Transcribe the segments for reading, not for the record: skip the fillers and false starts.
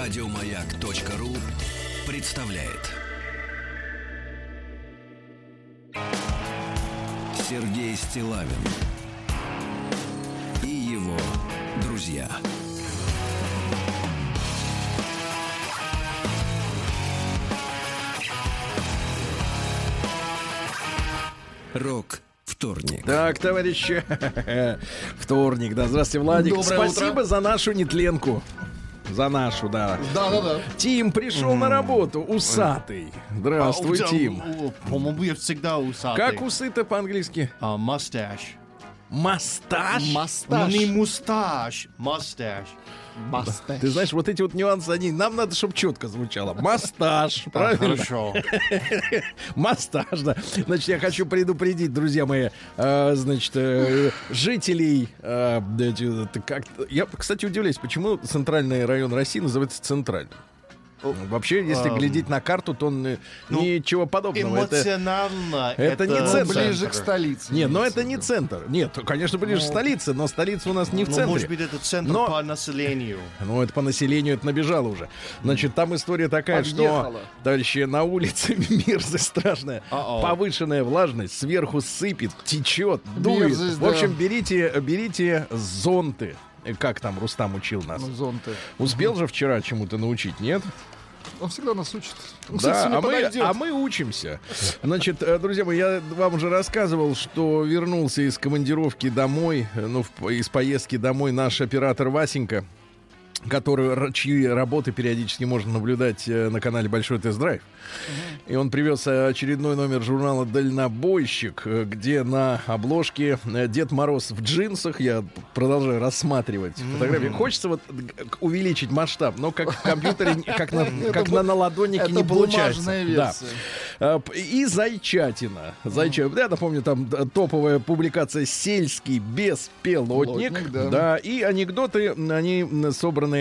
Радиомаяк.ру представляет Сергей Стиллавин и его друзья. Рок-вторник. Так, товарищи, вторник, да. Здравствуйте, Владик. Доброе Спасибо утро. за нашу нетленку. За нашу, да. Да. Тим пришел на работу, усатый. Здравствуй, Тим. По-моему, я всегда усатый. Как усы-то по-английски? Масташ. Масташ? Масташ. Не мусташ, масташ. Масташ. Ты знаешь, вот эти вот нюансы, нам надо, чтобы четко звучало. Масташ, правильно? Хорошо. Мастаж, да. Значит, я хочу предупредить, друзья мои, жителей. Я, кстати, удивляюсь, почему центральный район России называется центральным. Вообще, если глядеть на карту, то ничего подобного. Эмоционально. это не центр. Ближе к столице. Нет, но это не центр. Нет, конечно, ближе к столице, но столица у нас не в центре. Может быть, это центр Но- по населению. Ну, это по населению, это набежало уже. Значит, там история такая, что, Подъехала. товарищи, на улице мерзость страшная. Повышенная влажность, сверху сыпет, течет, дует. Мерзость, В общем, да. берите зонты. Как там Рустам учил нас? Ну, зонты. Успел же вчера чему-то научить, нет? Он всегда нас учит. Он, кстати, Да, сегодня а подойдет. мы учимся. Значит, друзья мои, я вам уже рассказывал, что вернулся из командировки домой, из поездки домой наш оператор Васенька, чьи работы периодически можно наблюдать на канале Большой Тест-Драйв. И он привез очередной номер журнала «Дальнобойщик», где на обложке Дед Мороз в джинсах. Я продолжаю рассматривать фотографии. Хочется вот увеличить масштаб, но как в компьютере, как на наладоннике это не получается. бумажная Да. версия. И Зайчатина. Я напомню, там топовая публикация «Сельский беспилотник». Лотник, да. Да, и анекдоты, они собраны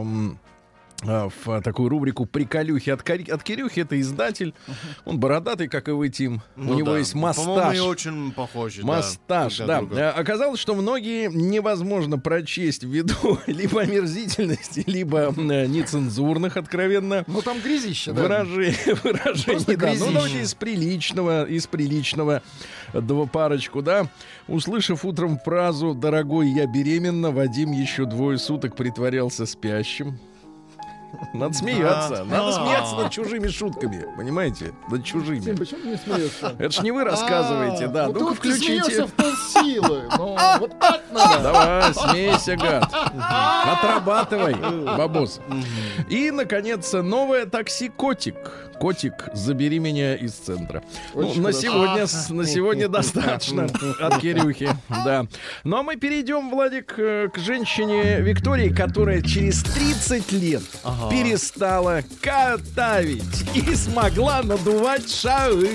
в такую рубрику «Приколюхи от Кирюхи». Это издатель. Он бородатый, как и вы, Тим. У него есть По-моему, мастаж. мы очень похожи. Мастаж, друг да. на друга. Оказалось, что многие невозможно прочесть ввиду либо омерзительности, либо нецензурных, откровенно, Ну, там грязище, да. выражений. Просто Да. Ну, грязище. давайте из приличного парочку, да. Услышав утром фразу «Дорогой, я беременна», Вадим еще 2 суток притворялся спящим. Надо смеяться. Надо смеяться над чужими шутками. Понимаете? Над чужими. Тим, почему ты не смеешься? Это ж не вы рассказываете, да. Ну, Ну-ка, тут ты смеешься включите. в полсилы. Ну, вот так надо. Давай, смейся, гад. Отрабатывай, бабос. И, наконец, новое такси «Котик». «Котик, забери меня из центра». Ну, Очень на хорошо. сегодня достаточно от Кирюхи. Да. Ну, а мы перейдем, Владик, к женщине Виктории, которая через 30 лет перестала катавить и смогла надувать шары.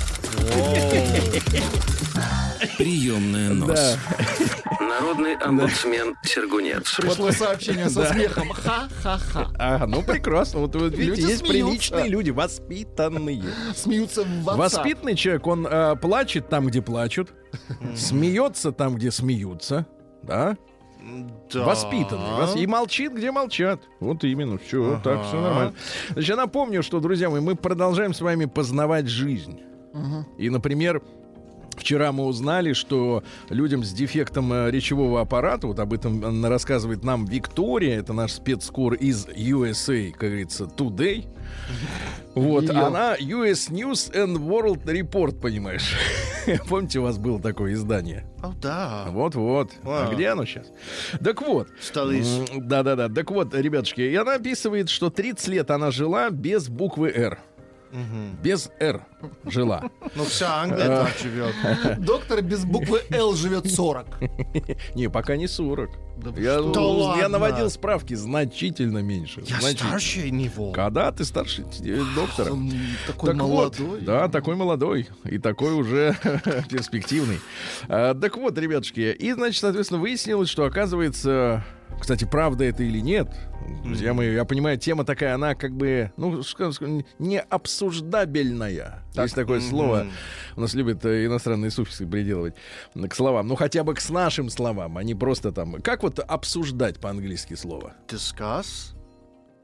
Приемная нос. Да. Народный омбудсмен Сергунец. Пришло сообщение со смехом. Ха-ха-ха. Ага, ну прекрасно. Вот видите, Люди есть смеются. приличные люди, воспитанные. Смеются в отца. Воспитанный человек, он плачет там, где плачут, смеется там, где смеются, да? Да. Воспитанный. И молчит, где молчат. Вот именно. Все, так, все нормально. Значит, я напомню, что, друзья мои, мы продолжаем с вами познавать жизнь. И, например, вчера мы узнали, что людям с дефектом речевого аппарата, вот об этом рассказывает нам Виктория, это наш спецкор из USA, как говорится, Today. Вот, Её. она US News and World Report, понимаешь. Помните, у вас было такое издание? О, да. Вот-вот. А Вау. где оно сейчас? Так вот. Столица. Да-да-да. Так вот, ребятушки, и она описывает, что 30 лет она жила без буквы «Р». Без «Р» жила. Ну, вся Англия так живет. Доктор без буквы «Л» живет 40. Не, пока не 40. Да Я Да ладно? наводил справки, значительно меньше. Я старше него. Когда ты старше доктора? Он такой Так молодой. вот, да, такой молодой и такой уже перспективный. Так вот, ребятушки, и, значит, соответственно, выяснилось, что, оказывается, кстати, правда это или нет, друзья мои, я понимаю, тема такая, она как бы, ну, скажем, не обсуждабельная. Есть такое слово, у нас любят иностранные суффиксы приделывать к словам, ну, хотя бы к нашим словам, а не просто там. Как вот обсуждать по-английски слово? Discuss?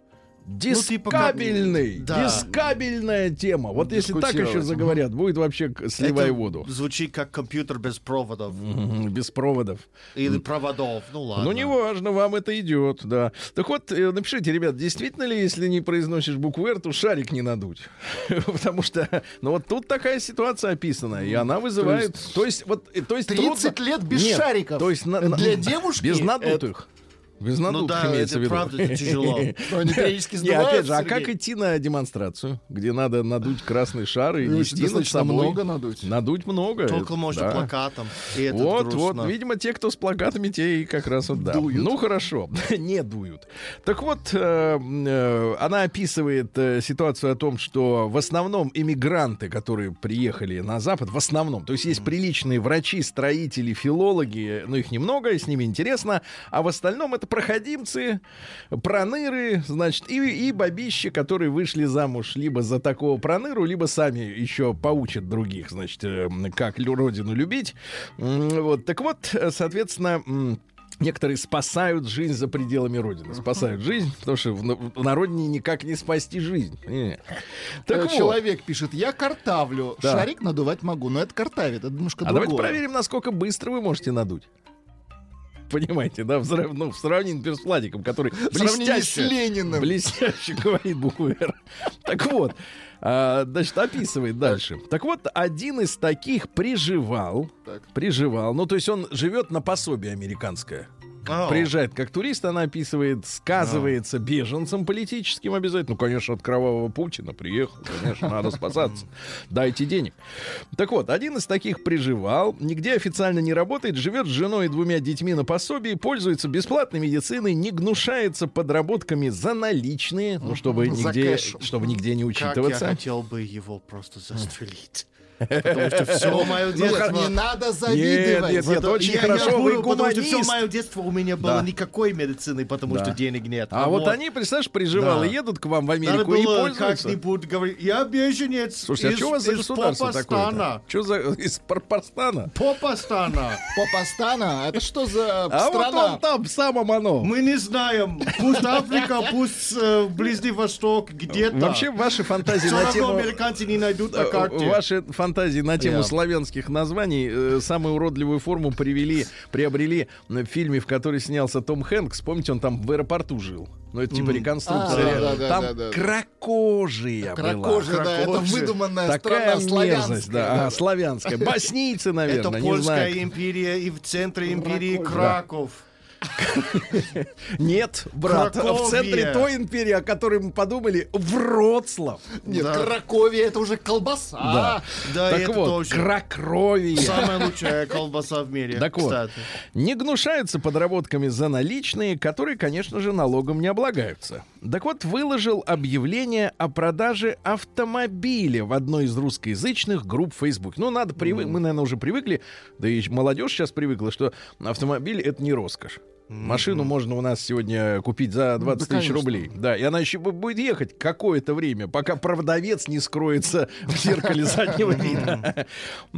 Дискабельный. Да. Дискабельная тема. Вот если так еще Дискутировать. заговорят, будет вообще сливай воду. Звучит как компьютер без проводов. Без проводов. Или проводов. Ну ладно. Ну, неважно, вам это идет, да. Так вот, напишите, ребят, действительно ли, если не произносишь букву «Р», то шарик не надуть? Потому что, ну, вот тут такая ситуация описана, и она вызывает... То есть 30 лет без Нет, шариков. то есть Для девушки без надутых. Без Ну надутых да, имеется в это виду. правда это тяжело. Но они периодически Не, опять же, сдуваются, а как Сергей. идти на демонстрацию, где надо надуть красный шар и Ну, нести над достаточно собой? много надуть. Надуть много. Только можно да. плакатом. И это Вот, грустно. видимо, те, кто с плакатами, те и как раз вот да. Дуют. Ну хорошо, не дуют. Так вот, она описывает ситуацию о том, что в основном иммигранты, которые приехали на Запад, в основном, то есть есть приличные врачи, строители, филологи, но их немного, и с ними интересно, а в остальном это проходимцы, проныры, значит, и бабищи, которые вышли замуж либо за такого проныру, либо сами еще поучат других, значит, как родину любить. Вот, так вот, соответственно, некоторые спасают жизнь за пределами родины. Спасают жизнь, потому что на родине никак не спасти жизнь. Не. Так вот. Человек пишет, я картавлю, Да. шарик надувать могу, но это картавит, это немножко А другое. давайте проверим, насколько быстро вы можете надуть. Понимаете, да, в сравнении, например, с Владиком, который В сравнении с Лениным. блестяще говорит букву «Р». Так вот, значит, описывает дальше. Так вот, один из таких приживал, ну, то есть он живет на пособие американское. Ау. Приезжает как турист, она описывает, сказывается беженцем политическим обязательно. Ну, конечно, от кровавого Путина приехал, конечно, надо спасаться. Дайте денег. Так вот, один из таких приживал, нигде официально не работает, живет с женой и 2 детьми на пособии, пользуется бесплатной медициной, не гнушается подработками за наличные, ну, чтобы За нигде, кэш. чтобы нигде не Как я учитываться. хотел бы его просто застрелить. Потому что все мое Ну, детство... не надо Нет, завидовать. нет, нет, очень Я хорошо, вы говорю, потому что все гуманист. мое детство у меня было Да. никакой медицины, потому Да. что денег нет. А вот они, представляешь, приживалы едут к вам в Надо Америку и было пользуются. как-нибудь говорить, я беженец Слушайте, а что у вас за из государство такое? Попастана. Что за из Парпарстана? Попастана. Попастана? Это что за А вот страна? он там, в самом оно. Мы не знаем. Пусть Африка, пусть Ближний Восток, где-то. Вообще, ваши фантазии Все на равно тему... американцы не найдут на карте. Ваши фантазии на тему славянских названий самую уродливую форму приобрели в фильме, в который снялся Том Хэнкс. Помните, он там в аэропорту жил? Ну, это типа реконструкция. да, Там да. кракожия была. Кракожия, да, это выдуманная Такая страна, мерзость, да, славянская. Боснийцы, Это наверное, не Польская знаю. империя и в центре империи Краков. Краков. Нет, брат, в Краковья. центре той империи, о которой мы подумали, Вроцлав. Нет, Да. Краковия это уже колбаса. Да. Да, и Так это вот, тоже. Кракровия. Самая лучшая колбаса в мире, Так вот, кстати. не гнушаются подработками за наличные, которые, конечно же, налогом не облагаются. Так вот, выложил объявление о продаже автомобиля в одной из русскоязычных групп Facebook. Ну, надо мы, наверное, уже привыкли, да и молодежь сейчас привыкла, что автомобиль — это не роскошь. Машину можно у нас сегодня купить за 20 тысяч конечно. рублей. Да, и она еще будет ехать какое-то время, пока продавец не скроется в зеркале заднего вида.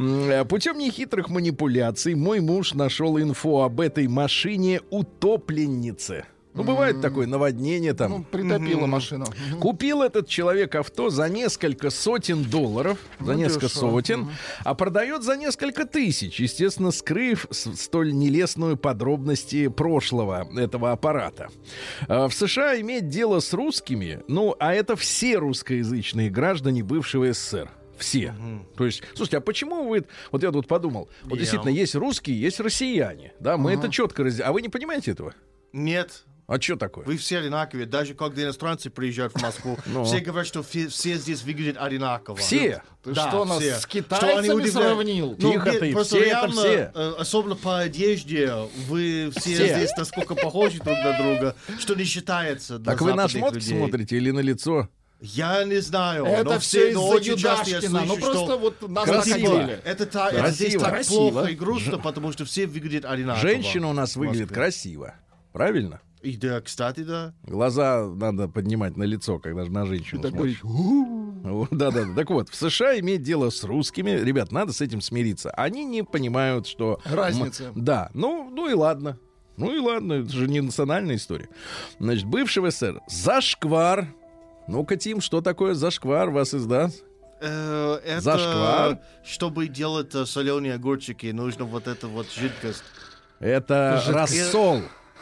Путем нехитрых манипуляций мой муж нашел инфу об этой машине утопленнице. Ну, бывает такое наводнение там. Ну, притопила машину. Купил этот человек авто за несколько сотен долларов, за несколько сотен, а продает за несколько тысяч, естественно, скрыв столь нелестную подробности прошлого этого аппарата. В США иметь дело с русскими, ну, а это все русскоязычные граждане бывшего СССР. Все. То есть, слушайте, а почему вы... Вот я тут подумал. Вот действительно, есть русские, есть россияне. Да, мы это четко разделяем. А вы не понимаете этого? Нет. А что такое? Вы все одинаковые. Даже когда иностранцы приезжают в Москву, все говорят, что все здесь выглядят одинаково. Все? Ты Да, что, нас все. с Что они китайцами удивляют. сравнил? Ну, Тихо нет, ты, просто все это реально, все. особенно по одежде, вы все здесь настолько похожи друг на друга, что не считается для Так вы на западных шмотки людей. смотрите или на лицо? Я не знаю. Это но все но из-за очень часто я Юдашкина. Ну, слышу, просто что вот нас Красиво. находили. это здесь так Красиво. плохо и грустно, потому что все выглядят одинаково. Женщина у нас в выглядит Москве. красиво. Правильно? И да, кстати, да. Глаза надо поднимать на лицо, когда же на женщину Такой, смотришь. Вот, да-да-да. Так вот, в США иметь дело с русскими, ребят, надо с этим смириться. Они не понимают, что... Разница. Да, ну и ладно. Ну и ладно, это же не национальная история. Значит, бывший СССР. Зашквар. Ну-ка, Тим, что такое зашквар? Вас издаст? Это Зашквар? чтобы делать соленые огурчики, нужно вот эта вот жидкость. Это рассол.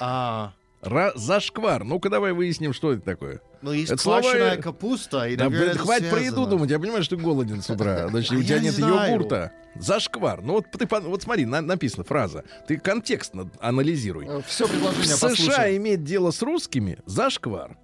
Зашквар. Ну-ка, давай выясним, что это такое. Ну, есть это квашеная слова... капуста, и, да, наверное, это хватит про связано. еду думать. Я понимаю, что ты голоден с утра. Значит, у тебя Я не нет знаю. йогурта. Зашквар. Ну, вот, вот смотри, написана фраза. Ты контекст анализируй. Все предложение В США послушай. иметь дело с русскими — зашквар.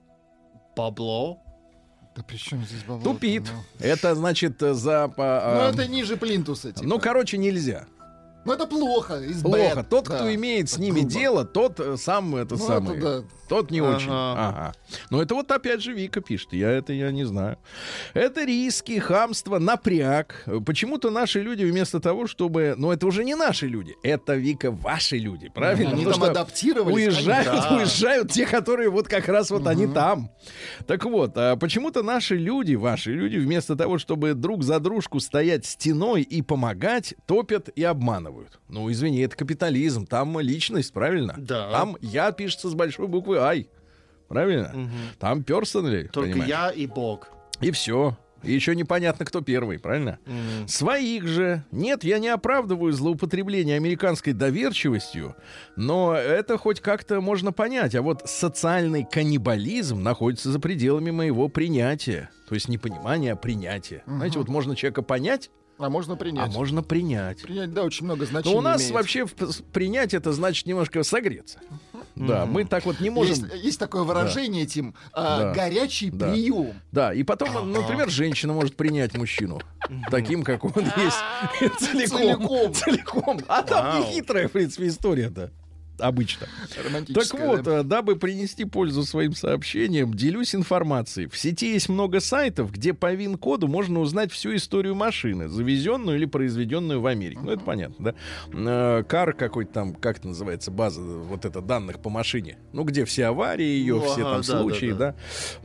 Бабло. Да при чем здесь бабло? Тупит. Это значит за... Ну, это ниже плинтуса, типа. Ну, короче, нельзя. Ну, это плохо. Плохо. Тот, кто имеет с ними дело, тот сам это Ну, самый. это да. Тот не очень. Ага. Ага. Но это вот опять же Вика пишет. Я не знаю. Это риски, хамство, напряг. Почему-то наши люди вместо того, чтобы... Ну, это уже не наши люди. Это, Вика, ваши люди. Правильно? Они Потому там что адаптировались. уезжают те, которые вот как раз вот они там. Так вот, почему-то наши люди, ваши люди, вместо того, чтобы друг за дружку стоять стеной и помогать, топят и обманывают. Ну, извини, это капитализм. Там личность, правильно? Да. Там я пишется с большой буквы «I». Правильно? Там personally, Только понимаешь? я и Бог. И все. И еще непонятно, кто первый, правильно? Своих же. Нет, я не оправдываю злоупотребление американской доверчивостью, но это хоть как-то можно понять. А вот социальный каннибализм находится за пределами моего принятия. То есть не понимания, а принятия. Знаете, вот можно человека понять, А можно принять. а можно принять. Принять, да, очень много значений Но у нас имеет. вообще принять это значит немножко согреться. Да, мы так вот не можем... Есть такое выражение, Тим, горячий Да. прием. Да, и потом, например, женщина может принять мужчину таким, как он есть, целиком. А там не хитрая, в принципе, история-то. Обычно. Так Романтическое, вот, да. дабы принести пользу своим сообщениям, делюсь информацией. В сети есть много сайтов, где по ВИН-коду можно узнать всю историю машины, завезенную или произведенную в Америке. Ну, это понятно, да? Кар какой-то там, как это называется, база вот это данных по машине. Ну, где все аварии ее, все там случаи, да.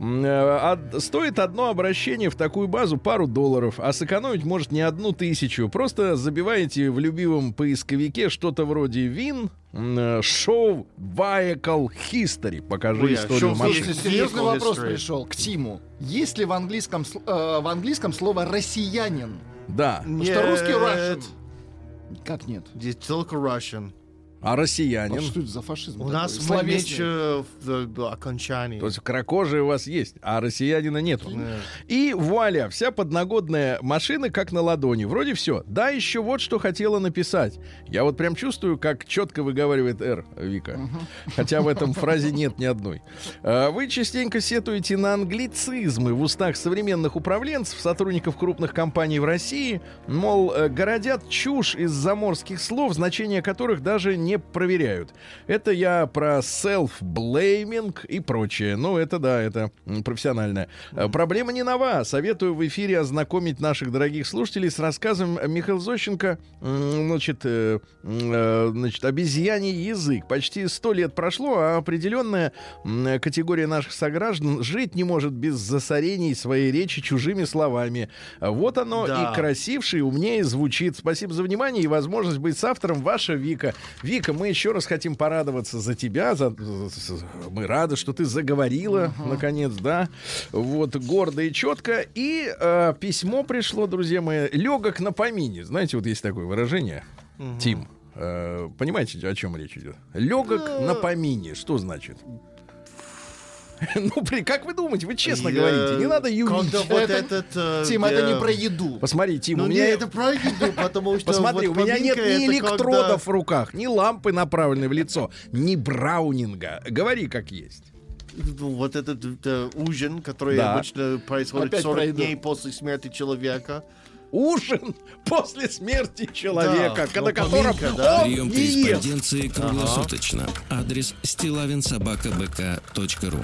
Стоит одно обращение в такую базу пару долларов, а сэкономить может не 1000. Просто забиваете в любимом поисковике что-то вроде ВИН, Show Vehicle History. Покажи Ой, историю show машины. Слушайте, серьезный Vehicle вопрос history. пришел к Тиму. Есть ли в английском слово «россиянин»? Да. Потому что русский Russian. Как нет? Здесь только Russian. А россиянин? А что это за фашизм? У такой? нас Словесный. меньше окончаний. То есть кракожие у вас есть, а россиянина нету. И вуаля, вся подногодная машина как на ладони. Вроде все. Да, еще вот что хотела написать. Я вот прям чувствую, как четко выговаривает «Р» Вика. Хотя в этом фразе нет ни одной. Вы частенько сетуете на англицизмы в устах современных управленцев, сотрудников крупных компаний в России. Мол, городят чушь из заморских слов, значения которых даже не проверяют. Это я про self-blaming и прочее. Ну, это да, это профессиональное. Проблема не нова. Советую в эфире ознакомить наших дорогих слушателей с рассказом Михаила Зощенко, значит, «Обезьяний язык». Почти 100 лет прошло, а определенная категория наших сограждан жить не может без засорений своей речи чужими словами. Вот оно Да. и красивше, и умнее звучит. Спасибо за внимание и возможность быть соавтором. Ваша Вика. Вика, мы еще раз хотим порадоваться за тебя. Мы рады, что ты заговорила, наконец, да. Вот, гордо и четко. И письмо пришло, друзья мои, легок на помине. Знаете, вот есть такое выражение, Тим. Понимаете, о чем речь идет? Легок на помине. Что значит? Ну, как вы думаете? Вы честно говорите. Не надо юнить. Когда вот этот... Тим, это не про еду. Посмотри, Тим, Ну, у не, меня... это про еду, потому что... Посмотри, вот у меня нет поминка ни это электродов когда- в руках, ни лампы, направленной в лицо, ни браунинга. Говори как есть. Ну, вот этот ужин, который Да. обычно происходит Опять 40 про еду. дней после смерти человека. Ужин после смерти человека, Да, на ну, котором поминка, да. он Прием не ест. корреспонденции круглосуточно. Адрес stilavinsobakabk.ru.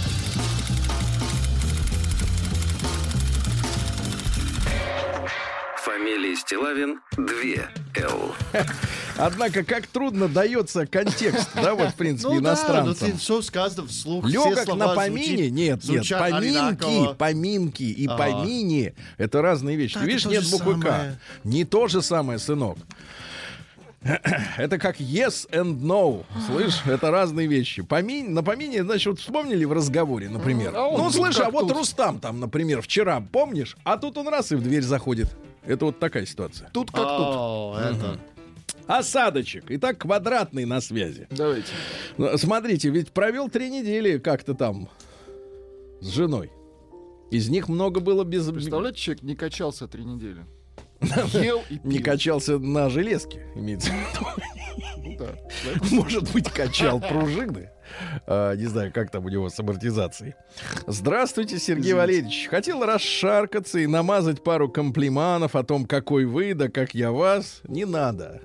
Фамилия Стилавин 2 Л. Однако, как трудно дается контекст, да, вот, в принципе, Ну да, но иностранцам. ты все сказано вслух, все Легок слова на помине? Нет, звучат поминки, одинаково. поминки и Ага. помини — это разные вещи. Да, Ты видишь, это то нет же буквы «К». самое. Не то же самое, сынок. Это как yes and no. Слышь, это разные вещи. На помине, значит, вот вспомнили в разговоре, например. Ну, слышь, а вот Рустам там, например, вчера, помнишь? А тут он раз и в дверь заходит. Это вот такая ситуация. Тут как тут. Осадочек. Итак, Квадратный на связи. Давайте. Смотрите, ведь провел 3 недели как-то там с женой. Из них много было без... Представляете, человек не качался 3 недели. Ел и пил. Не качался на железке, имеется в виду. Да. Может быть, качал пружины. Не знаю, как там у него с амортизацией. Здравствуйте, Сергей Валерьевич. Хотел расшаркаться и намазать пару комплиманов о том, какой вы, да как я вас. Не надо.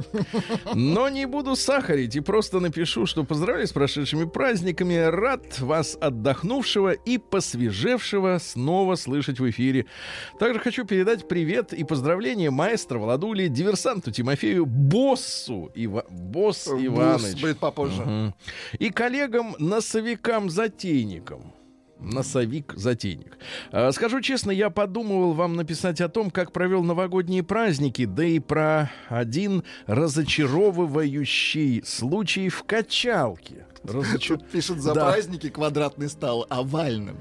Но не буду сахарить и просто напишу, что поздравляю с прошедшими праздниками. Рад вас, отдохнувшего и посвежевшего, снова слышать в эфире. Также хочу передать привет и поздравления маэстро Владуле, диверсанту Тимофею, боссу Босс Иваныч. Будет попозже. И коллегам-носовикам-затейникам. Носовик-затейник. Скажу честно, я подумывал вам написать о том, как провел новогодние праздники, да и про один разочаровывающий случай в качалке. Тут пишут за праздники Квадратный стал овальным.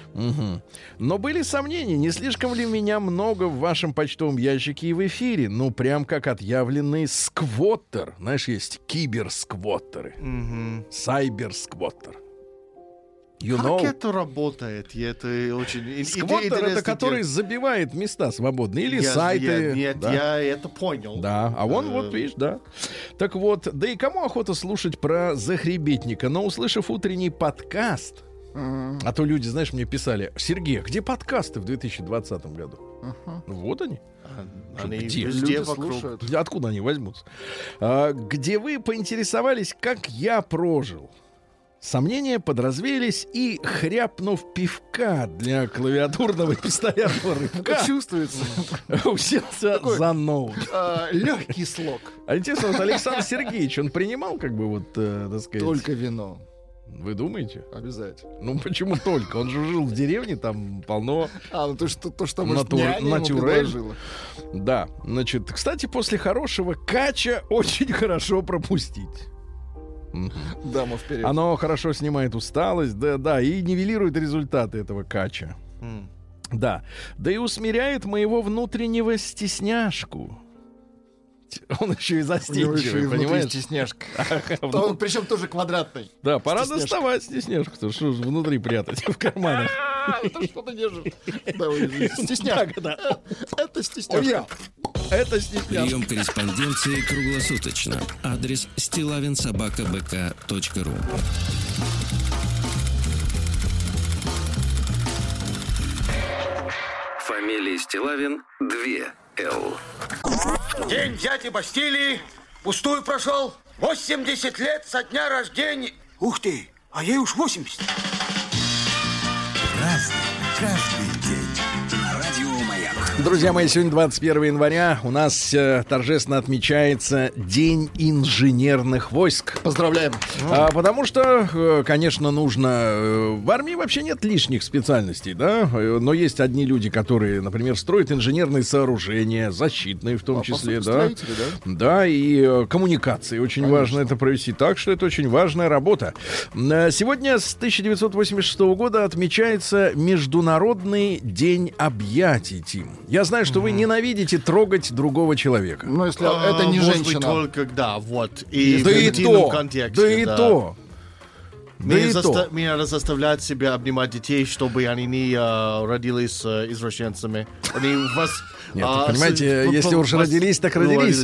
Но были сомнения, не слишком ли меня много в вашем почтовом ящике и в эфире. Ну, прям как отъявленный сквоттер. Знаешь, есть киберсквоттеры. Сайберсквоттер. Как это работает? Это очень сквоттер — это который забивает места свободные или сайты. Я это понял. Да, а он вот, видишь, да. Так вот, да и кому охота слушать про захребетника? Но услышав утренний подкаст, а то люди, знаешь, мне писали: Сергей, где подкасты в 2020 году? Вот они. Они где? Везде Люди вокруг. слушают. Откуда они возьмутся? Где вы поинтересовались, как я прожил. Сомнения подразвеялись, и, хряпнув пивка для клавиатурного и пистолетного рыбка, Чувствуется. уселся за ноут. Легкий слог. А интересно, вот Александр Сергеевич, он принимал, как бы, вот, так сказать... Только вино. Вы думаете? Обязательно. Ну, почему только? Он же жил в деревне, там полно... Ну то, что может, няня ему натюрель. предложила. Да, значит, кстати, после хорошего кача очень хорошо пропустить. Дама вперед. Оно хорошо снимает усталость, да, и нивелирует результаты этого кача. Да. Да и усмиряет моего внутреннего стесняшку. Он еще и застенчивый, понимаешь? Стесняшка. Причем тоже квадратный. Да, пора доставать стесняшку. Что ж внутри прятать в карманах? Это что ты держишь? Стесняшка. Это стесняшка. Это стесняшка. Прием корреспонденции круглосуточно. Адрес stilavinsobakabk.ru. Фамилия Стилавин 2 Л. День дяди Бастилии пустую прошел. 80 лет со дня рождения. Ух ты, а ей уж 80. Разный, каждый день. Радио Маяк. Друзья мои, сегодня 21 января. У нас торжественно отмечается День инженерных войск. Поздравляем. Потому что, конечно, нужно... В армии вообще нет лишних специальностей, да? Но есть одни люди, которые, например, строят инженерные сооружения, защитные в том числе, да? Да, и коммуникации. Очень важно это провести так, что это очень важная работа. Сегодня с 1986 года отмечается Международный день объятий, Тим. Я знаю, что вы ненавидите трогать другого человека. Ну, если это не может женщина. быть, только, да, вот. И Да в и интимном то, контексте, да и то. Да и то. Меня надо заставлять себя обнимать детей, чтобы они не родились извращенцами. Они вас... Нет, понимаете, если уж родились, так родились.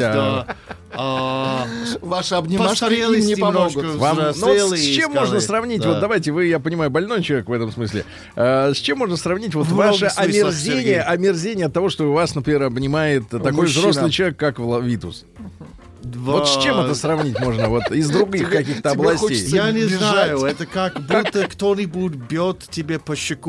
Ваши обнимашки им не помогут. С чем можно сравнить? Вот давайте, вы, я понимаю, больной человек в этом смысле. С чем можно сравнить вот ваше омерзение от того, что вас, например, обнимает такой взрослый человек, как Витус? Вот с чем это сравнить можно? Вот из других каких-то областей. Я не знаю, это как будто кто-нибудь бьет тебе по щеку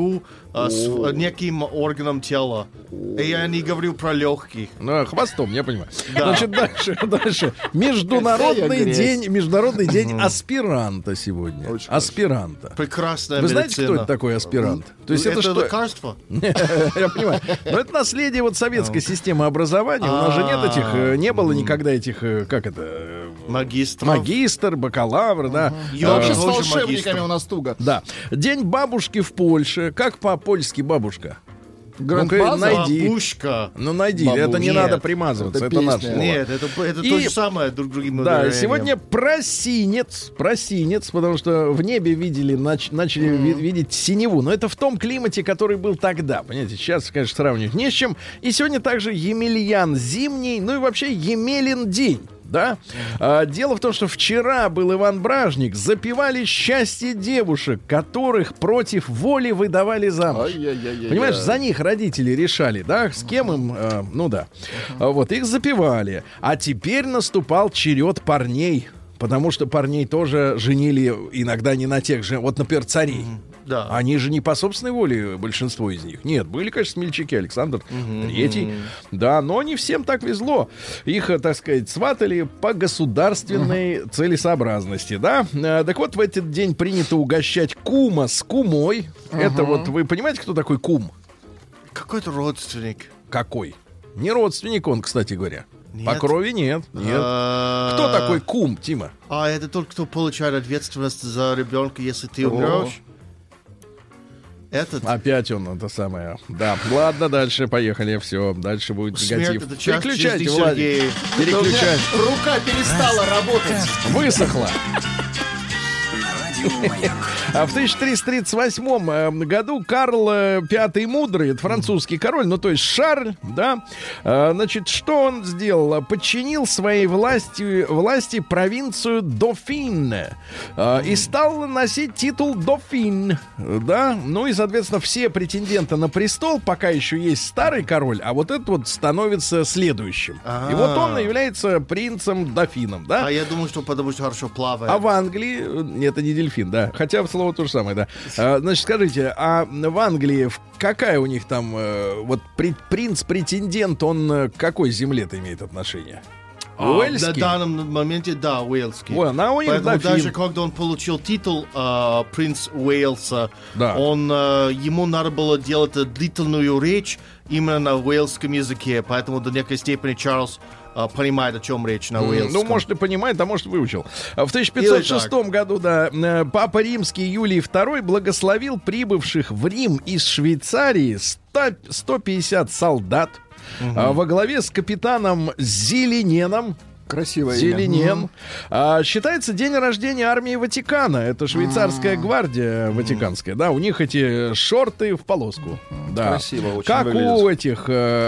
с неким органом тела. И я не говорю про легких. Ну, хвостом, я понимаю. Значит, дальше. Международный день аспиранта сегодня. Аспиранта. Прекрасная Вы медицина. знаете, кто это такой аспирант? То есть это что? лекарство? Я понимаю. Но это наследие вот советской системы образования. У нас же не было никогда этих, как это? Магистр, бакалавр, да. Вообще с волшебниками у нас туго. Да. День бабушки в Польше. Как по-польски бабушка? Грандмазер? Найди. Бабушка. Ну, найди. Бабушка. Это не Нет. надо примазываться. Это Это наше песня. слово. Нет, это то же самое, другим Да, ударением. сегодня просинец, потому что в небе начали видеть синеву. Но это в том климате, который был тогда. Понимаете, сейчас, конечно, сравнивать не с чем. И сегодня также Емельян зимний, ну и вообще Емелин день. Да? Дело в том, что вчера был Иван Бражник, запевали счастье девушек, которых против воли выдавали замуж. Понимаешь, за них родители решали, да, с кем им, вот, их запевали. А теперь наступал черед парней, потому что парней тоже женили иногда не на тех же, вот, например, царей. Да. Они же не по собственной воле, большинство из них. Нет, были, конечно, смельчаки, Александр Третий. Да, но не всем так везло. Их, так сказать, сватали по государственной целесообразности, да. Так вот, в этот день принято угощать кума с кумой. Это вот, вы понимаете, кто такой кум? Какой-то родственник. Какой? Не родственник он, кстати говоря. Нет. По крови нет. Кто такой кум, Тима? Это тот, кто получает ответственность за ребенка, если ты умрешь. Этот? Опять он, это самое. Да, ладно, дальше, поехали, все. Дальше будет негатив. Переключайте, Владик. Переключай. Рука перестала работать. Высохла. В 1338 году Карл V Мудрый, это французский король, ну то есть Шарль, да, значит, что он сделал? Подчинил своей власти провинцию Дофин и стал носить титул Дофин, да, ну и, соответственно, все претенденты на престол, пока еще есть старый король, а вот этот вот становится следующим. И вот он является принцем Дофином, да. А я думаю, что потому что хорошо плавает. А в Англии, это не дельфин, да, хотя слово то же самое, да. Значит, скажите, а в Англии какая у них там, вот принц-претендент, он к какой земле-то имеет отношение? Уэльский? На данном моменте, да, уэльский. Ой, у них поэтому дофин. даже когда он получил титул принц Уэльса, да. Ему надо было делать длительную речь именно на уэльском языке, поэтому до некой степени Чарльз понимает, о чем речь на уэльском. Ну, может, и понимает, а может, выучил. В 1506 году, да, Папа Римский Юлий II благословил прибывших в Рим из Швейцарии 150 солдат во главе с капитаном Зелененом. Красивое Зеленен. Считается день рождения армии Ватикана. Это швейцарская гвардия ватиканская. Да, у них эти шорты в полоску. Да. Красиво очень как выглядит. у этих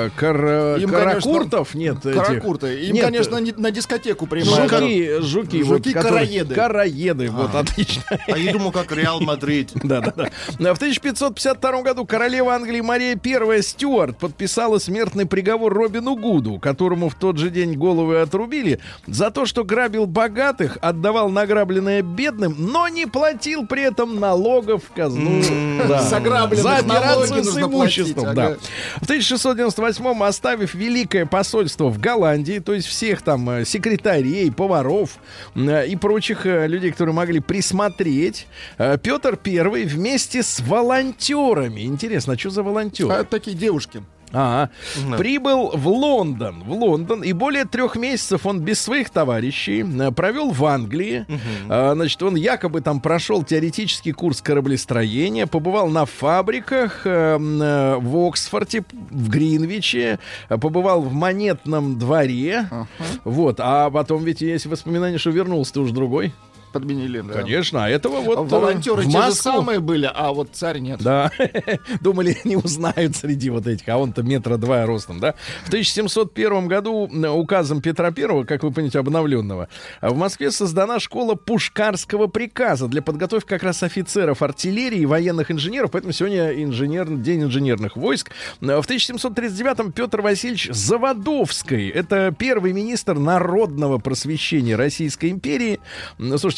каракуртов, нет. Каракурты. Им, нет, конечно, на дискотеку принимают. Жуки, вот, Жуки-караеды. Караеды, вот, отлично. А я думал, как Реал Мадрид. Да. В 1552 году королева Англии Мария I Стюарт подписала смертный приговор Робину Гуду, которому в тот же день головы отрубили за то, что грабил богатых, отдавал награбленное бедным, но не платил при этом налогов в казну. За операцию налоги с нужно имуществом. платить, Да. ага. В 1698-м, оставив великое посольство в Голландии, то есть всех там секретарей, поваров и прочих людей, которые могли присмотреть, Петр I вместе с волонтерами. Интересно, а что за волонтеры? А такие девушки. Прибыл в Лондон, и более 3 месяцев он без своих товарищей провел в Англии. Значит, он якобы там прошел теоретический курс кораблестроения, побывал на фабриках в Оксфорде, в Гринвиче, побывал в Монетном дворе. Вот, а потом ведь есть воспоминания, что вернулся-то уж другой. Подменили, да. Конечно, а этого вот волонтеры в те же Москву. самые были, а вот царь нет. Да, думали, не узнают среди вот этих, а он-то 1,2 метра ростом, да. В 1701 году указом Петра I, как вы понимаете, обновленного, в Москве создана школа пушкарского приказа для подготовки как раз офицеров артиллерии и военных инженеров, поэтому сегодня день инженерных войск. В 1739-м Петр Васильевич Заводовский, это первый министр народного просвещения Российской империи. Слушайте,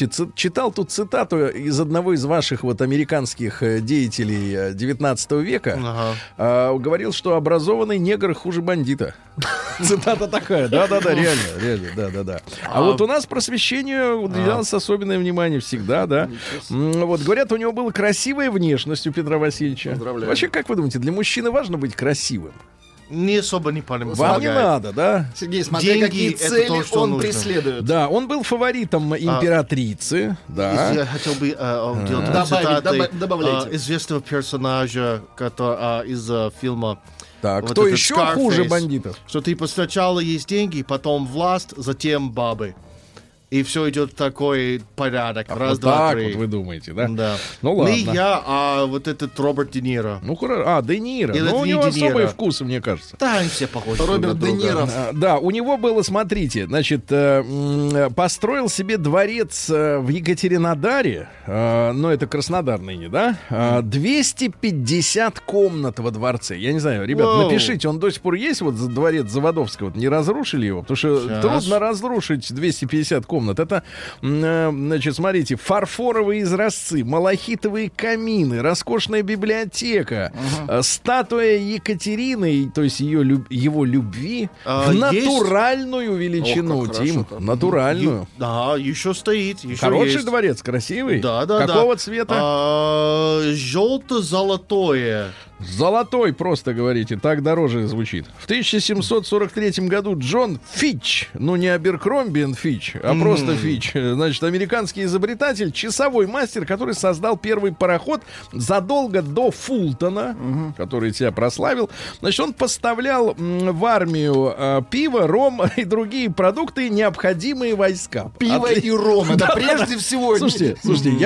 Слушайте, читал тут цитату из одного из ваших вот американских деятелей 19 века. Говорил, что образованный негр хуже бандита. Цитата такая. Да-да-да, реально, да-да-да. А вот у нас просвещению уделялось особенное внимание всегда, да. Вот, говорят, у него была красивая внешность у Петра Васильевича. Вообще, как вы думаете, для мужчины важно быть красивым? Не особо не понимаю. Вам не надо, да? Сергей, смотри, какие цели то, что он нужно. преследует. Да, он был фаворитом императрицы. Да. Я хотел бы делать цитаты добавляйте. известного персонажа из фильма. Так, вот кто этот еще Scarface, хуже бандитов? Что типа сначала есть деньги, потом власть, затем бабы. И все идет в такой порядок. Раз, Вот два, так три. вот вы думаете, да? Да. Ну ладно. Не я, а вот этот Роберт Де Ниро. Ну хорошо. Де Ниро. Или Ну, у не него Де Ниро. особые вкусы, мне кажется. Да, они все похожи. Роберт Де Ниро. Да, у него было, смотрите, значит, построил себе дворец в Екатеринодаре, но это Краснодар ныне, да? 250 комнат во дворце. Я не знаю, ребят, Воу. напишите, он до сих пор есть, вот дворец Заводовского, вот, не разрушили его? Потому что Сейчас. трудно разрушить 250 комнат. Это, значит, смотрите, фарфоровые изразцы, малахитовые камины, роскошная библиотека, статуя Екатерины, то есть его любви, в есть? натуральную величину, Ох, как Тим, хорошо-то. натуральную. Да, еще стоит. Еще Хороший есть. дворец, красивый. Да, да, Какого да. цвета? Желто-золотое. Золотой, просто говорите, так дороже звучит. В 1743 году Джон Фич, ну не Аберкромби энд Фич, а просто Фич, значит, американский изобретатель, часовой мастер, который создал первый пароход задолго до Фултона, который себя прославил. Значит, он поставлял в армию пиво, ром и другие продукты, необходимые войскам. Пиво и ром. Это прежде всего. Слушайте,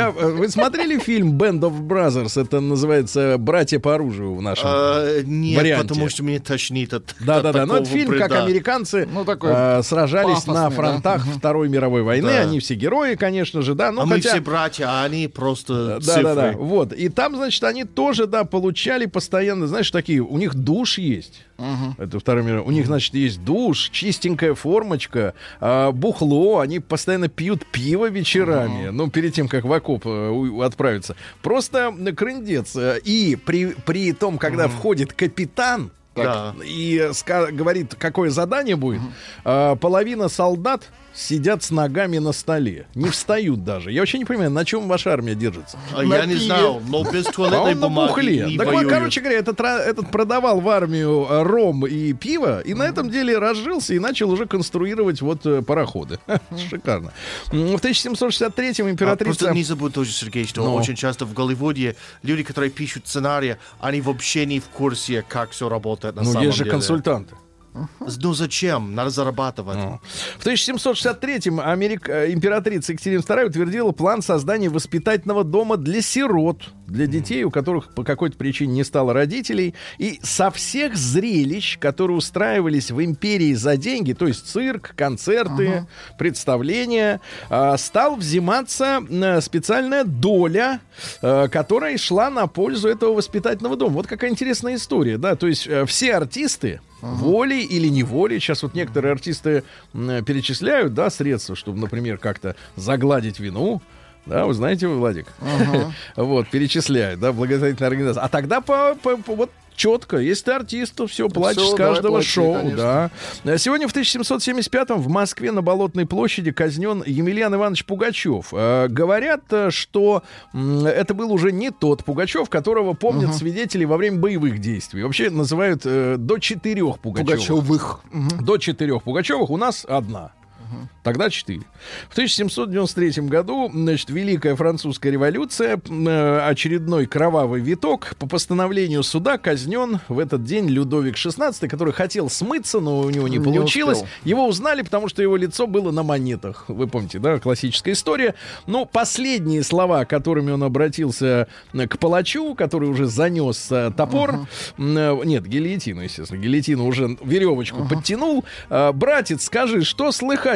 вы смотрели фильм Band of Brothers? Это называется «Братья по оружию» в нашем Нет, варианте. потому что меня тошнит от Да-да-да, но это такого фильм, как бреда. американцы Ну, такой сражались на пафосный, фронтах Второй мировой войны. Да. Они все герои, конечно же, да. Но А мы хотя... все братья, а они просто Да-да-да, цифры. вот. И там, значит, они тоже, да, получали постоянно, знаешь, такие, у них душ есть. Это Второй мировой. У них, значит, есть душ, чистенькая формочка, бухло. Они постоянно пьют пиво вечерами, ну, перед тем, как в окоп отправиться. Просто крындец. И при том, когда входит капитан, Да. и говорит, какое задание будет, половина солдат сидят с ногами на столе. Не встают даже. Я вообще не понимаю, на чем ваша армия держится. Я не знал, но без А туалетной он на бумаги бухле. не Так вот, воюю. короче говоря, этот продавал в армию ром и пиво, и на этом деле разжился и начал уже конструировать вот пароходы. Шикарно. В 1763-м императрица... Просто не забудь тоже, Сергей, что Ну. очень часто в Голливуде люди, которые пишут сценарии, они вообще не в курсе, как все работает на Ну, самом есть же деле. консультанты. Ну зачем? Надо зарабатывать. В 1763-м императрица Екатерина II утвердила план создания воспитательного дома для сирот, для детей, у которых по какой-то причине не стало родителей. И со всех зрелищ, которые устраивались в империи за деньги, то есть цирк, концерты, представления, стал взиматься специальная доля, которая шла на пользу этого воспитательного дома. Вот какая интересная история, да, то есть все артисты, волей или неволей. Сейчас вот некоторые артисты перечисляют, да, средства, чтобы, например, как-то загладить вину. Да, вы знаете, Владик? Вот, перечисляют, да, благотворительная организация. А тогда вот четко, если ты артист, то все, платишь Всё, с каждого давай, плати, шоу. конечно. Да. Сегодня в 1775-м в Москве на Болотной площади казнен Емельян Иванович Пугачев. Говорят, что это был уже не тот Пугачев, которого помнят свидетели во время боевых действий. Вообще называют до 4 Пугачевых. Пугачевых. До 4 Пугачевых, у нас одна. Тогда 4. В 1793 году, значит, Великая Французская революция, очередной кровавый виток. По постановлению суда казнен в этот день Людовик XVI, который хотел смыться, но у него не получилось. успел. Его узнали, потому что его лицо было на монетах. Вы помните, да, классическая история. Но последние слова, которыми он обратился к палачу, который уже занес топор, нет, гильотину, естественно, гильотину уже веревочку подтянул. Братец, скажи, что слыхать об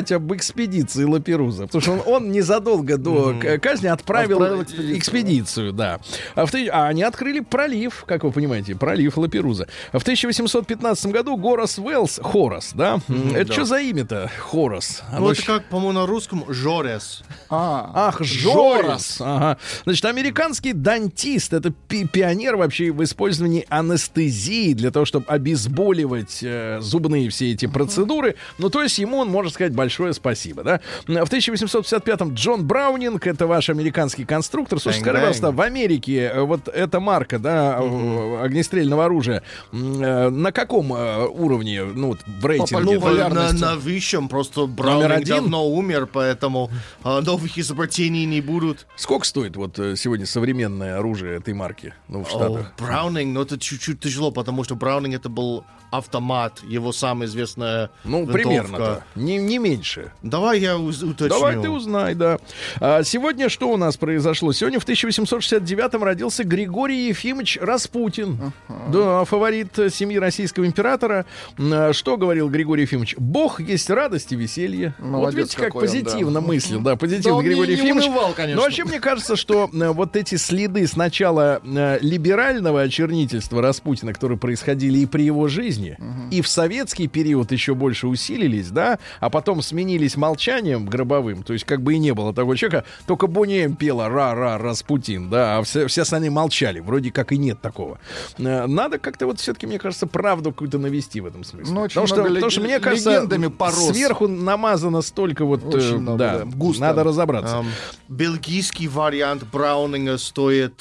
экспедиции Лаперуза. Потому что он незадолго до казни отправил экспедицию, да. А они открыли пролив, как вы понимаете, пролив Лаперуза. В 1815 году Горас Уэллс, Хорас, да? Это что за имя-то, Хорас? Ну, это как, по-моему, на русском Жорес. Ах, Жорес. Ага. Значит, американский дантист, это пионер вообще в использовании анестезии для того, чтобы обезболивать зубные все эти процедуры. Ну, то есть ему он может сказать большое спасибо, да? В 1855-м Джон Браунинг, это ваш американский конструктор. Слушайте, скажи, пожалуйста, в Америке вот эта марка, да, огнестрельного оружия, на каком уровне, ну, вот, в рейтинге? На высшем, просто Браунинг давно умер, поэтому новых изобретений не будут. Сколько стоит вот сегодня современное оружие этой марки, ну, в Штатах? Браунинг, ну, это чуть-чуть тяжело, потому что Браунинг это был автомат, его самая известная винтовка. Примерно, не меньше. Давай я уточню. Давай ты узнай, да. Сегодня что у нас произошло? Сегодня в 1869-м родился Григорий Ефимович Распутин. Да, фаворит семьи российского императора. Что говорил Григорий Ефимович? Бог есть радость и веселье. Молодец, вот видите, как позитивно он, мыслил. Да, позитивно да, Григорий Ефимович. Унывал, конечно. Но вообще, мне кажется, что вот эти следы сначала либерального очернительства Распутина, которые происходили и при его жизни, и в советский период еще больше усилились, да, а потом сменились молчанием гробовым, то есть как бы и не было такого человека, только Бонни М пела «Ра-ра, Распутин», да, а все остальные молчали, вроде как и нет такого. Надо как-то вот все-таки, мне кажется, правду какую-то навести в этом смысле. Ну, потому что, мне кажется, сверху намазано столько вот, да, густо. Надо разобраться. Бельгийский вариант Браунинга стоит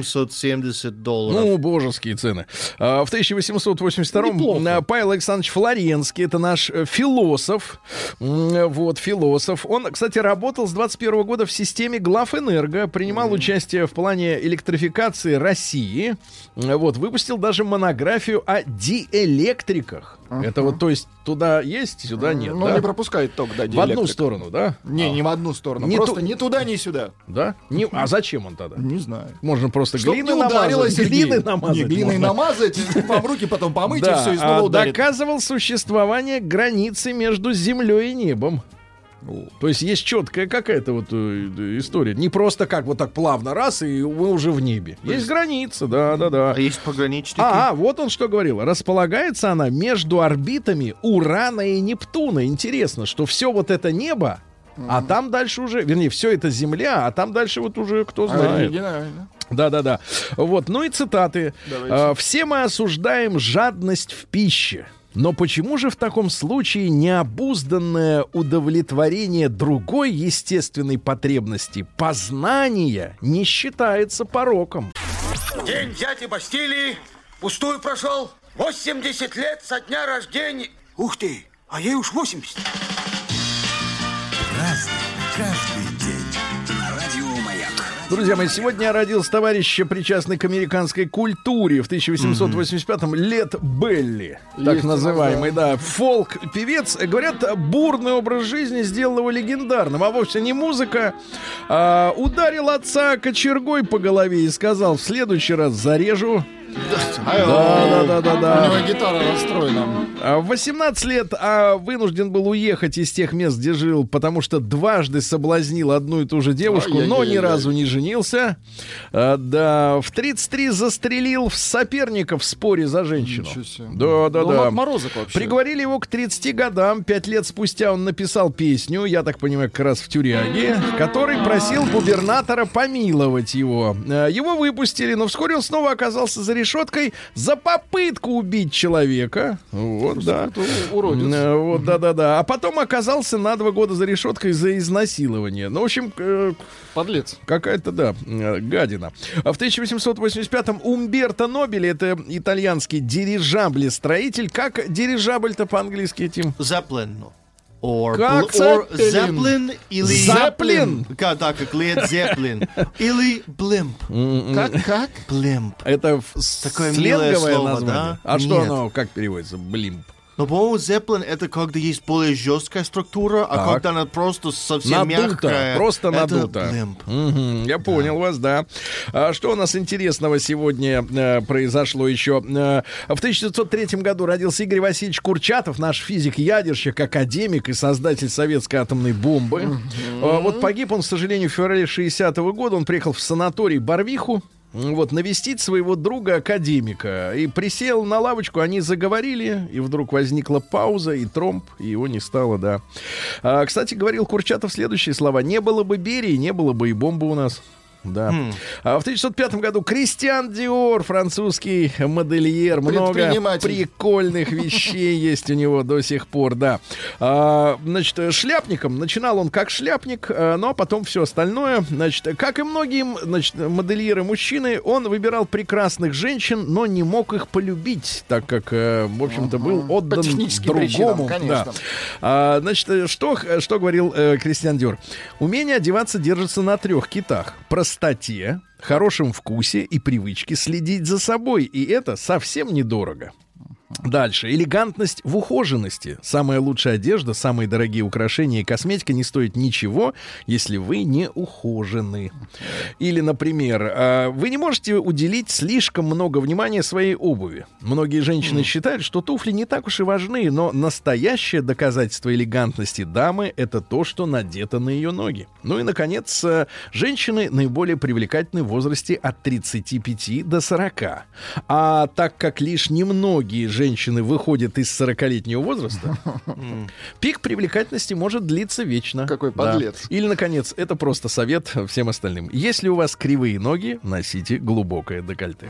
$770. Ну, божеские цены. В 1882-м Павел Александрович Флоренский, это наш философ. Вот, философ. Он, кстати, работал с 21 года в системе Главэнерго, принимал участие в плане электрификации России. Вот, выпустил даже монографию о диэлектриках. Это вот, то есть, туда есть, сюда нет. Ну, да? не пропускает ток, да, диэлектрик. В одну сторону, да? Не в одну сторону. Просто ни туда, ни сюда. Да? А зачем он тогда? Не знаю. Можно просто Чтоб глины намазать. Не, глиной намазать, в руки потом помыть, и все, и снова ударить. Доказывал существование границы между землей и небом. То есть есть четкая какая-то вот история. Не просто как вот так плавно раз, и вы уже в небе. Есть граница, да. А есть пограничники? Вот он что говорил. Располагается она между орбитами Урана и Нептуна. Интересно, что все вот это небо, а там дальше уже, вернее, все это Земля, а там дальше вот уже кто знает. Да. Вот, ну и цитаты. «Все мы осуждаем жадность в пище. Но почему же в таком случае необузданное удовлетворение другой естественной потребности, познания, не считается пороком?» День дяди Бастилии пустую прошел. 80 лет со дня рождения. Ух ты, а ей уж 80. Разный, каждый день. На радио Маяк. Друзья мои, сегодня родился товарищ, причастный к американской культуре. В 1885-м Лед Белли, так называемый, да, фолк-певец. Говорят, бурный образ жизни сделал его легендарным, а вовсе не музыка. Ударил отца кочергой по голове и сказал: в следующий раз зарежу. Да. У него гитара расстроена. В 18 лет вынужден был уехать из тех мест, где жил, потому что дважды соблазнил одну и ту же девушку, но ни разу не женился. Да, в 33 застрелил соперника в споре за женщину. Да. Отморозок вообще. Приговорили его к 30 годам. 5 лет спустя он написал песню, я так понимаю, как раз в тюряге, в которой просил губернатора помиловать его. Его выпустили, но вскоре он снова оказался за решеткой за попытку убить человека. Вот, да. Уродец. Вот, да. А потом оказался на 2 года за решеткой за изнасилование. Ну, в общем... Подлец. Какая-то, да, гадина. В 1885-м Умберто Нобили, это итальянский дирижаблестроитель. Как дирижабль-то по-английски, Тим? Zeppelin. Как Zeppelin или... Zeppelin? Да, как Led Zeppelin. Или Blimp. Как? Blimp. Это такое милое сленговое слово, название. да? А что Нет. оно, как переводится? Блимп. Но, по-моему, Zeppelin это когда есть более жесткая структура, а Так. когда она просто совсем Надуто, мягкая. просто это надуто. Limp. Мгм, я понял вас, да. Что у нас интересного сегодня произошло еще? В 1903 году родился Игорь Васильевич Курчатов, наш физик-ядерщик, академик и создатель советской атомной бомбы. Вот погиб он, к сожалению, в феврале 60-го года. Он приехал в санаторий Барвиху. Вот, навестить своего друга-академика. И присел на лавочку, они заговорили, и вдруг возникла пауза, и тромб, и его не стало, да. Кстати, говорил Курчатов следующие слова. Не было бы Берии, не было бы и бомбы у нас. Да. В 1905 году Кристиан Диор, французский модельер, много Предприниматель. прикольных вещей есть у него до сих пор, да. Значит, шляпником начинал он как шляпник, но потом все остальное. Значит, как и многие, значит, модельеры-мужчины, он выбирал прекрасных женщин, но не мог их полюбить, так как, в общем-то, был отдан По техническим причинам, другому. конечно. Да. Значит, что говорил Кристиан Диор? Умение одеваться держится на 3 китах. Простоте, хорошем вкусе и привычке следить за собой. И это совсем недорого. Дальше. Элегантность в ухоженности. Самая лучшая одежда, самые дорогие украшения и косметика не стоят ничего, если вы не ухожены. Или, например, вы не можете уделить слишком много внимания своей обуви. Многие женщины считают, что туфли не так уж и важны, но настоящее доказательство элегантности дамы — это то, что надето на ее ноги. Ну и, наконец, женщины наиболее привлекательны в возрасте от 35 до 40. А так как лишь немногие женщины выходят из 40-летнего возраста, пик привлекательности может длиться вечно. Какой подлец. Да. Или, наконец, это просто совет всем остальным. Если у вас кривые ноги, носите глубокое декольте.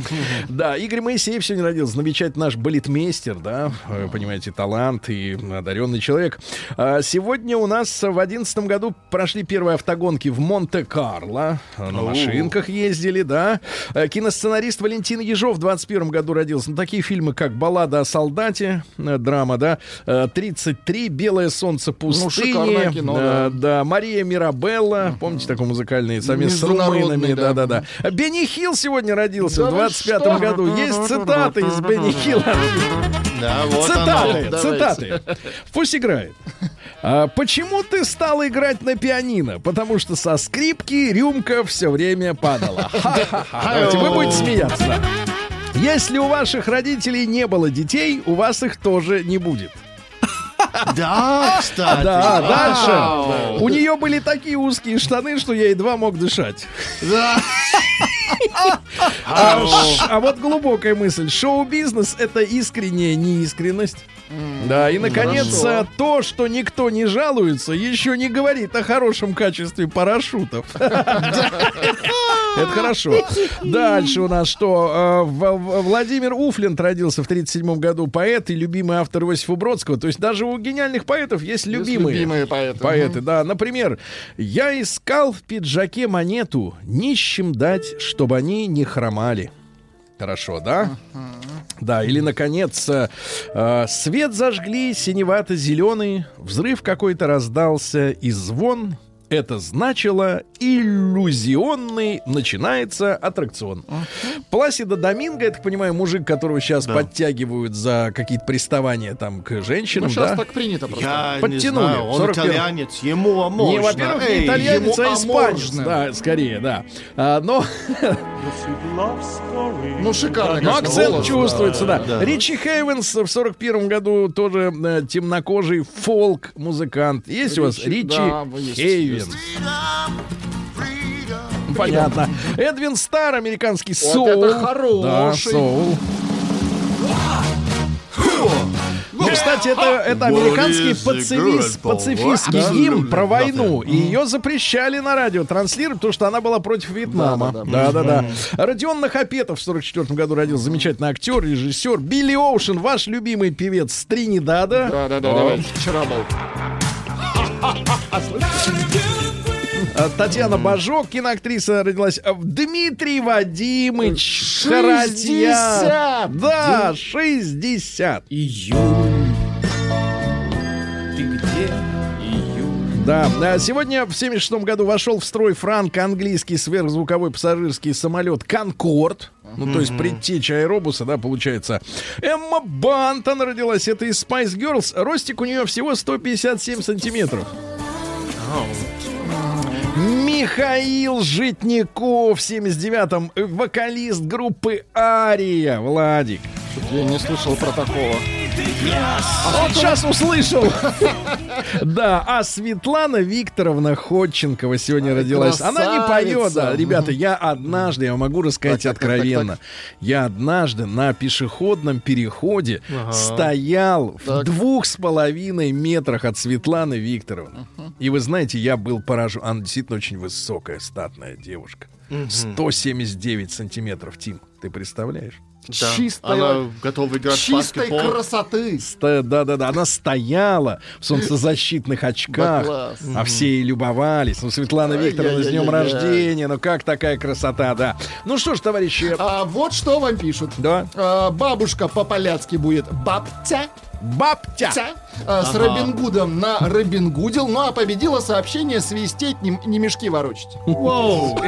Да, Игорь Моисеев сегодня родился. Замечательный наш балетмейстер, да, понимаете, талант и одаренный человек. Сегодня у нас в 2011 году прошли первые автогонки в Монте-Карло. На машинках ездили, да. Киносценарист Валентин Ежов в 2021 году родился. Такие фильмы, как «Баллада о солдате», драма, да, «33», «Белое солнце пустыни», шикарное кино, да, «Мария Мирабелла», помните, такой музыкальный, совместно с румынами, да. да. Бенни Хилл сегодня родился Да в вы 25-м что? году. Есть цитаты из Бенни Хилла. Да, вот оно. Цитаты. Пусть играет. Почему ты стал играть на пианино? Потому что со скрипки рюмка все время падала. Ха-ха-ха. Давайте, вы будете смеяться. Если у ваших родителей не было детей, у вас их тоже не будет. Да, кстати. Да, дальше. У нее были такие узкие штаны, что я едва мог дышать. Да. А вот глубокая мысль. Шоу-бизнес — это искренняя неискренность. Да, и, наконец, то, что никто не жалуется, еще не говорит о хорошем качестве парашютов. Это хорошо. Дальше у нас что? Владимир Уфлинт родился в 1937 году. Поэт и любимый автор Иосифа Бродского. То есть даже у гениальных поэтов есть любимые поэты. Да, например, я искал в пиджаке монету, нищим дать, чтобы они не хромали. Хорошо, да? Да, или, наконец, свет зажгли синевато-зеленый, взрыв какой-то раздался, и звон. Это значило иллюзионный начинается аттракцион. Пласидо Доминго, я так понимаю, мужик, которого сейчас подтягивают за какие-то приставания там к женщинам, сейчас да? так принято просто. Я Подтянули. не знаю, он 41. итальянец, ему можно. Не, во-первых, не итальянец, а испанец. можно. Да, скорее, да. Но Ну, шикарно, но конечно, акцент голос, чувствуется, да. да. Ричи Хейвенс в 41 году тоже темнокожий фолк-музыкант. Есть у вас Ричи да, есть, Хейвенс? Понятно. Эдвин Старр, американский соул. это хороший. Да, соул. Ну, кстати, это американский пацифистский гимн про войну. И ее запрещали на радио транслировать, потому что она была против Вьетнама. Да. Родион Нахапетов в 44 году родился. Замечательный актер, режиссер. Билли Оушен, ваш любимый певец с Тринидада. Да, давай. Вчера был. Татьяна Бажок, киноактриса, родилась. Дмитрий Вадимыч Харатьян. 60! Да, 60. Июнь, ты где, июнь? Да, сегодня в 76 году вошел в строй франко-английский сверхзвуковой пассажирский самолет «Конкорд». Ну, то есть предтеча аэробуса, да, получается. Эмма Бантон родилась, это из Spice Girls. Ростик у нее всего 157 сантиметров. Михаил Житников, в 79-м, вокалист группы «Ария». Владик. Я не слышал про такого. Вот сейчас услышал. Да, а Светлана Викторовна Ходченкова сегодня родилась. Она не поет, да. Ребята, я могу рассказать откровенно. Я однажды на пешеходном переходе стоял в 2,5 метрах от Светланы Викторовны. И вы знаете, я был поражен. Она действительно очень высокая, статная девушка. 179 сантиметров, Тим. Ты представляешь? Да. Она готова играть в баскетбол. Чистой красоты. Да. Она стояла в солнцезащитных очках, а все ей любовались. Ну, Светлана Викторовна, с днем рождения. Ну, как такая красота, да. Ну что ж, товарищи. Вот что вам пишут. Да. Бабушка по-поляцки будет бабтя. Бабтя. С Робин Гудом на Робин Гудил. Ну, а победила сообщение свистеть, не мешки ворочать. Воу.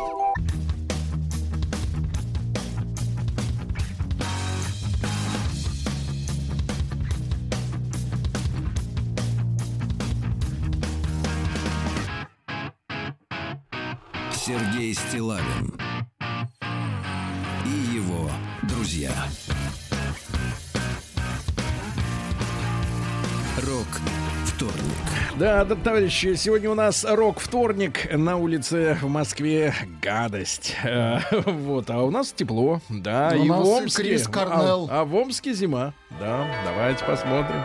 Сергей Стиллавин и его друзья. Рок-вторник. Да, товарищи, сегодня у нас рок-вторник. На улице в Москве гадость. Вот, а у нас тепло. Да, у и нас в Омске. Крис Корнелл. А в Омске зима. Да, давайте посмотрим.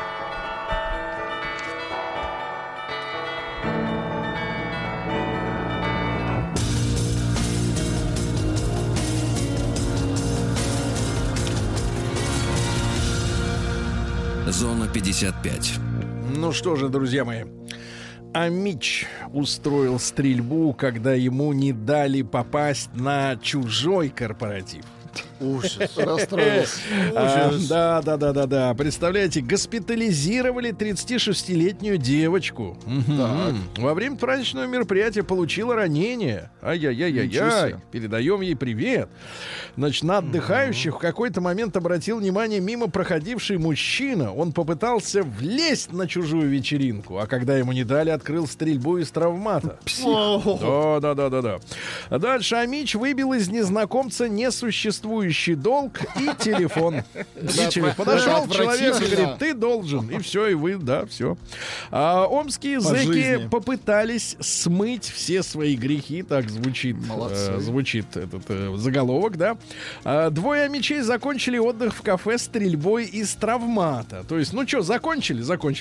Зона 55. Ну что же, друзья мои, Амич устроил стрельбу, когда ему не дали попасть на чужой корпоратив. Ужас. Расстроился. Да. Представляете, госпитализировали 36-летнюю девочку. Во время праздничного мероприятия получила ранение. Ай-яй-яй-яй-яй. Передаем ей привет. Значит, на отдыхающих в какой-то момент обратил внимание мимо проходивший мужчина. Он попытался влезть на чужую вечеринку, а когда ему не дали, открыл стрельбу из травмата. Да. Дальше Амич выбил из незнакомца несуществующий долг и телефон. Подошел человек и говорит: ты должен. И все, и вы, да, все. Омские зэки попытались смыть все свои грехи. Так звучит этот заголовок, да. Двое амичей закончили отдых в кафе стрельбой из травмата. То есть, ну что, закончили.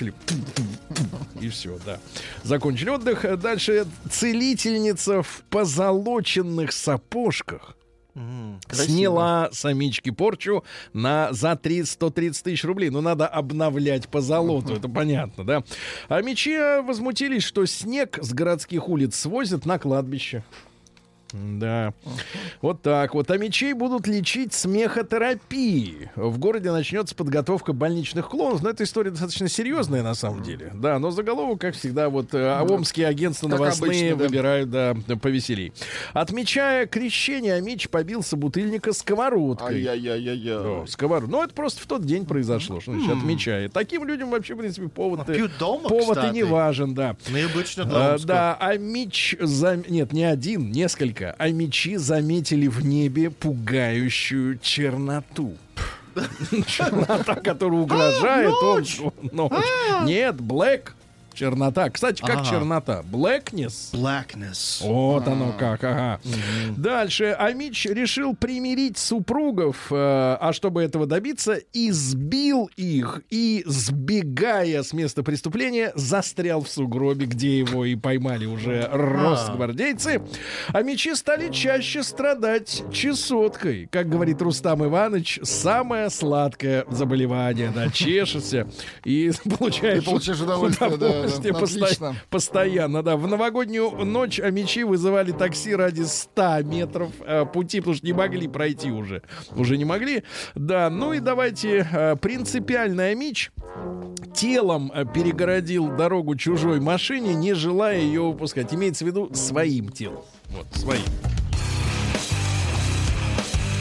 И все, да. Закончили отдых. Дальше целительница в позолоченных сапожках сняла с амички порчу за 130 тысяч рублей. Ну, надо обновлять по золоту, это понятно, да. Амичи возмутились, что снег с городских улиц свозят на кладбище. Да. Вот так вот. Амичей будут лечить смехотерапией. В городе начнется подготовка больничных клоунов. Но эта история достаточно серьезная на самом деле. Да, но заголовок, как всегда, вот омские агентства новостные выбирают, да, повеселей. Отмечая крещение, Амич побил собутыльника сковородкой. Сковородкой. Ну, это просто в тот день произошло, что значит отмечает. Таким людям вообще, в принципе, повод и не важен, да. Необычно, да, Амич... Нет, не один, несколько. Амичи заметили в небе пугающую черноту. Чернота, которая угрожает. Ночь. Нет, Black. Чернота. Кстати, как чернота? Blackness. Вот оно как, ага. Дальше. Амич решил примирить супругов, а чтобы этого добиться, избил их и, сбегая с места преступления, застрял в сугробе, где его и поймали уже росгвардейцы. Амичи стали чаще страдать чесоткой. Как говорит Рустам Иванович, самое сладкое заболевание. Да, чешешься и получаешь удовольствие, да. Постоянно, да. В новогоднюю ночь амичи вызывали такси ради 100 метров пути, потому что не могли пройти уже. Уже не могли. Да, ну и давайте. Принципиальный амич телом перегородил дорогу чужой машине, не желая ее выпускать. Имеется в виду своим телом. Вот, своим.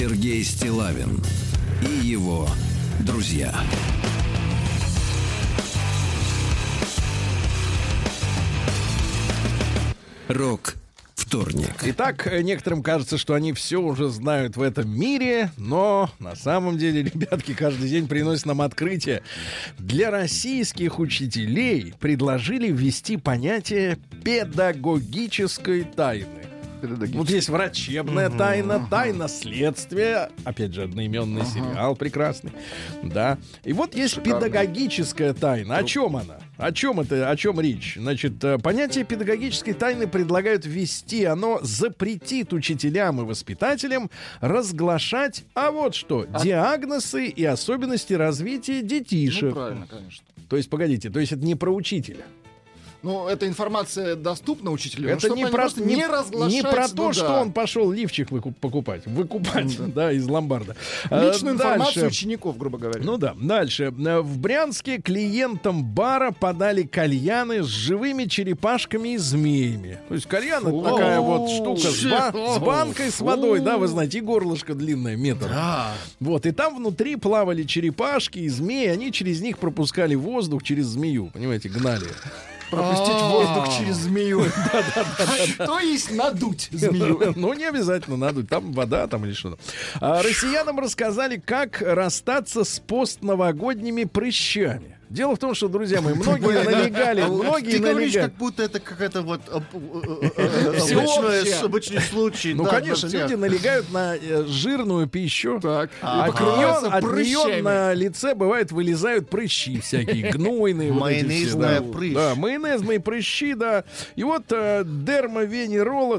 Сергей Стиллавин и его друзья. Рок-вторник. Итак, некоторым кажется, что они все уже знают в этом мире, но на самом деле, ребятки, каждый день приносят нам открытие. Для российских учителей предложили ввести понятие педагогической тайны. Вот есть врачебная тайна, тайна следствия. Опять же, одноименный сериал прекрасный. Да. И вот есть педагогическая тайна. О чем она? О чем это? О чем речь? Значит, понятие педагогической тайны предлагают ввести. Оно запретит учителям и воспитателям разглашать, а вот что, диагнозы и особенности развития детишек. Ну, правильно, конечно. То есть, погодите, то есть это не про учителя. Ну, эта информация доступна учителю. Это не разглашать. Не про то, что он пошел лифчик выкупать, да, из ломбарда. Личную информацию учеников, грубо говоря. Ну да, дальше. В Брянске клиентам бара подали кальяны с живыми черепашками и змеями. То есть кальян — это такая вот штука с банкой с водой, да, вы знаете, и горлышко длинное, метр. Вот, и там внутри плавали черепашки и змеи, они через них пропускали воздух через змею, понимаете, гнали. Пропустить воздух через змею. Что есть надуть змею? Ну, не обязательно надуть. Там вода, там или что-то. Россиянам рассказали, как расстаться с постновогодними прыщами. Дело в том, что, друзья мои, многие налегали. Ты говоришь, как будто это какая-то вот обычный случай. Ну, конечно, люди налегают на жирную пищу. Так. От нее на лице, бывает, вылезают прыщи всякие, гнойные. Майонезная прыщ. Да, майонезные прыщи, да. И вот дерматовенеролог,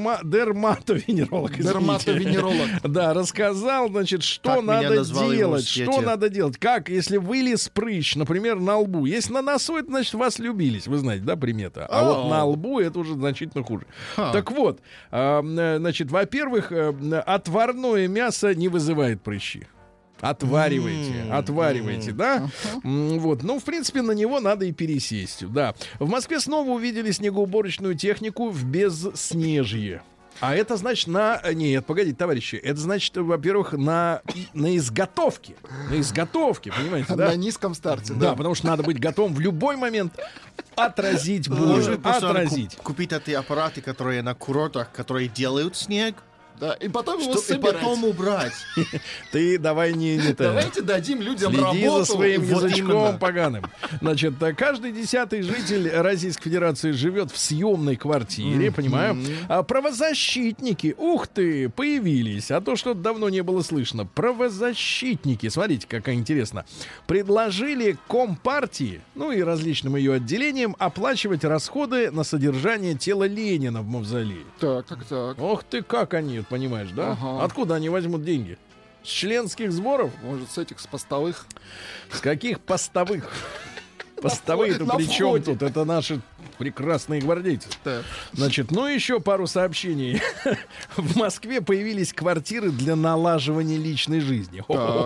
да, рассказал, значит, что надо делать. Что надо делать. Как, если вылез прыщ, например, на лбу. Если на носу, это значит, вас влюбились. Вы знаете, да, примета? А вот на лбу это уже значительно хуже. Так вот, значит, во-первых, отварное мясо не вызывает прыщи. Отваривайте, да? Вот, ну, в принципе, на него надо и пересесть, да. В Москве снова увидели снегоуборочную технику в безснежье. А это значит Нет, погодите, товарищи. Это значит, во-первых, на изготовке. На изготовке, понимаете, да? На низком старте, да. Да, потому что надо быть готовым в любой момент отразить бурю. Купить эти аппараты, которые на курортах, которые делают снег. Да, и потом его собирать. И потом убрать. Ты давай Давайте дадим людям следи работу. За своим язычком поганым. Значит, каждый 10-й житель Российской Федерации живет в съемной квартире, понимаю. А правозащитники, ух ты, появились. А то что-то давно не было слышно. Правозащитники, смотрите, как интересно, предложили Компартии, ну и различным ее отделениям оплачивать расходы на содержание тела Ленина в мавзолее. Так. Ох ты, как они, понимаешь, да? Ага. Откуда они возьмут деньги? С членских сборов? Может, с постовых? С каких постовых? Постовые-то при чем тут? Это наши прекрасные гвардейцы. Так. Значит, ну еще пару сообщений. В Москве появились квартиры для налаживания личной жизни.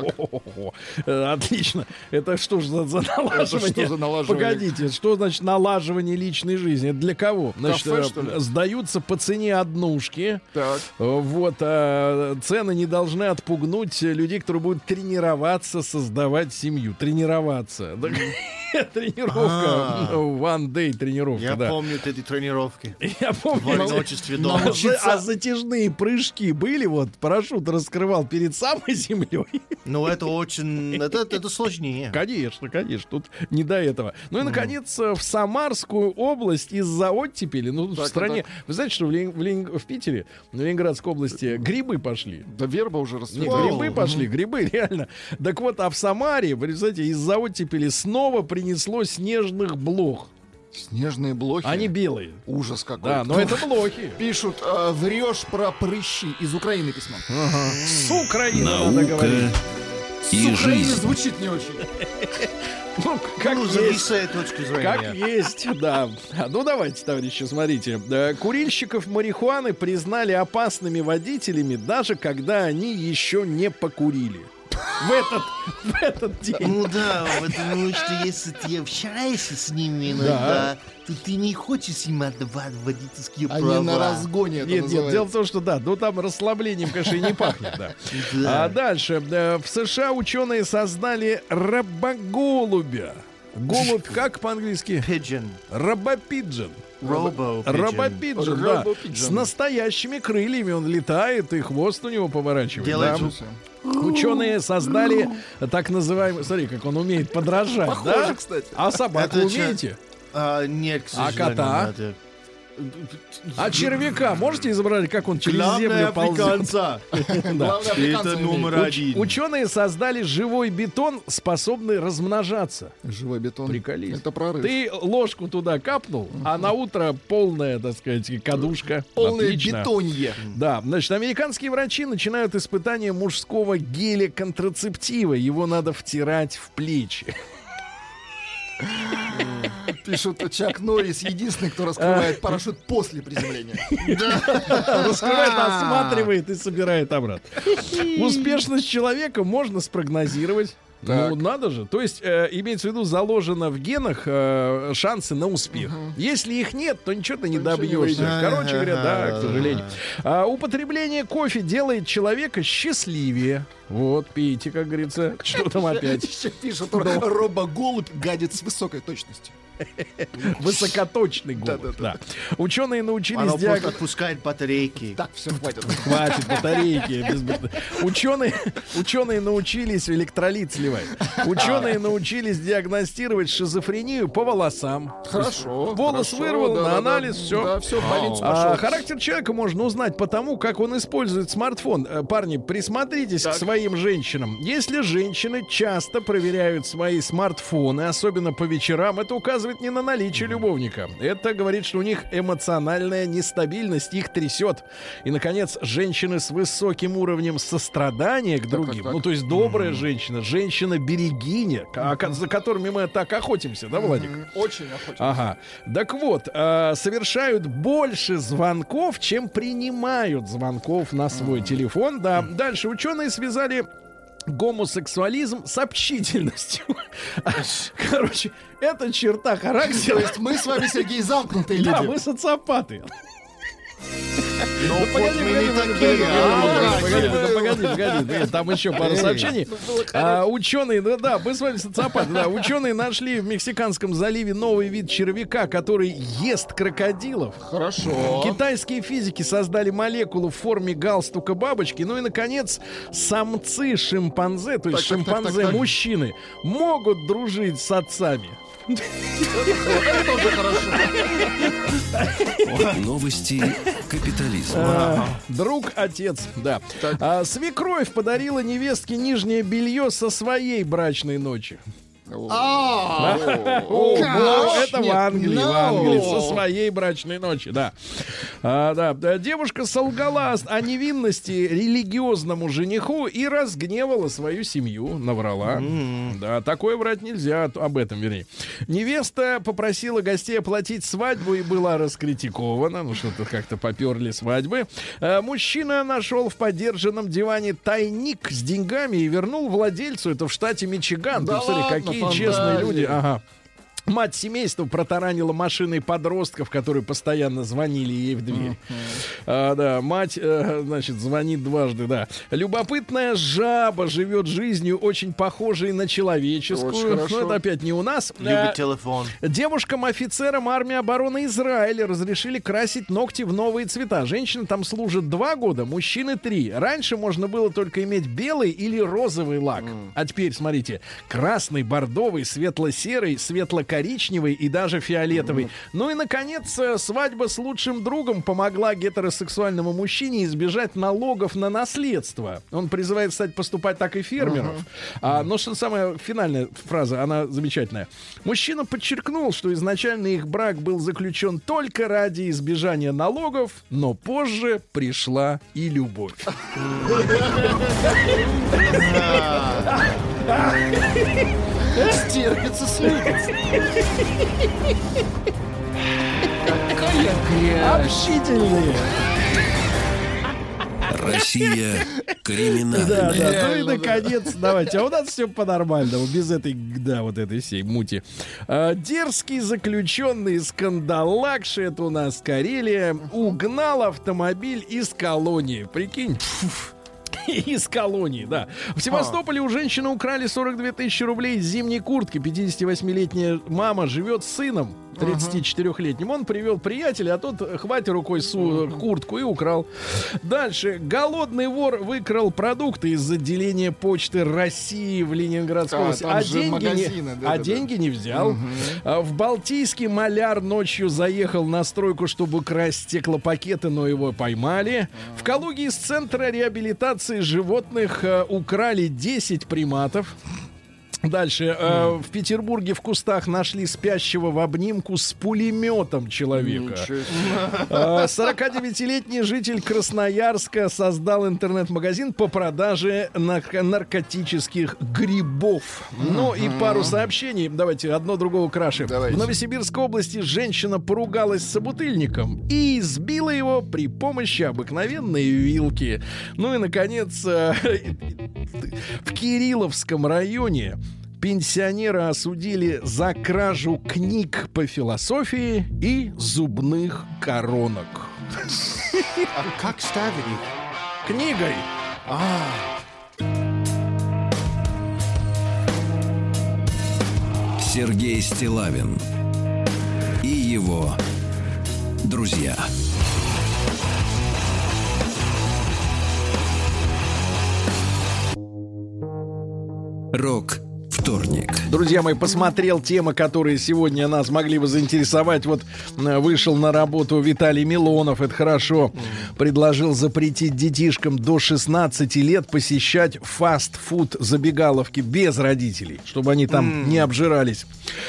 Отлично. Это что же за налаживание? Погодите, что значит налаживание личной жизни? Это для кого? Значит, сдаются по цене однушки. Так. Вот. Цены не должны отпугнуть людей, которые будут тренироваться, создавать семью. Тренироваться. Тренировка. One day тренировка. Я помню эти тренировки. Я помню. В одиночестве дома. А затяжные прыжки были? Вот парашют раскрывал перед самой землей. Ну, это очень... Это сложнее. Конечно. Тут не до этого. Ну и, наконец, в Самарскую область из-за оттепели, в стране... Вы знаете, что в Питере, в Ленинградской области грибы пошли? Да верба уже расцвела. Грибы пошли, грибы, реально. Так вот, а в Самаре, вы знаете, из-за оттепели снова принесло снежных блох. Снежные блохи? Они белые. Ужас какой. Да, но это блохи. Пишут, врешь про прыщи. Из Украины письмо. С Украины надо говорить. С Украины звучит не очень. Ну, как зависает точки зрения. Как есть, да. Ну, давайте, товарищи, смотрите. Курильщиков марихуаны признали опасными водителями, даже когда они еще не покурили. в этот день. Ну да, потому что если ты общаешься с ними иногда, то ты не хочешь им отдавать водительские права. Они на разгоне это Нет, называется. дело в том, что да, ну там расслаблением, конечно, и не пахнет, да. А дальше. В США ученые создали рабоголубя. Голубь как по-английски? Pigeon. Робопиджин. Робопиджин. Робопиджин, да. Робопиджин. С настоящими крыльями он летает, и хвост у него поворачивает. Делает да. Ученые создали так называемый... Смотри, как он умеет подражать, Похоже, да? кстати. А собаку Это умеете? Нет, к А сожалению. кота? надо. А червяка можете изобразить, как он через землю ползет? африканца. Главное, африканцы Это умеют. номер один. Ученые создали живой бетон, способный размножаться. Живой бетон. Приколись. Это прорыв. Ты ложку туда капнул, а на утро полная, так сказать, кадушка. Полное Отлично. бетонье. Да, значит, американские врачи начинают испытание мужского геля-контрацептива. Его надо втирать в плечи. Пишут, Чак Норрис единственный, кто раскрывает парашют после приземления. Раскрывает, осматривает и собирает обратно. Успешность человека можно спрогнозировать. Так. Ну, надо же. То есть, имеется в виду, заложено в генах шансы на успех. Если их нет, то ничего ты не ничего не добьешься. выйдет. Короче говоря, да, к сожалению. Употребление кофе делает человека счастливее. Вот, пейте, как говорится. Что там опять? Еще пишут, робоголубь гадит с высокой точностью. Высокоточный голубь. Да. Ученые научились Оно просто отпускает батарейки. Так, все, хватит. Хватит батарейки. Ученые научились электролит сливать. Ученые научились диагностировать шизофрению по волосам. Хорошо. Волос хорошо, вырвал, да, на да, анализ, да, все. Да, все, в больницу пошел. Характер человека можно узнать по тому, как он использует смартфон. Парни, присмотритесь к своим женщинам. Если женщины часто проверяют свои смартфоны, особенно по вечерам, это указывает не на наличие любовника. Это говорит, что у них эмоциональная нестабильность, их трясет. И, наконец, женщины с высоким уровнем сострадания к другим, так. ну, то есть добрая женщина, женщина-берегиня, за которыми мы так охотимся, да, Владик? Очень охотно. Ага. Так вот, совершают больше звонков, чем принимают звонков на свой телефон. Да. Дальше ученые связали гомосексуализм с общительностью. Короче, это черта То характера. есть мы с вами, Сергей, замкнутые Да, люди. мы социопаты. Ну, вот мы не такие. Погоди. Там еще пару сообщений. Ученые, мы с вами социопаты. Да, ученые нашли в Мексиканском заливе новый вид червяка, который ест крокодилов. Хорошо. Китайские физики создали молекулу в форме галстука бабочки. Ну и, наконец, самцы шимпанзе, то есть шимпанзе-мужчины, могут дружить с отцами. Это уже хорошо. Новости капитализма. Друг-отец, да. Свекровь подарила невестке нижнее белье со своей брачной ночи. Это в Англии, со своей брачной ночи, да. Девушка солгала о невинности религиозному жениху и разгневала свою семью, наврала. Да, такое врать нельзя, об этом, вернее. Невеста попросила гостей оплатить свадьбу и была раскритикована. Ну, что-то как-то поперли свадьбы. Мужчина нашел в подержанном диване тайник с деньгами и вернул владельцу. Это в штате Мичиган. Да Представляете, ладно, какие фантазии. честные люди. Ага. Мать семейства протаранила машиной подростков, которые постоянно звонили ей в дверь. Мать, значит, звонит дважды, да. Любопытная жаба живет жизнью, очень похожей на человеческую. Очень хорошо. Но это опять не у нас. Любит телефон. Девушкам-офицерам армии обороны Израиля разрешили красить ногти в новые цвета. Женщины там служат 2 года, мужчины 3. Раньше можно было только иметь белый или розовый лак. А теперь, смотрите, красный, бордовый, светло-серый, светло-коричневый и даже фиолетовый. Ну и, наконец, свадьба с лучшим другом помогла гетеросексуальному мужчине избежать налогов на наследство. Он призывает, кстати, поступать так и фермеров. Но что самая финальная фраза, она замечательная. Мужчина подчеркнул, что изначально их брак был заключен только ради избежания налогов, но позже пришла и любовь. Стерпится, слюбится. Общительные. Россия Криминальное. Да, да. Ну и наконец, давайте. А у нас все по-нормальному, без этой, да, вот этой всей мути. Дерзкий заключенный из Кандалакши, это у нас Карелия, угнал автомобиль из колонии. Прикинь. Из колонии, да. В Севастополе у женщины украли 42 тысячи рублей из зимней куртки. 58-летняя мама живет с сыном 34-летним. Он привел приятеля, а тот хватит рукой куртку и украл. Дальше. Голодный вор выкрал продукты из отделения почты России в Ленинградской области. Деньги не взял. В Балтийске маляр ночью заехал на стройку, чтобы красть стеклопакеты, но его поймали. В Калуге из центра реабилитации животных украли 10 приматов. Дальше. В Петербурге в кустах нашли спящего в обнимку с пулеметом человека. 49-летний житель Красноярска создал интернет-магазин по продаже наркотических грибов. Ну и пару сообщений. Давайте, одно другого краше. В Новосибирской области женщина поругалась с собутыльником и избила его при помощи обыкновенной вилки. Ну и, наконец, в Кирилловском районе пенсионера осудили за кражу книг по философии и зубных коронок. А как ставили их? Книгой. Сергей Стиллавин и его друзья. Рок-вторник. Друзья мои, посмотрел темы, которые сегодня нас могли бы заинтересовать. Вот вышел на работу Виталий Милонов, это хорошо. Предложил запретить детишкам до 16 лет посещать фастфуд забегаловки без родителей, чтобы они там не обжирались.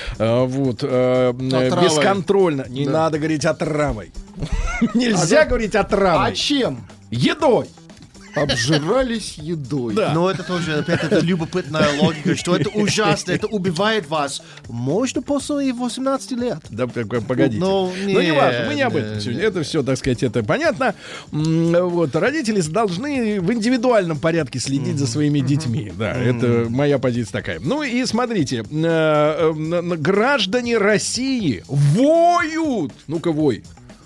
Бесконтрольно. Не надо говорить отравой. Нельзя говорить отравой. А чем? Едой. Обжирались едой. Да. Но это тоже, опять, это любопытная логика, что это ужасно, это убивает вас. Можно после 18 лет. Да, погодите. Ну, не важно, мы не об этом сегодня. Это все, так сказать, это понятно. Вот, родители должны в индивидуальном порядке следить за своими детьми. Да, это моя позиция такая. Ну и смотрите, граждане России воют. Ну-ка, вой.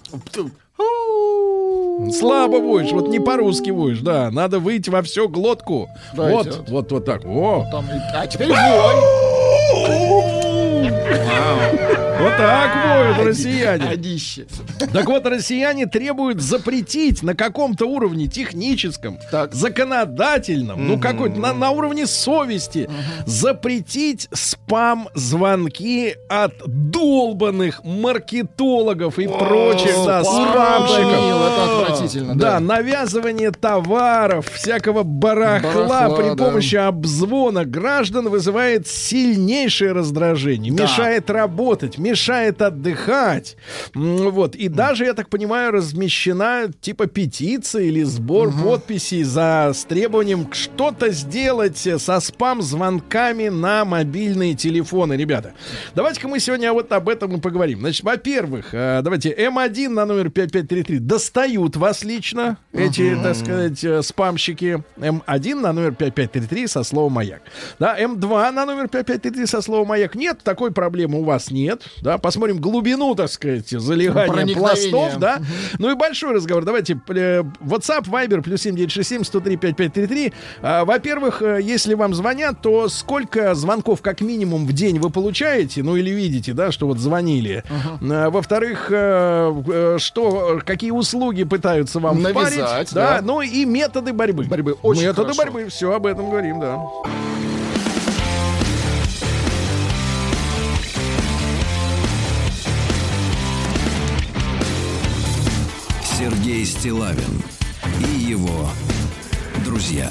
Слабо воешь, вот не по-русски воешь, да. Надо выйти во всю глотку. Дайте, вот так. О. А теперь вой. Вот так воют россияне. Одище. Так вот, россияне требуют запретить на каком-то уровне техническом, законодательном, ну какой-то на уровне совести, запретить спам-звонки от долбанных маркетологов и прочих спамщиков. Это отвратительно. Да, навязывание товаров, всякого барахла при помощи обзвона граждан вызывает сильнейшее раздражение, мешает работать, мешает отдыхать. Вот. И даже, я так понимаю, размещена типа петиция или сбор подписей с требованием что-то сделать со спам-звонками на мобильные телефоны. Ребята, давайте-ка мы сегодня вот об этом и поговорим. Значит, во-первых, давайте М1 на номер 5533 достают вас лично, эти, так сказать, спамщики. М1 на номер 5533 со словом «Маяк». Да, М2 на номер 5533 со словом «Маяк». Нет, такой проблемы у вас нет. Да, посмотрим глубину, так сказать, залегания пластов, да. Ну и большой разговор. Давайте WhatsApp, Viber, +7 967 103 5533. Во-первых, если вам звонят, то сколько звонков как минимум в день вы получаете, ну или видите, да, что вот звонили. Во-вторых, какие услуги пытаются вам впарить, да, ну и методы борьбы. Методы борьбы, все об этом говорим, да. Сергей Стиллавин и его друзья.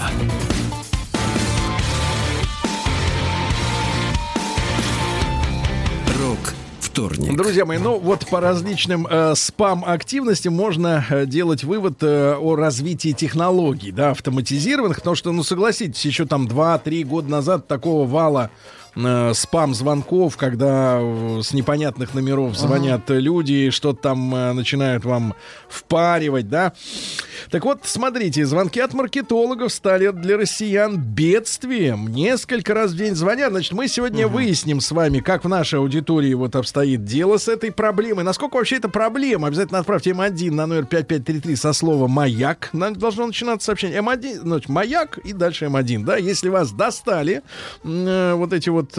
Рок-вторник. Друзья мои, ну вот по различным спам-активностям можно делать вывод о развитии технологий, да, автоматизированных, потому что, ну согласитесь, еще там 2-3 года назад такого вала спам-звонков, когда с непонятных номеров звонят люди, что-то там начинают вам впаривать, да. Так вот, смотрите, звонки от маркетологов стали для россиян бедствием. Несколько раз в день звонят. Значит, мы сегодня выясним с вами, как в нашей аудитории вот обстоит дело с этой проблемой. Насколько вообще это проблема? Обязательно отправьте М1 на номер 5533 со словом «Маяк». Должно начинаться сообщение М1, значит, «Маяк» и дальше М1, да. Если вас достали вот эти вот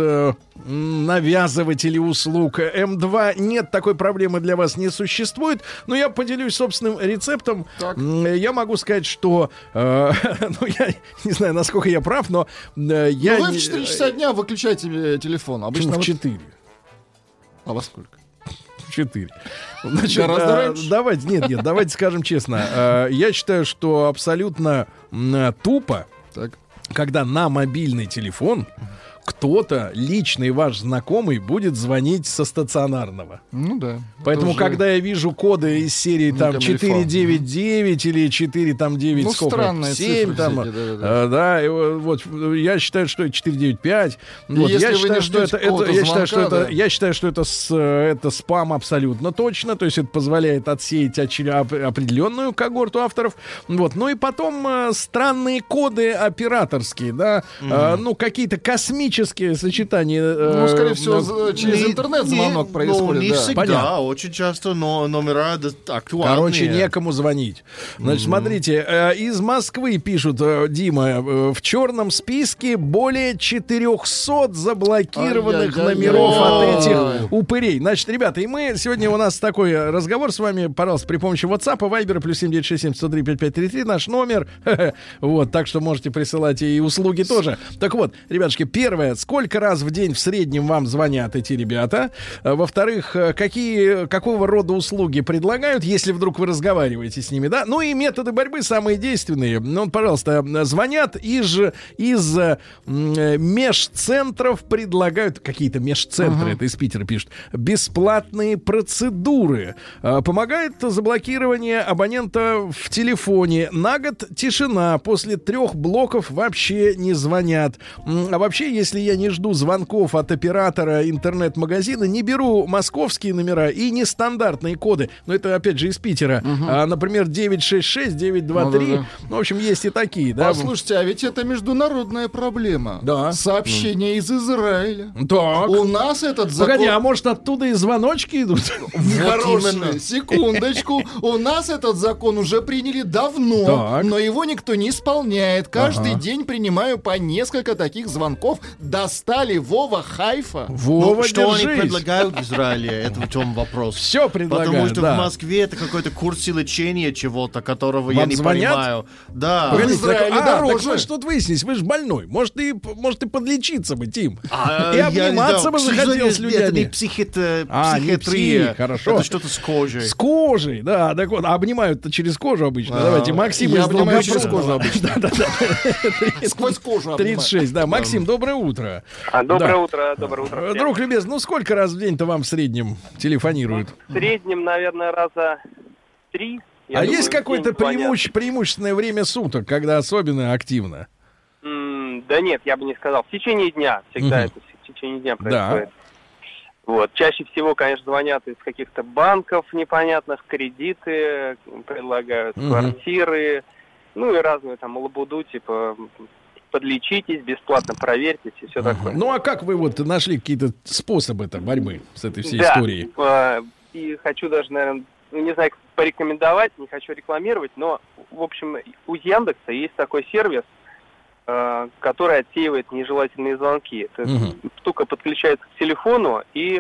навязыватели услуг М2, нет, такой проблемы для вас не существует. Но я поделюсь собственным рецептом. Так. Я могу сказать, что я не знаю, насколько я прав, но я... Вы в 4 часа дня выключаете телефон. Обычно в 4. А во сколько? В 4. Значит, Гораздо раньше? Давайте скажем честно. Я считаю, что абсолютно тупо, Так. когда на мобильный телефон кто-то, личный ваш знакомый, будет звонить со стационарного. Ну да. Поэтому, Это уже когда я вижу коды из серии там Камильфо. 499 или 4 там 9, Ну, сколько? странные 7 цифры там, всякие, да, и вот я считаю, что это 495. Вот, если я вы считаю, не что ждете это, какого-то я считаю, что звонка, это, да. я считаю, что это спам абсолютно точно. То есть это позволяет отсеять определенную когорту авторов. Вот, ну и потом странные коды операторские, да, ну какие-то космические сочетания. Ну, скорее всего, через интернет-звонок происходит. Не да. всегда, Понятно. очень часто, но номера актуальные. Короче, некому звонить. Значит, смотрите, из Москвы пишут, Дима, в черном списке более 400 заблокированных Ай-яй-яй-яй. номеров от Ой. этих упырей. Значит, ребята, и мы сегодня у нас такой разговор с вами, пожалуйста, при помощи WhatsApp, Viber, плюс 7967-103-5533, наш номер. Вот, так что можете присылать и услуги тоже. Так вот, ребятушки, первое, сколько раз в день в среднем вам звонят эти ребята? Во-вторых, какого рода услуги предлагают, если вдруг вы разговариваете с ними, да? Ну и методы борьбы самые действенные. Ну, пожалуйста, звонят из межцентров, предлагают, какие-то межцентры, это из Питера пишут, бесплатные процедуры. Помогает заблокирование абонента в телефоне. На год тишина, после 3 блоков вообще не звонят. А вообще, если я не жду звонков от оператора интернет-магазина, не беру московские номера и нестандартные коды. Но это, опять же, из Питера. Например, 966, 923. Ну, да. Ну, в общем, есть и такие, да. Послушайте, а ведь это международная проблема. Да. Сообщение из Израиля. Так. У нас этот закон... Погоди, а может, оттуда и звоночки идут? Хорошие, секундочку. У нас этот закон уже приняли давно, Так. но его никто не исполняет. Каждый день принимаю по несколько таких звонков. Достали Вова Хайфа. Вова, Что они держись. предлагают в Израиле? Это в чем вопрос. Все предлагают, Потому что да. в Москве это какой-то курс лечения чего-то, которого Вам я не звонят? понимаю. Да. В Израиле так дороже. вы что-то выяснились, вы же больной. Может, и подлечиться бы, Тим. И Я обниматься бы к захотел с сожалению, Это не людьми. психиатрия. псих, хорошо. Это что-то с кожей. С кожей, да, так вот, а обнимают-то через кожу обычно. Давайте, Максим Я из обнимаю Долгопрудного. через кожу обычно. Да-да-да. Сквозь кожу обнимаю. 36, да. Максим, доброе утро. Доброе утро, доброе утро. всем. Друг любезный, ну сколько раз в день-то вам в среднем телефонируют? В среднем, наверное, раза 3. А есть какое-то преимущественное время суток, когда особенно активно? Да нет, я бы не сказал. В течение дня. Всегда это в течение дня происходит. Вот. Чаще всего, конечно, звонят из каких-то банков непонятных, кредиты предлагают, квартиры, ну и разную там лабуду, типа подлечитесь, бесплатно проверьтесь и все такое. Ну а как вы вот нашли какие-то способы-то борьбы с этой всей историей? И хочу даже, наверное, не знаю, как порекомендовать, не хочу рекламировать, но, в общем, у Яндекса есть такой сервис, который отсеивает нежелательные звонки. Эта штука подключается к телефону, и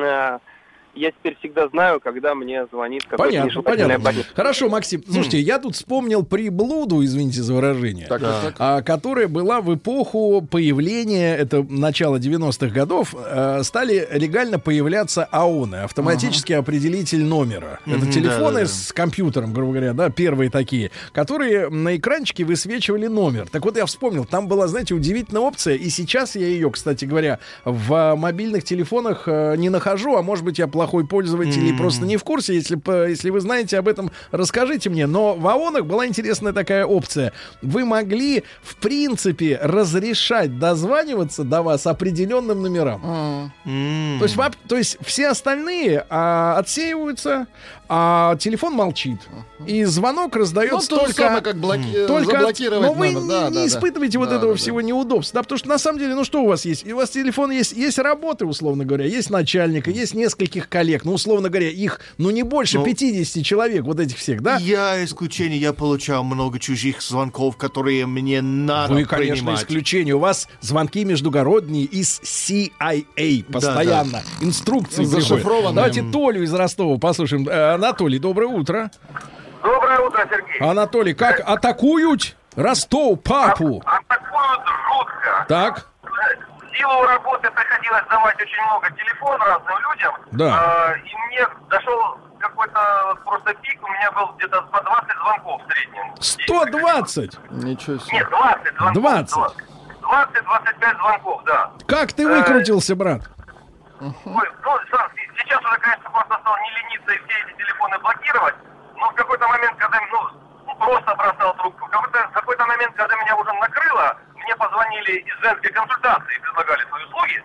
я теперь всегда знаю, когда мне звонит какой-то нежелательный абонент. Хорошо, Максим. Слушайте, я тут вспомнил приблуду, извините за выражение, которая была в эпоху появления, это начало 90-х годов, стали легально появляться АОНы, автоматический определитель номера. Это телефоны с компьютером, грубо говоря, да, первые такие, которые на экранчике высвечивали номер. Так вот, я вспомнил, там была, знаете, удивительная опция, и сейчас я ее, кстати говоря, в мобильных телефонах не нахожу, а может быть, я плохой плохой пользователь и просто не в курсе. Если вы знаете об этом, расскажите мне. Но в АОНах была интересная такая опция. Вы могли, в принципе, разрешать дозваниваться до вас определенным номерам. То есть все остальные отсеиваются, а телефон молчит. И звонок раздается только... самое, как заблокировать но вы номер. не испытываете вот этого всего неудобства. Да, потому что на самом деле, что у вас есть? У вас телефон есть работы, условно говоря, есть начальника, есть нескольких коллег. Условно говоря, их, не больше 50 человек, вот этих всех, да? Я исключение, я получал много чужих звонков, которые мне надо Вы, конечно, принимать. исключение. У вас звонки междугородние из CIA постоянно. Инструкции зашифрованные. Давайте Толю из Ростова послушаем. Анатолий, доброе утро. Доброе утро, Сергей. Анатолий, как атакуют Ростов папу? Атакуют жутко. Так. В силу работы приходилось давать очень много телефон разным людям. Да. И мне дошел какой-то просто пик. У меня был где-то 120 звонков в среднем. 120? Ничего себе. Нет, 20 звонков. 20? 20-25 звонков, да. Как ты выкрутился, брат? Ой, Сан, сейчас уже, конечно, просто стал не лениться и все эти телефоны блокировать. Но в какой-то момент, когда просто бросал трубку. В какой-то момент, когда меня уже накрыло, мне позвонили из женской консультации и предлагали свои услуги.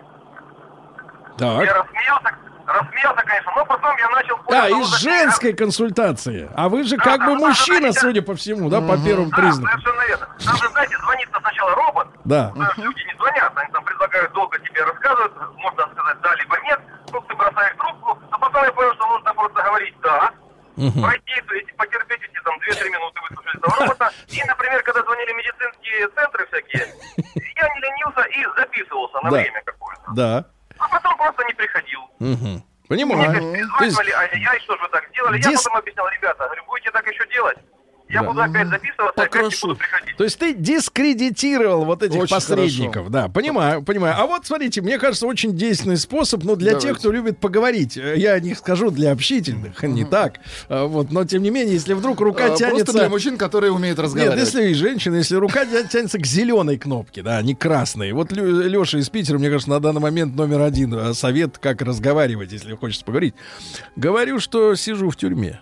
Так. Я рассмеялся, конечно, но потом я начал... Из женской консультации. А вы же как бы мужчина, судя по всему, да, по первым признакам. Совершенно верно. Там же, знаете, звонит сначала робот. Да. Люди не звонят, они там предлагают долго тебе рассказывать, можно сказать да, либо нет. Ты бросаешь трубку, а потом я понял, что нужно просто говорить да. Пройти, потерпеть эти там 2-3 минуты, выслушать этого робота. И, например, когда звонили медицинские центры всякие, я не ленился и записывался на время какое-то. Да. А потом просто не приходил. Понимаю. Мне перезванивали, ай-яй-яй, что же вы так сделали? Я потом объяснял, ребята, говорю, будете так еще делать? Я буду опять записываться, опять не буду приходить. То есть ты дискредитировал вот этих Очень посредников. Да, понимаю. А вот смотрите, мне кажется, очень действенный способ, для тех, кто любит поговорить. Я не скажу для общительных, не так. Но тем не менее, если вдруг рука тянется... Просто для мужчин, которые умеют разговаривать. Нет, если и женщины, если рука тянется к зеленой кнопке, да, не красной. Вот Леша из Питера, мне кажется, на данный момент номер 1 совет, как разговаривать, если хочется поговорить. Говорю, что сижу в тюрьме.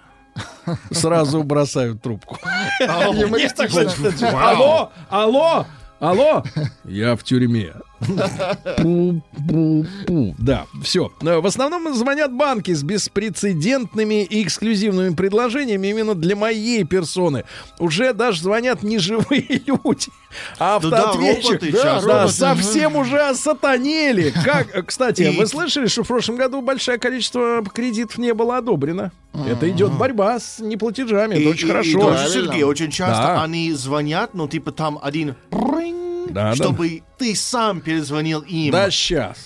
Сразу бросают трубку. Алло, я в тюрьме. Да, все. В основном звонят банки с беспрецедентными и эксклюзивными предложениями именно для моей персоны. Уже даже звонят не живые люди, а автоответчик. Да, совсем уже осатанели. Кстати, вы слышали, что в прошлом году большое количество кредитов не было одобрено? Это идет борьба с неплатежами. Это очень хорошо. Сергей, очень часто они звонят, но там один чтобы ты сам перезвонил им. Да, сейчас.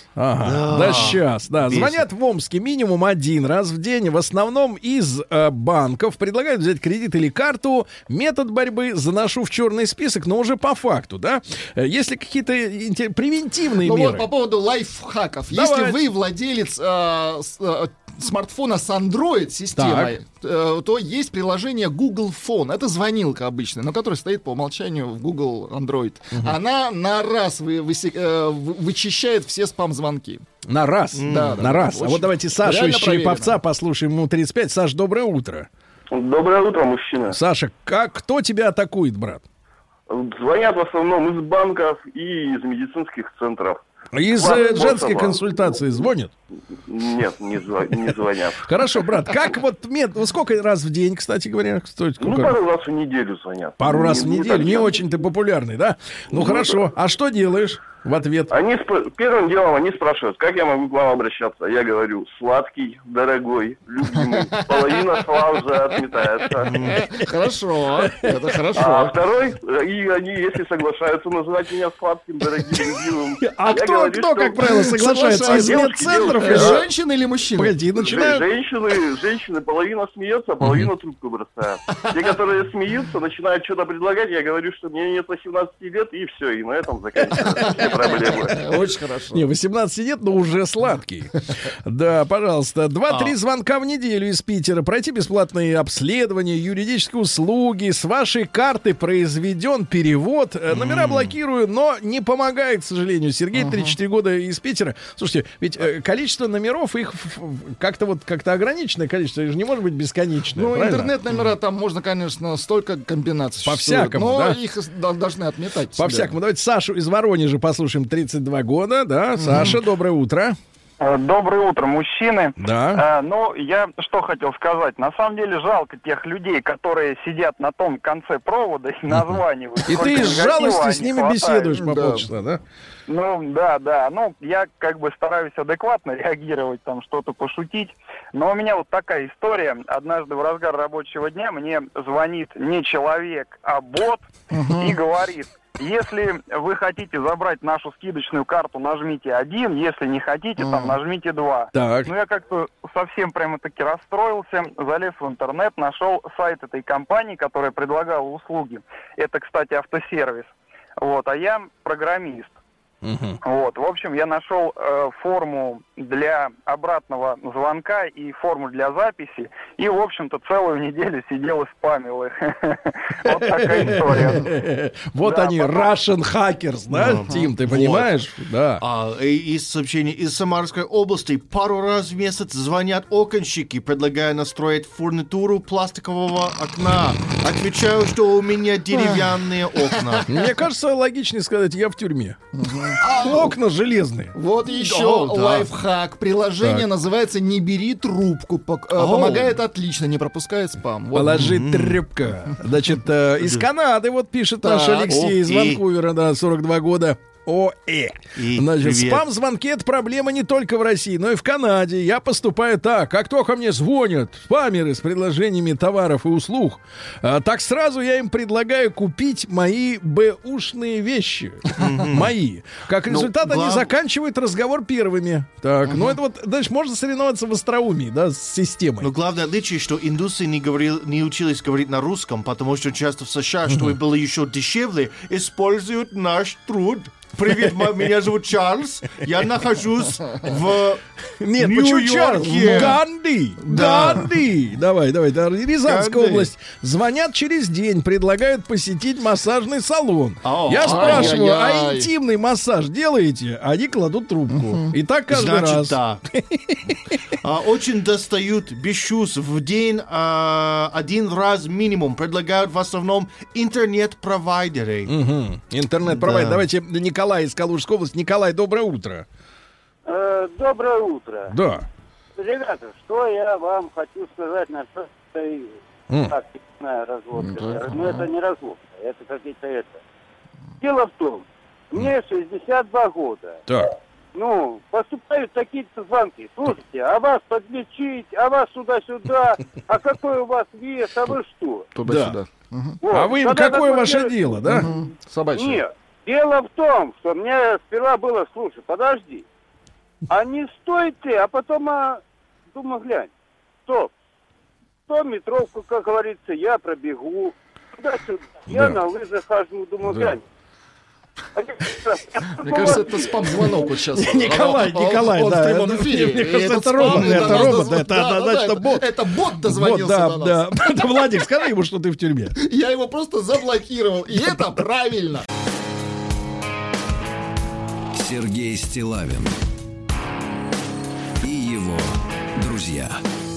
Звонят в Омске минимум 1 раз в день. В основном из банков предлагают взять кредит или карту. Метод борьбы заношу в черный список, но уже по факту, да? Если какие-то превентивные меры. Вот по поводу лайфхаков. Если вы владелец смартфона с Android-системой, то есть приложение Google Phone. Это звонилка обычная, но которая стоит по умолчанию в Google Android. Она на раз вычищает все спам-звонки. На раз? Да, на раз. А вот давайте Сашу из Череповца послушаем. Ему 35. Саш, доброе утро. Доброе утро, мужчина. Саша, кто тебя атакует, брат? Звонят в основном из банков и из медицинских центров. Из женской консультации звонят? Нет, не звонят. Хорошо, брат, сколько раз в день, кстати говоря, стоит? Пару раз в неделю звонят. Пару раз в неделю, не очень ты популярный, да? Хорошо, а что делаешь в ответ? Первым делом они спрашивают, как я могу к вам обращаться? Я говорю, сладкий, дорогой, любимый. Половина слова уже отметается. Хорошо, это хорошо. А второй, и они, если соглашаются называть меня сладким, дорогим, любимым. А кто, как правило, соглашается? Из медцентров? Женщины или мужчины? Погоди, начинают. Женщины, половина смеется, половина трубку бросает. Те, которые смеются, начинают что-то предлагать, я говорю, что мне нет 18 лет, и все, и на этом заканчивается проблемы. Очень хорошо. Не, 18 лет, но уже сладкий. Да, пожалуйста. 2-3 звонка в неделю из Питера. Пройти бесплатные обследования, юридические услуги. С вашей карты произведен перевод. Номера блокирую, но не помогает, к сожалению. Сергей, 34 года из Питера. Слушайте, ведь количество количество номеров, их как-то ограниченное количество, их же не может быть бесконечное. Ну, правильно? интернет-номера там можно, конечно, столько комбинаций. По-всякому, но да? их должны отметать. По-всякому. Давайте Сашу из Воронежа послушаем, 32 года, да? Саша, доброе утро. Доброе утро, мужчины. Да. Ну, я что хотел сказать. На самом деле жалко тех людей, которые сидят на том конце провода и названивают. И ты из жалости с ними беседуешь по полчаса, да? Ну, да. Ну, я как бы стараюсь адекватно реагировать, там что-то пошутить. Но у меня вот такая история. Однажды в разгар рабочего дня мне звонит не человек, а бот и говорит: если вы хотите забрать нашу скидочную карту, нажмите 1, если не хотите, там нажмите 2. Так. Ну, я как-то совсем прямо-таки расстроился, залез в интернет, нашел сайт этой компании, которая предлагала услуги. Это, кстати, автосервис. Вот, а я программист. Вот, в общем, я нашел форму для обратного звонка и форму для записи, и, в общем-то, целую неделю сидел и спамил их. Вот такая история. Вот они, Russian hackers, да, Тим, ты понимаешь? Да. Из сообщений из Самарской области пару раз в месяц звонят оконщики, предлагая настроить фурнитуру пластикового окна. Отвечаю, что у меня деревянные окна. Мне кажется, логичнее сказать, я в тюрьме. Окна железные. Вот еще лайфхак. Приложение называется «Не бери трубку». Помогает отлично, не пропускает спам. Вот. Положи трубку. Значит, из Канады вот пишет наш Алексей из Ванкувера, да, 42 года. Значит, спам-звонки — это проблема не только в России, но и в Канаде. Я поступаю так: как только мне звонят спамеры с предложениями товаров и услуг, так сразу я им предлагаю купить мои бэушные вещи. Мои. Как результат, они заканчивают разговор первыми. Так, ну это вот, значит, можно соревноваться в остроумии, да, с системой. Но главное отличие, что индусы не учились говорить на русском, потому что часто в США, чтобы было еще дешевле, используют наш труд. Привет, меня зовут Чарльз. Я нахожусь в Нью-Йорке. Ганди. Давай. Рязанская область. Звонят через день, предлагают посетить массажный салон. Я спрашиваю, а интимный массаж делаете? Они кладут трубку. И так каждый раз. Да. Очень достают без чувств в день один раз минимум. Предлагают в основном интернет-провайдеры. Интернет-провайдер. Давайте Николай из Калужской области. Николай, доброе утро. Доброе утро. Да. Ребята, что я вам хочу сказать на разводка. Но это не разводка, это какие-то это. Дело в том, мне 62 года. Так. Ну, поступают такие-то звонки. Слушайте, а вас подлечить, а вас сюда-сюда, а какой у вас вес, а вы что? Туда-сюда. Вот. А вы им какое ваше дело, да? Собачье. Нет, дело в том, что мне сперва было, слушай, подожди, а не стой ты, а потом, думаю, глянь, стоп, 100-метровку, как говорится, я пробегу, туда-сюда, я на лыжах хожу, думаю, глянь. Мне кажется, это спам-звонок вот сейчас. Николай, он да. в прямом эфире. Мне кажется, это робот. Это однозначно бот. Это бот дозвонился до нас. Да. Владик, скажи ему, что ты в тюрьме. Я его просто заблокировал, и это правильно. Сергей Стиллавин и его друзья.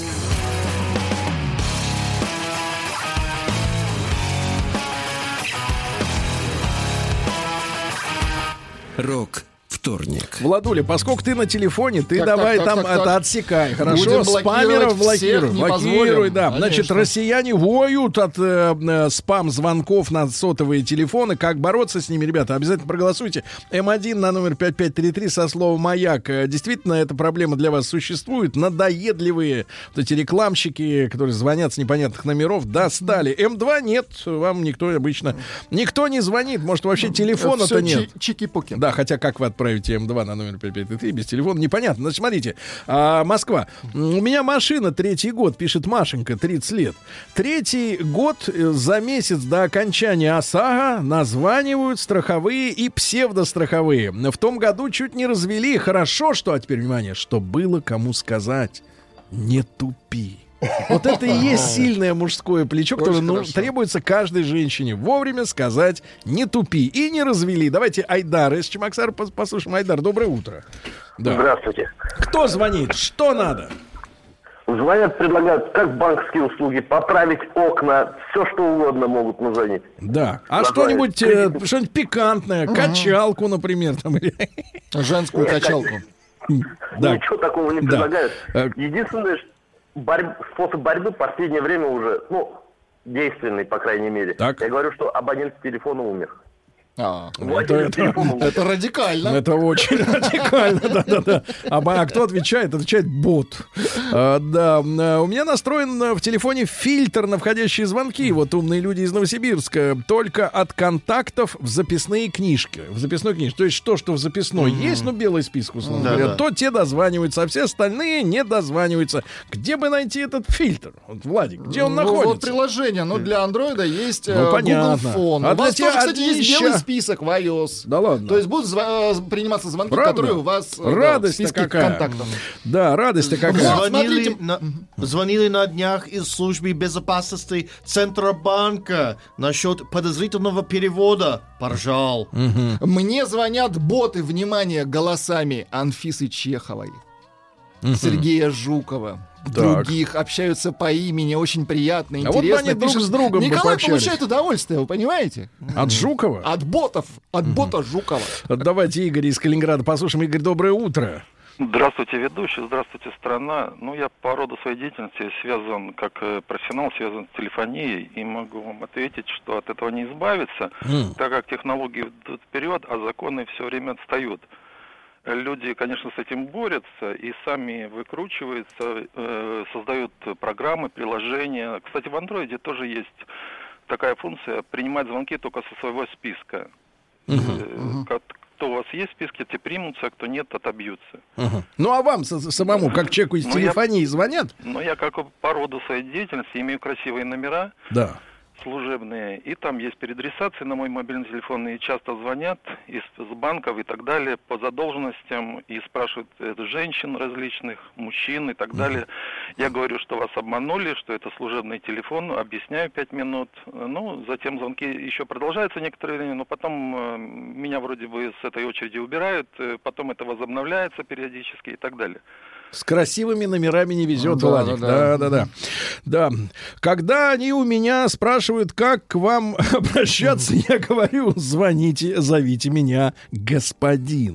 Рок-вторник. Владуля, поскольку ты на телефоне, ты давай там это отсекай, хорошо? Спамеров блокируй, да. Значит, россияне воют от спам-звонков на сотовые телефоны. Как бороться с ними, ребята? Обязательно проголосуйте. М1 на номер 5533 со словом «Маяк». Действительно, эта проблема для вас существует. Надоедливые вот эти рекламщики, которые звонят с непонятных номеров, достали. М2 нет, вам никто не звонит. Может, вообще телефона-то нет. Чики-пуки. Да, хотя как вы отправите М2 на номер 5533 без телефона, непонятно. Значит, смотрите, Москва. У меня машина 3-й год, пишет Машенька, 30 лет. 3-й год за месяц до окончания ОСАГО названивают страховые и псевдостраховые. В том году чуть не развели. Хорошо, что, а теперь, внимание, что было кому сказать. Не тупи. Вот это и есть сильное мужское плечо, которое требуется каждой женщине. Вовремя сказать «не тупи» и не развели. Давайте Айдара из Чебоксар послушаем. Айдар, доброе утро. Да. Здравствуйте. Кто звонит? Что надо? Звонят, предлагают, как банковские услуги, поправить окна, все что угодно могут назвонить. Да. А что-нибудь пикантное, качалку, например, там или женскую качалку. Да. Ничего такого не предлагают. Единственное, способ борьбы в последнее время уже, действенный, по крайней мере. Так. Я говорю, что абонент с телефона умер. Это радикально. Это очень радикально, да. А кто отвечает? Отвечает бот. Да, у меня настроен в телефоне фильтр на входящие звонки. Вот умные люди из Новосибирска. Только от контактов в записные книжки. В записной книжке. То есть то, что в записной есть, белый список, условно говоря, то те дозваниваются, а все остальные не дозваниваются. Где бы найти этот фильтр? Вот, Владик, где он находится? Вот приложение. Для андроида есть понятно. Google Phone. А у вас тоже, кстати, есть белый список в iOS. Да ладно. То есть будут приниматься звонки, Правда? которые у вас в списке какая? контактов. Да, радость-то какая. Звонили на днях из службы безопасности Центробанка насчет подозрительного перевода. Поржал. Мне звонят боты, внимание, голосами Анфисы Чеховой, Сергея Жукова. Других, общаются по имени, очень приятно, интересно. Вот они друг с другом Николай получает удовольствие, вы понимаете? От Жукова? От ботов, от бота Жукова. Давайте Игорь из Калининграда послушаем. Игорь, доброе утро. Здравствуйте, ведущий, здравствуйте, страна. Я по роду своей деятельности связан, как профессионал, связан с телефонией, и могу вам ответить, что от этого не избавиться, так как технологии идут вперед, а законы все время отстают. Люди, конечно, с этим борются и сами выкручиваются, создают программы, приложения. Кстати, в андроиде тоже есть такая функция принимать звонки только со своего списка. Кто у вас есть в списке, те примутся, а кто нет, отобьются. Ну а вам самому, как человеку из телефонии, звонят? Я как по роду своей деятельности имею красивые номера. Да. Служебные, и там есть переадресации на мой мобильный телефон, и часто звонят из банков и так далее по задолженностям, и спрашивают женщин различных, мужчин и так далее. Я говорю, что вас обманули, что это служебный телефон, объясняю 5 минут, затем звонки еще продолжаются некоторое время, но потом меня вроде бы с этой очереди убирают, потом это возобновляется периодически и так далее. С красивыми номерами не везет, Владик. Да. Когда они у меня спрашивают, как к вам обращаться, я говорю, звоните, зовите меня господин.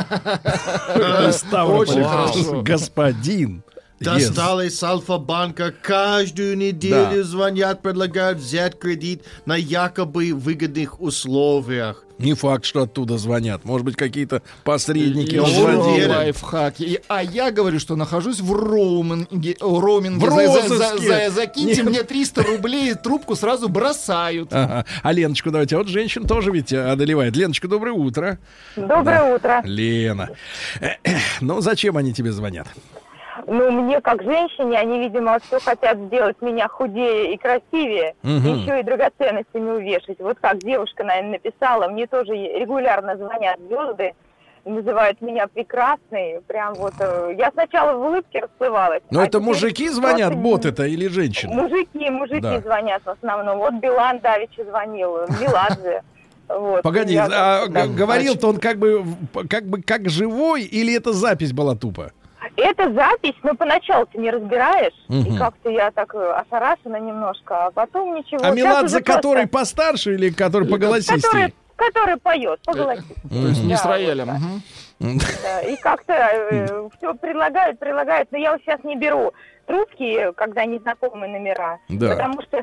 Очень хорошо. Господин. Досталось с Альфа-банка. Каждую неделю звонят, предлагают взять кредит на якобы выгодных условиях. Не факт, что оттуда звонят. Может быть, какие-то посредники. Лайфхаки. А я говорю, что нахожусь в роуминге. Закиньте мне 300 рублей, трубку сразу бросают. А Леночку давайте. Вот женщин тоже ведь одолевает. Леночка, доброе утро. Доброе утро. Лена. Зачем они тебе звонят? Мне, как женщине, они, видимо, все хотят сделать меня худее и красивее, еще и драгоценностями увешать. Вот как девушка, наверное, написала, мне тоже регулярно звонят звезды, называют меня прекрасной. Прям я сначала в улыбке расплывалась. Но это мужики звонят, боты-то, или женщины? Мужики звонят в основном. Вот Билан давеча звонил, Меладзе. Погоди, говорил-то он как бы как живой, или это запись была тупо? Это запись, но поначалу ты не разбираешь, и как-то я так ошарашена немножко, а потом ничего. А Меладзе, который постарше или который по-голосистее? Который поет, по-голосистее. То есть не с роялем. И как-то все предлагают, но я сейчас не беру трубки, когда незнакомые номера, потому что,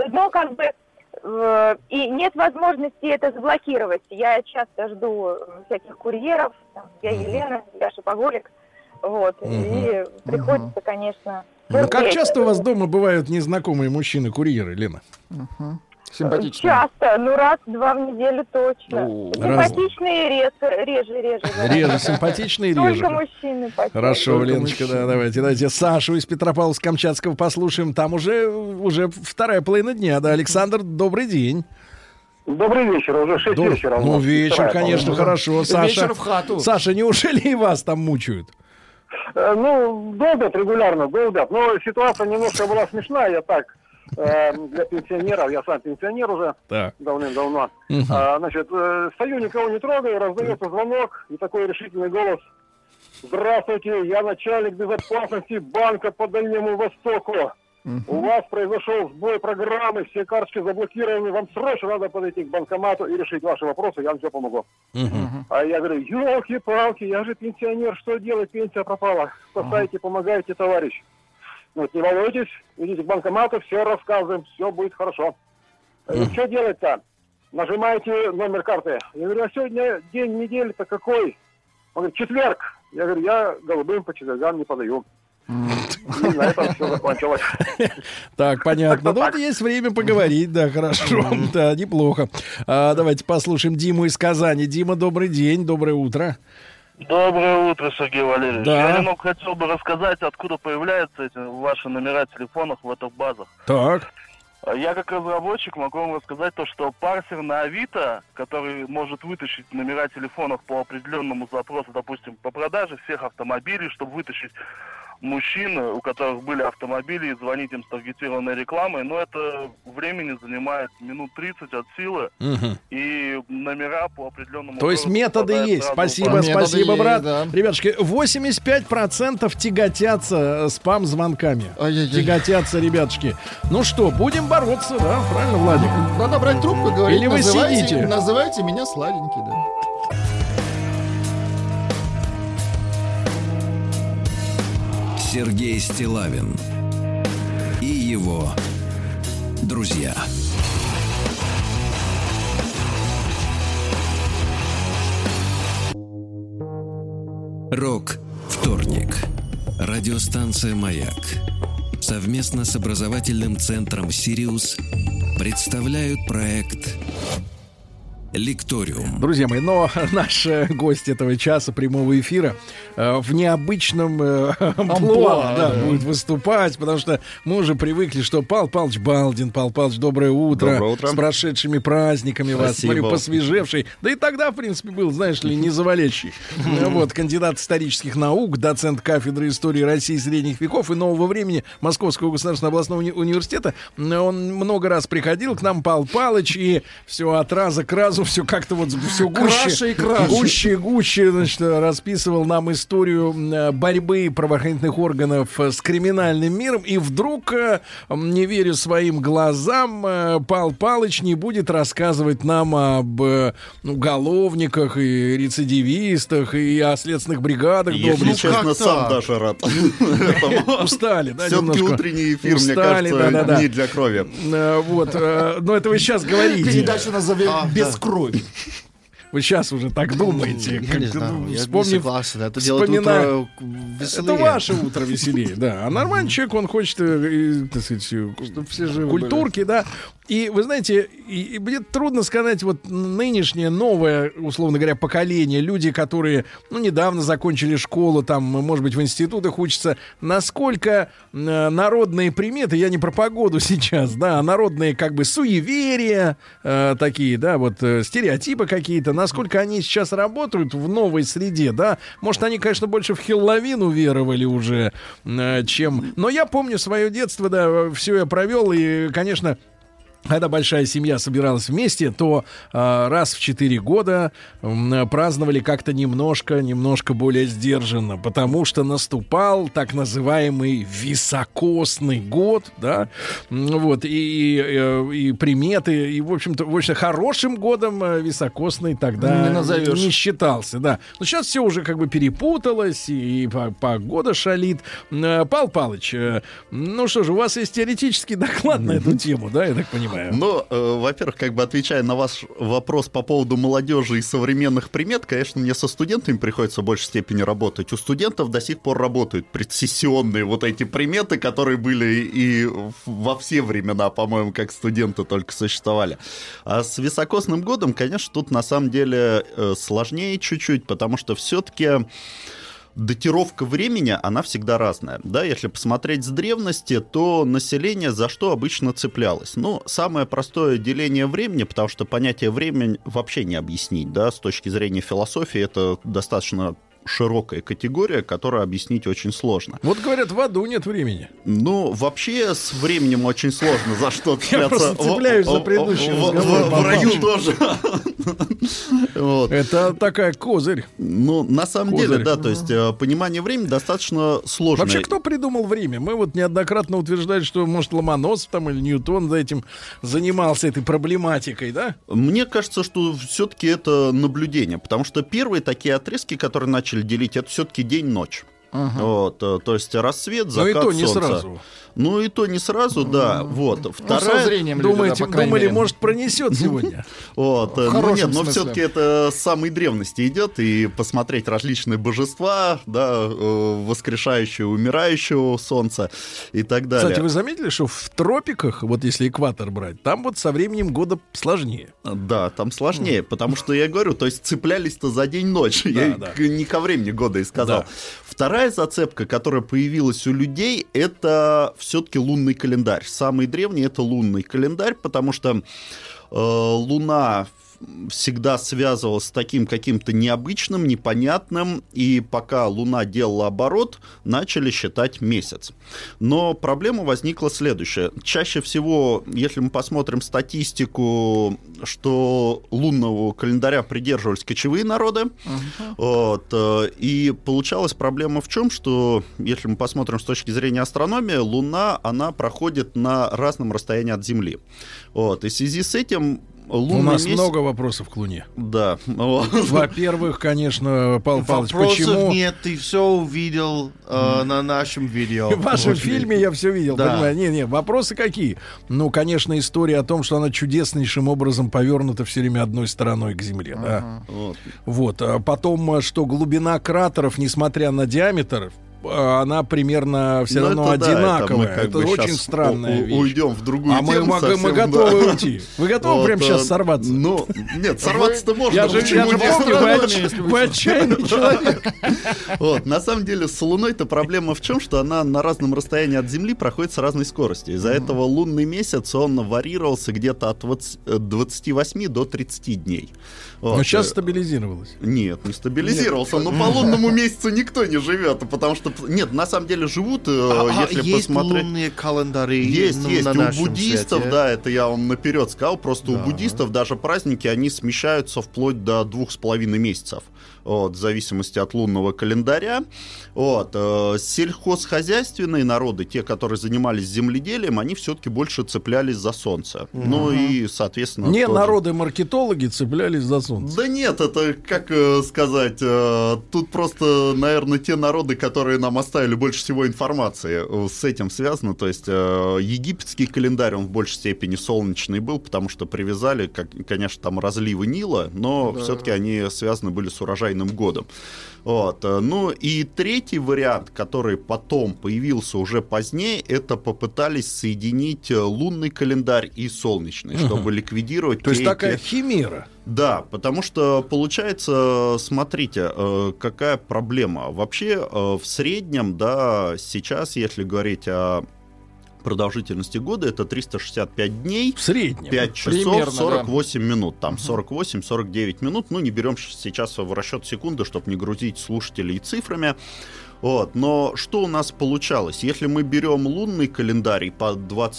и нет возможности это заблокировать. Я часто жду всяких курьеров, я Елена, я Шопоголик. И приходится, конечно... Как часто у вас дома бывают незнакомые мужчины-курьеры, Лена? Симпатичные? Часто, раз-два в неделю точно. Симпатичные реже. Симпатичные реже. Только мужчины. Хорошо, Леночка, давайте Сашу из Петропавловска-Камчатского послушаем. Там уже вторая половина дня, Александр, добрый день. Добрый вечер, уже 6 вечера. Вечер, конечно, хорошо. Вечер в хату. Саша, неужели и вас там мучают? Ну, долбят регулярно, долбят. Но ситуация немножко была смешная, я так, для пенсионеров, я сам пенсионер уже давным-давно. Значит, стою, никого не трогаю, раздается звонок, и такой решительный голос. Здравствуйте, я начальник безопасности банка по Дальнему Востоку. У вас произошел сбой программы, все карточки заблокированы, вам срочно надо подойти к банкомату и решить ваши вопросы, я вам все помогу. А я говорю, елки-палки, я же пенсионер, что делать, пенсия пропала. Спасайте, помогайте, товарищ. Вот, не волнуйтесь, идите к банкомату, все рассказываем, все будет хорошо. Что делать-то? Нажимаете номер карты. Я говорю, а сегодня день недели-то какой? Он говорит, четверг. Я говорю, я голубым по четвергам не подаю. И на этом все закончилось. Так, понятно. Ну, вот есть время поговорить, да, хорошо. Да, неплохо. Давайте послушаем Диму из Казани. Дима, добрый день, доброе утро. Доброе утро, Сергей Валерьевич. Да. Я немного хотел бы рассказать, откуда появляются эти ваши номера телефонов в этих базах. Так. Я как разработчик могу вам рассказать то, что парсер на Авито, который может вытащить номера телефонов по определенному запросу, допустим, по продаже всех автомобилей, чтобы вытащить мужчин, у которых были автомобили, и звонить им с таргетированной рекламой, но это времени занимает минут 30 от силы, и номера по определенному... То есть методы есть. Спасибо, спасибо, брат. Да. Ребятушки, 85% тяготятся спам-звонками. Тяготятся, ребятушки. Ну что, будем бороться, да? Правильно, Владик? Надо брать трубку и говорить, или вы сидите? Называйте меня сладенький, да. Сергей Стиллавин и его друзья. Рок-вторник. Радиостанция «Маяк» совместно с образовательным центром «Сириус» представляют проект «Лекториум». Друзья мои, но наш гость этого часа прямого эфира в необычном амплуа будет выступать, потому что мы уже привыкли, что Павел Павлович Балдин. Павел Павлович, доброе утро. С прошедшими праздниками вас. Смотрю, посвежевший. Да и тогда, в принципе, был, знаешь ли, не завалящий. Вот, кандидат исторических наук, доцент кафедры истории России средних веков и нового времени Московского государственного областного университета. Он много раз приходил к нам, Павел Павлович, и все от раза к разу все как-то вот все гуще и гуще, значит, расписывал нам историю борьбы правоохранительных органов с криминальным миром. И вдруг, не верю своим глазам, Павел Павлович не будет рассказывать нам об уголовниках и рецидивистах и о следственных бригадах. Если честно, сам даже рад. Устали, да, все-таки немножко? Утренний эфир, мне кажется, не для крови. Вот, но это вы сейчас говорите. Передачу назовем «Без крови». Вы сейчас уже так думаете. Я не знаю, я не согласен. Это делает утро веселее. Это ваше утро веселее, да. А нормальный человек, он хочет, так сказать, чтобы все живы культурки, да. И вы знаете, и мне трудно сказать, вот нынешнее новое, условно говоря, поколение, люди, которые, недавно закончили школу, там, может быть, в институтах учатся, насколько народные приметы, я не про погоду сейчас, да, а народные как бы суеверия такие, да, вот стереотипы какие-то, насколько они сейчас работают в новой среде, да. Может, они, конечно, больше в Хеллоуин уверовали уже, чем... Но я помню свое детство, да, все я провел, и, конечно... Когда большая семья собиралась вместе, то раз в 4 года праздновали как-то немножко более сдержанно, потому что наступал так называемый високосный год, да, вот, и приметы, и, в общем-то, хорошим годом високосный тогда не считался, да. Но сейчас все уже как бы перепуталось, и погода шалит. Павел Павлович, ну что же, у вас есть теоретический доклад на эту тему, да, я так понимаю? Ну, во-первых, как бы отвечая на ваш вопрос по поводу молодежи и современных примет, конечно, мне со студентами приходится в большей степени работать. У студентов до сих пор работают предсессионные вот эти приметы, которые были и во все времена, по-моему, как студенты только существовали. А с високосным годом, конечно, тут на самом деле сложнее чуть-чуть, потому что все-таки... датировка времени, она всегда разная. Да, если посмотреть с древности, то население за что обычно цеплялось? Ну, самое простое деление времени, потому что понятие времени вообще не объяснить, да, с точки зрения философии это достаточно широкая категория, которую объяснить очень сложно. Вот говорят, в аду нет времени. Ну, вообще с временем очень сложно за что цепляться. Я просто цепляюсь за предыдущий разговор. В раю тоже. Это такая козырь. Ну, на самом деле, да, то есть понимание времени достаточно сложное. Вообще, кто придумал время? Мы вот неоднократно утверждали, что, может, Ломоносов там или Ньютон за этим занимался, этой проблематикой, да? Мне кажется, что все-таки это наблюдение, потому что первые такие отрезки, которые начали делить, это все-таки день-ночь. Вот, то есть рассвет, закат, солнца. Ну и то не солнца. сразу. Ну и то не сразу, да. Вот. Вторая... Думали, может, пронесет сегодня. Вот. Ну нет, но все-таки это с самой древности идет, и посмотреть различные божества, да, воскрешающие умирающего солнца и так далее. Кстати, вы заметили, что в тропиках, вот если экватор брать, там вот со временем года сложнее. Да, там сложнее, потому что я говорю, то есть цеплялись-то за день-ночь. Я не ко времени года и сказал. Вторая зацепка, которая появилась у людей, это все-таки лунный календарь. Самый древний — это лунный календарь, потому что Луна всегда связывалась с таким каким-то необычным, непонятным, и пока Луна делала оборот, начали считать месяц. Но проблема возникла следующая. Чаще всего, если мы посмотрим статистику, что лунного календаря придерживались кочевые народы, вот, и получалась проблема в чем, что, если мы посмотрим с точки зрения астрономии, Луна, она проходит на разном расстоянии от Земли. Вот, и в связи с этим у нас много вопросов к Луне. Да. Во-первых, конечно, Павел Павлович, почему... Вопросов нет, ты все увидел на нашем видео. В вашем фильме я все видел, да. Понимаю. Не, вопросы какие? Ну, конечно, история о том, что она чудеснейшим образом повернута все время одной стороной к Земле. Да? Вот. А потом, что глубина кратеров, несмотря на диаметр, она примерно все равно одинаковая. Это очень странная вещь. Уйдем в другую тему. Мы готовы уйти. Вы готовы прямо сейчас сорваться? Ну, нет, сорваться-то можно. Я же помню, вы отчаянный человек. Вот, на самом деле, с Луной-то проблема в чем, что она на разном расстоянии от Земли проходит с разной скоростью. Из-за этого лунный месяц, он варьировался где-то от 28 до 30 дней. Вот. Но сейчас стабилизировалось. Нет, не стабилизировался. Но по лунному месяцу никто не живет, потому что... Нет, на самом деле живут, если есть посмотреть... лунные календари. Есть. На у буддистов, свете. Да, это я вам наперед сказал, просто у буддистов даже праздники, они смещаются вплоть до 2,5 месяцев. Вот, в зависимости от лунного календаря. Вот, сельхозхозяйственные народы, те, которые занимались земледелием, они все-таки больше цеплялись за солнце. Ну и, соответственно... Не народы-маркетологи цеплялись за солнце. Да нет, это, как сказать, тут просто, наверное, те народы, которые нам оставили больше всего информации, с этим связано. То есть египетский календарь, он в большей степени солнечный был, потому что привязали, конечно, там разливы Нила, но все-таки они связаны были с урожайным годом. Вот. Ну и третий вариант, который потом появился уже позднее, это попытались соединить лунный календарь и солнечный, чтобы ликвидировать... То есть такая химера. Да, потому что получается, смотрите, какая проблема. Вообще в среднем, да, сейчас, если говорить о продолжительности года, это 365 дней, в среднем, 5 часов, примерно, 48 минут, там 48-49 минут, ну не берем сейчас в расчет секунды, чтобы не грузить слушателей цифрами. Вот. Но что у нас получалось? Если мы берем лунный календарь по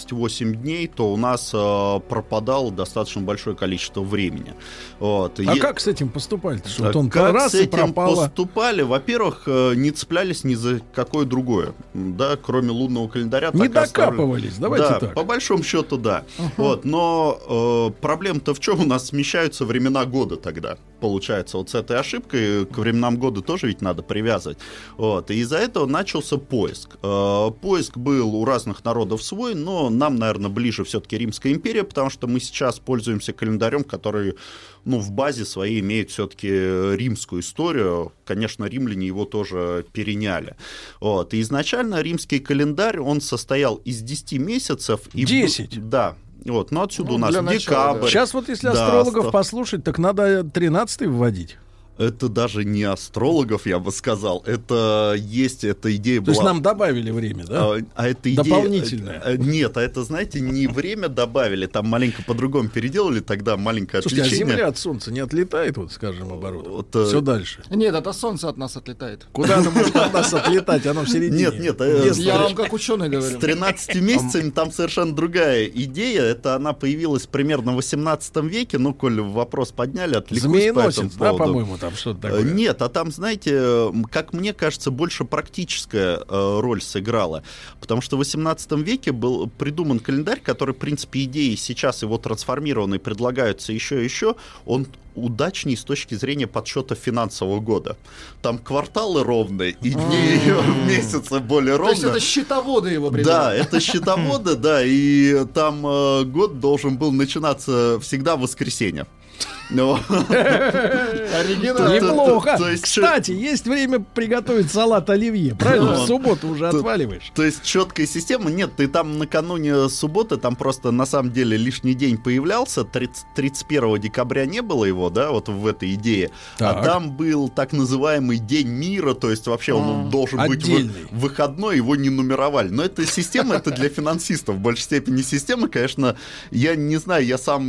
28 дней, то у нас пропадало достаточно большое количество времени. Вот. Как с этим поступали? Как с этим поступали? Во-первых, не цеплялись ни за какое другое, да, кроме лунного календаря. Не докапывались, давайте да, так. По большому счету, да. Вот. Но проблема-то в чем? У нас смещаются времена года тогда. Получается, вот с этой ошибкой к временам года тоже ведь надо привязывать. Вот. И из-за этого начался поиск. Поиск был у разных народов свой, но нам, наверное, ближе все-таки Римская империя, потому что мы сейчас пользуемся календарем, который, ну, в базе своей имеет все-таки римскую историю. Конечно, римляне его тоже переняли. Вот. И изначально римский календарь, он состоял из 10 месяцев. 10? Да. Вот, но отсюда у нас декабрь. Сейчас вот если астрологов послушать, так надо 13-й вводить. Это даже не астрологов, я бы сказал. Это эта идея была... То есть нам добавили время, да? Это идея... Дополнительное. Нет, это, знаете, не время добавили, там маленько по-другому переделали, тогда маленькое отличение. Слушайте, а Земля от Солнца не отлетает, вот, скажем, оборот? Все дальше. Нет, это Солнце от нас отлетает. Куда оно может от нас отлетать? Оно в середине. Нет. Я вам как ученый говорю. С 13 месяцами там совершенно другая идея. Это она появилась примерно в 18 веке. Ну, коль вопрос подняли, отвлекусь по этому поводу. Да, по-моему, там что-то такое. Нет, а там, знаете, как мне кажется, больше практическая роль сыграла. Потому что в 18 веке был придуман календарь, который, в принципе, идеи сейчас его трансформированные предлагаются еще и еще. Он удачней с точки зрения подсчета финансового года. Там кварталы ровные, и дни месяца более ровные. То есть это счетоводы его придумали? Да, это счетоводы, да, и там год должен был начинаться всегда в воскресенье. Неплохо. Кстати, есть время приготовить салат оливье. Правильно? В субботу уже отваливаешь. То есть четкая система. Нет, ты там накануне субботы, там просто на самом деле лишний день появлялся. 31 декабря не было его, да, вот в этой идее. А там был так называемый День мира, то есть вообще он должен быть выходной, его не нумеровали. Но эта система, это для финансистов в большей степени система, конечно, я не знаю, я сам...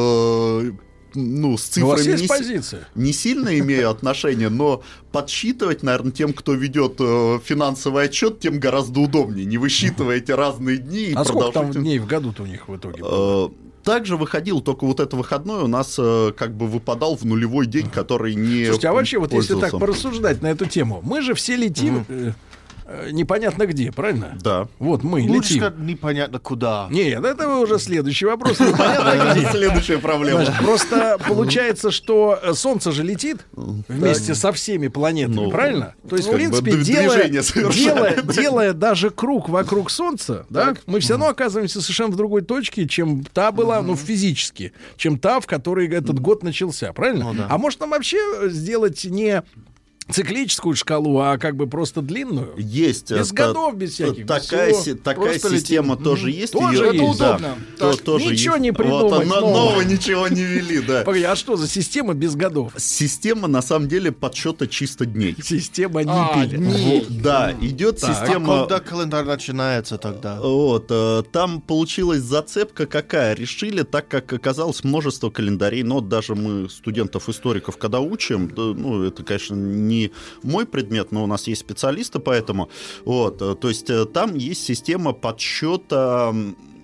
с цифрами не сильно имею отношения, но подсчитывать, наверное, тем, кто ведет финансовый отчет, тем гораздо удобнее. Не высчитывая эти разные дни. А сколько там дней в году-то у них в итоге было? Также выходил, только вот это выходной у нас как бы выпадал в нулевой день, который не... Слушайте, а вообще, вот если так порассуждать на эту тему, мы же все летим... непонятно где, правильно? Да. Вот мы Лучше летим. Непонятно куда. Нет, это уже следующий вопрос. Непонятно где. Следующая проблема. Просто получается, что Солнце же летит вместе со всеми планетами, правильно? То есть, в принципе, делая даже круг вокруг Солнца, да, мы все равно оказываемся совершенно в другой точке, чем та была, физически, чем та, в которой этот год начался, правильно? А может нам вообще сделать не циклическую шкалу, а как бы просто длинную? Есть. Без годов, без всяких. Такая система тоже есть. Тоже это есть. Удобно. Ничего не придумать. Нового ничего не вели, да. Погоди, а что за система без годов? Система, на самом деле, подсчета чисто дней. Система дней. Да, идет система... А когда календарь начинается тогда? Вот, там получилась зацепка какая? Решили, так как оказалось множество календарей, но даже мы студентов-историков, когда учим, это, конечно, не мой предмет, но у нас есть специалисты по этому. Вот, то есть там есть система подсчета.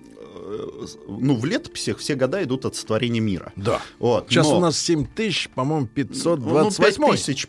В летописях все года идут от сотворения мира. Да. Вот, сейчас у нас 7000, по-моему, 528.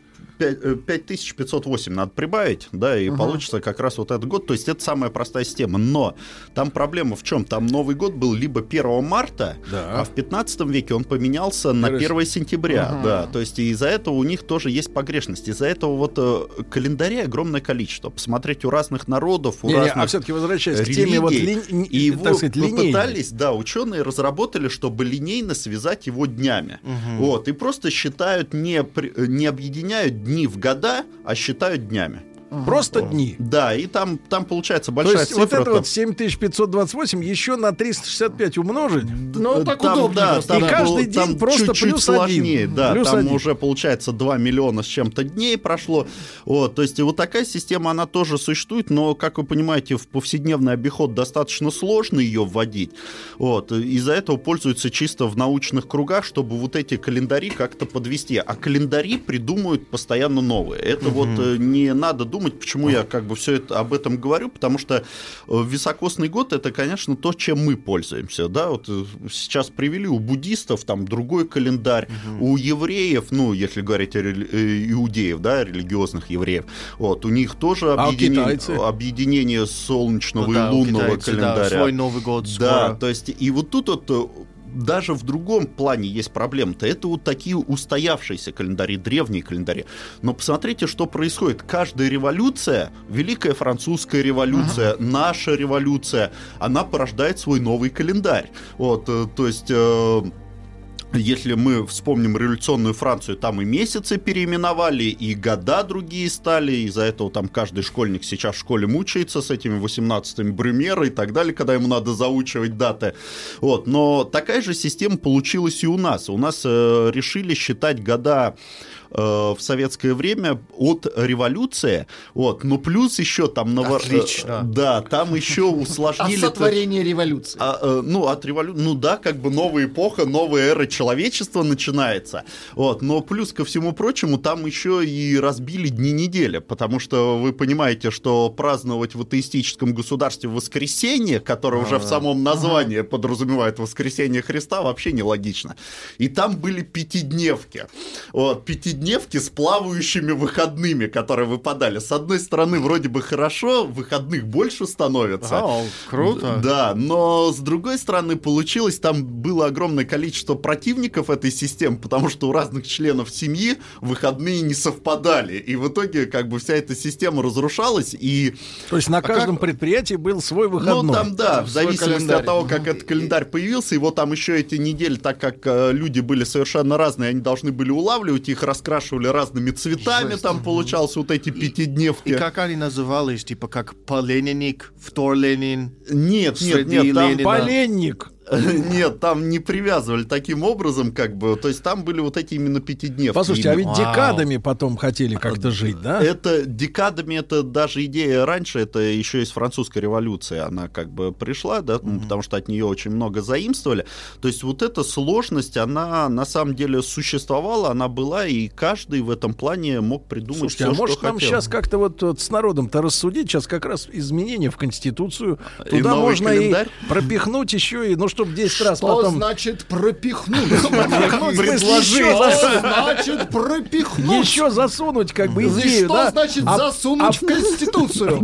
5508 надо прибавить, да, и получится как раз вот этот год. То есть это самая простая система. Но там проблема в чем? Там Новый год был либо 1 марта, а в 15 веке он поменялся на 1 сентября. Да, то есть из-за этого у них тоже есть погрешность. Из-за этого вот календарей огромное количество. Посмотреть у разных народов, у разных а все-таки возвращаясь религий. К теме вот и его попытались, ученые разработали, чтобы линейно связать его днями. Вот, и просто считают, не объединяют дни в года, а считают днями. Просто дни. Да, и там получается большая цифра. Вот это вот 7528 еще на 365 умножить. Так удобно. И каждый день просто чуть-чуть плюс сложнее. один. Да, плюс там один. уже получается 2 миллиона с чем-то дней прошло. Вот, то есть вот такая система, она тоже существует, но, как вы понимаете, в повседневный обиход достаточно сложно ее вводить. Вот, из-за этого пользуются чисто в научных кругах, чтобы вот эти календари как-то подвести. А календари придумывают постоянно новые. Это вот не надо думать, почему я как бы все это об этом говорю, потому что високосный год — это, конечно, то, чем мы пользуемся, да, вот сейчас привели у буддистов там другой календарь, у евреев, если говорить о иудеев, да, религиозных евреев, вот, у них тоже объединение солнечного и лунного календаря. Да, свой Новый год скоро. Да, то есть, и вот тут вот даже в другом плане есть проблема-то. Это вот такие устоявшиеся календари, древние календари. Но посмотрите, что происходит. Каждая революция, Великая Французская революция, наша революция, она порождает свой новый календарь. Вот, то есть... Если мы вспомним революционную Францию, там и месяцы переименовали, и года другие стали, из-за этого там каждый школьник сейчас в школе мучается с этими 18-ми Брюмера и так далее, когда ему надо заучивать даты. Вот. Но такая же система получилась и у нас. У нас решили считать года в советское время от революции. Вот. Но плюс еще там... Отлично. Да, там еще усложнили... От сотворения революции. От революции... Ну да, как бы новая эпоха, новая эра человечества начинается. Вот. Но плюс ко всему прочему, там еще и разбили дни недели, потому что вы понимаете, что праздновать в атеистическом государстве воскресенье, которое уже в самом названии подразумевает воскресенье Христа, вообще нелогично. И там были пятидневки. Вот, пятидневки с плавающими выходными, которые выпадали. С одной стороны, вроде бы хорошо, выходных больше становится. Круто. Да, но с другой стороны, получилось, там было огромное количество противников этой системы, потому что у разных членов семьи выходные не совпадали. И в итоге, как бы, вся эта система разрушалась. И... То есть на каждом предприятии был свой выходной. Ну, там, да, в зависимости от того, как этот календарь появился, его там еще эти недели, так как люди были совершенно разные, они должны были улавливать, их раскрашивали разными цветами, там получалось вот эти пятидневки. И как они назывались? Типа как поленник, вторленин? Нет, там поленник. Нет, там не привязывали таким образом, как бы, то есть там были вот эти именно пятидневки. Послушайте, а ведь декадами потом хотели как-то жить, да? Это декадами, это даже идея раньше, это еще из французской революции она как бы пришла, да, потому что от нее очень много заимствовали. То есть вот эта сложность, она на самом деле существовала, она была, и каждый в этом плане мог придумать. Слушайте, все, а может что нам хотел. сейчас как-то вот с народом-то рассудить, сейчас как раз изменения в Конституцию, И туда новый можно календарь? и пропихнуть еще и, ну, чтобы 10 раз Что потом... значит пропихнуть? Предложить. Что значит пропихнуть? Еще засунуть как бы идею, Что да? значит засунуть в Конституцию?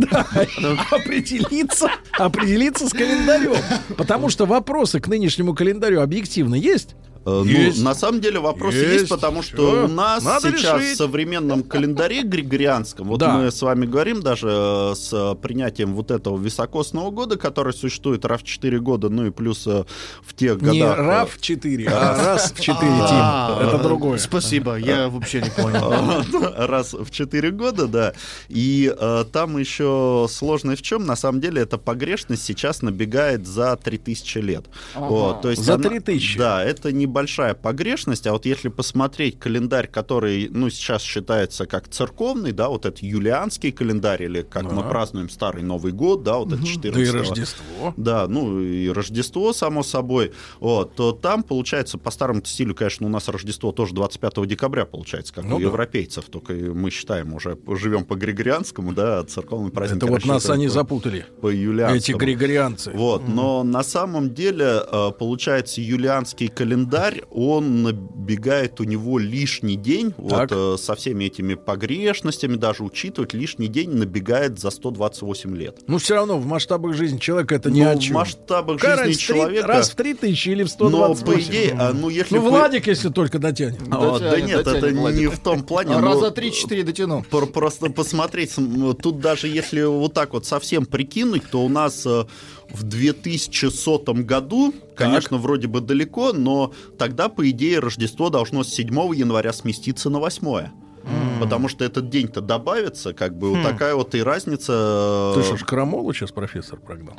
Определиться с календарем. Потому что вопросы к нынешнему календарю объективно есть? Ну, на самом деле вопросы есть, потому что у нас сейчас в современном календаре григорианском, вот мы с вами говорим даже с принятием вот этого високосного года, который существует раз в 4 года, ну и плюс в тех годах... Не раз в 4, а раз в 4, Тим. Это другое. Спасибо, я вообще не понял. Раз в 4 года, да. И там еще сложность в чем? На самом деле эта погрешность сейчас набегает за 3000 лет. Вот, то есть за 3000? Да, это небольшая погрешность, а вот если посмотреть календарь, который, ну, сейчас считается как церковный, да, вот это юлианский календарь, или как мы празднуем Старый Новый год, да, вот это 14-го. Да и Рождество. Да, ну и Рождество, само собой. Вот, то там, получается, по старому стилю, конечно, у нас Рождество тоже 25 декабря, получается, как у европейцев, только мы считаем, уже живем по григорианскому, да, церковный праздник. Это вот нас они запутали, по юлианскому. эти григорианцы. Вот, но на самом деле, получается, юлианский календарь, он набегает у него лишний день, вот, со всеми этими погрешностями, даже учитывать, лишний день набегает за 128 лет. Ну, все равно в масштабах жизни человека это ни о чем. В масштабах жизни человека... Раз в 3000 или в 128. Но, по идее, если Владик, если только дотянет. Да нет, это не в том плане. Раза 3-4 дотяну. Просто посмотреть, тут даже если вот так вот совсем прикинуть, то у нас... В 2100 году, конечно, вроде бы далеко, но тогда, по идее, Рождество должно с 7 января сместиться на 8. Потому что этот день-то добавится, как бы вот такая вот и разница. Ты что ж, Крамолу сейчас профессор прогнал?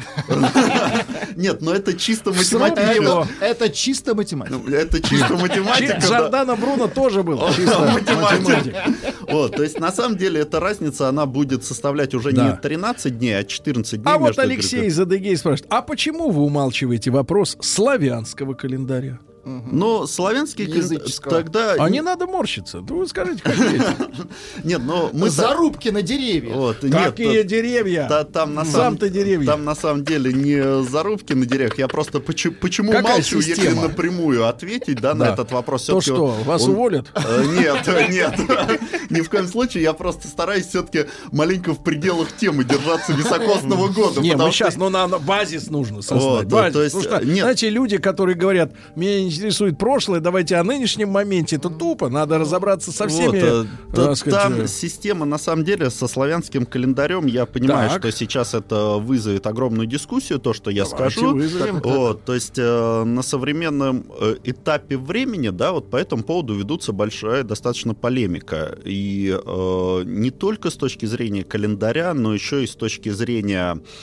Нет, но это чисто математика. Это чисто математика. Это чисто математика. Джордано Бруно тоже был чисто математик. Вот, то есть на самом деле эта разница, она будет составлять уже не 13 дней, а 14 дней. А вот Алексей из Адыгеи спрашивает, а почему вы умалчиваете вопрос славянского календаря? Но славянский тогда... А не надо морщиться. Вы скажите, как есть. Нет, но мы... Зарубки на деревьях. Вот, какие деревья? Сам-то деревья. Там на самом деле не зарубки на деревьях. Я просто почему молчу, если напрямую ответить на этот вопрос. То что, вас уволят? Нет. Ни в коем случае. Я просто стараюсь все-таки маленько в пределах темы держаться високосного года. Не, мы сейчас, на базис нужно создать. Знаете, люди, которые говорят, меня интересует прошлое, давайте о нынешнем моменте, это тупо, надо разобраться со всеми. Там система, на самом деле, со славянским календарем, я понимаю, что сейчас это вызовет огромную дискуссию, то, что я скажу. То есть на современном этапе времени, да, вот по этому поводу ведутся большая достаточно полемика. И не только с точки зрения календаря, но еще и с точки зрения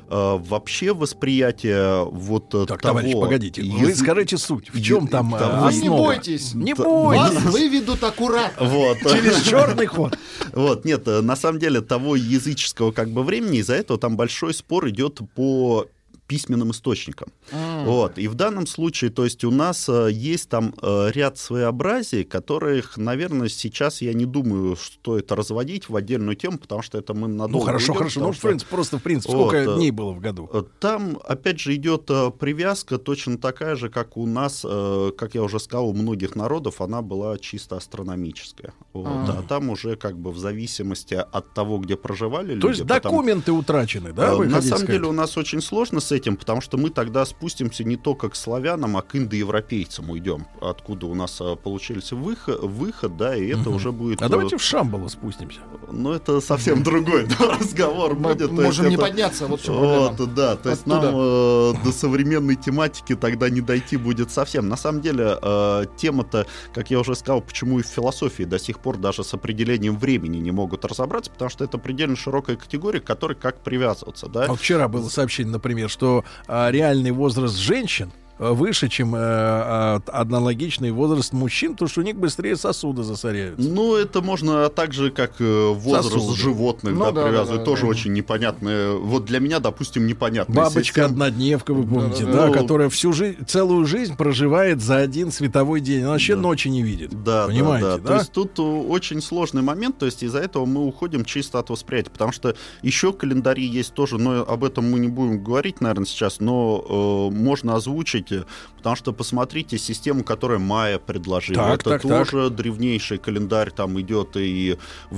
Вообще восприятие вот так, того... товарищ, погодите, вы скажите суть, в чем там основа? Вы не бойтесь, вас выведут аккуратно. Вот. Через черный ход. Вот, нет, на самом деле того языческого как бы времени, из-за этого там большой спор идет по письменным источникам. Вот. И в данном случае, то есть у нас есть там ряд своеобразий, которых, наверное, сейчас я не думаю, стоит разводить в отдельную тему, потому что это мы надолго хорошо. Ну, в принципе, сколько дней было в году? Там, опять же, идет привязка точно такая же, как у нас, как я уже сказал, у многих народов она была чисто астрономическая. Вот. А там уже как бы в зависимости от того, где проживали люди. То есть документы утрачены, да? На самом деле у нас очень сложно с этим, потому что мы тогда спустимся не только к славянам, а к индоевропейцам уйдем, откуда у нас получился выход, да, и это уже будет... А давайте в Шамбалу спустимся. Ну, это совсем другой разговор будет. Мы можем не подняться, вот в чем проблема. Вот, да, то есть нам до современной тематики тогда не дойти будет совсем. На самом деле, тема-то, как я уже сказал, почему и в философии до сих пор даже с определением времени не могут разобраться, потому что это предельно широкая категория, к которой как привязываться, да. Вот вчера было сообщение, например, что реальный возраст женщин выше, чем аналогичный возраст мужчин, потому что у них быстрее сосуды засоряются. Ну, это можно так же, как возраст животных, привязывать. Тоже очень непонятно. Вот для меня, допустим, непонятно. Бабочка-однодневка, вы помните, которая целую жизнь проживает за один световой день. Она вообще ночи не видит. Понимаете, да? То есть тут очень сложный момент, то есть из-за этого мы уходим чисто от восприятия, потому что еще календари есть тоже, но об этом мы не будем говорить, наверное, сейчас, но можно озвучить, потому что посмотрите систему, которую майя предложили. Это тоже древнейший календарь, там идет и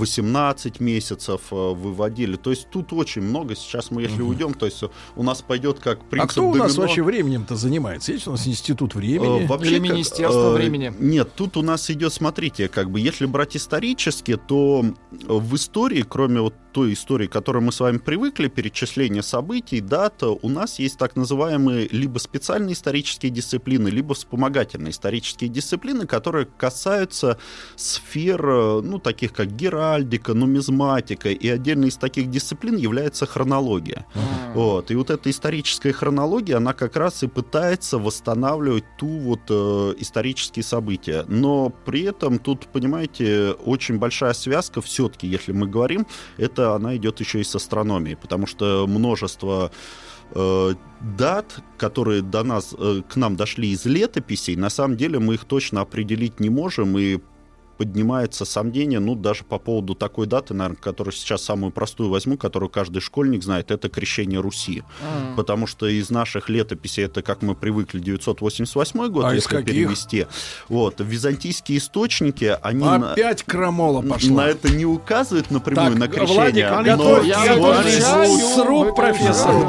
18 месяцев выводили. То есть тут очень много. Сейчас мы, если уйдем, то есть у нас пойдет как принцип. А кто у нас вообще временем-то занимается? Есть у нас институт времени? Или Министерство времени? Нет, тут у нас идет, смотрите, как бы если брать исторически, то в истории, кроме вот той истории, к которой мы с вами привыкли, перечисление событий, дат, у нас есть так называемые либо специальные исторические дисциплины, либо вспомогательные исторические дисциплины, которые касаются сфер, ну, таких как геральдика, нумизматика, и отдельно из таких дисциплин является хронология. Вот. И вот эта историческая хронология, она как раз и пытается восстанавливать исторические события. Но при этом тут, понимаете, очень большая связка все-таки, если мы говорим, это она идет еще и с астрономией, потому что множество дат, которые к нам дошли из летописей, на самом деле мы их точно определить не можем, и поднимается сомнение, ну, даже по поводу такой даты, наверное, которую сейчас самую простую возьму, которую каждый школьник знает, это крещение Руси. Потому что из наших летописей, это, как мы привыкли, 988 год, если перевести. Вот. Византийские источники, они... Опять крамола пошла. На это не указывают напрямую, на крещение. Владик, с рук профессора.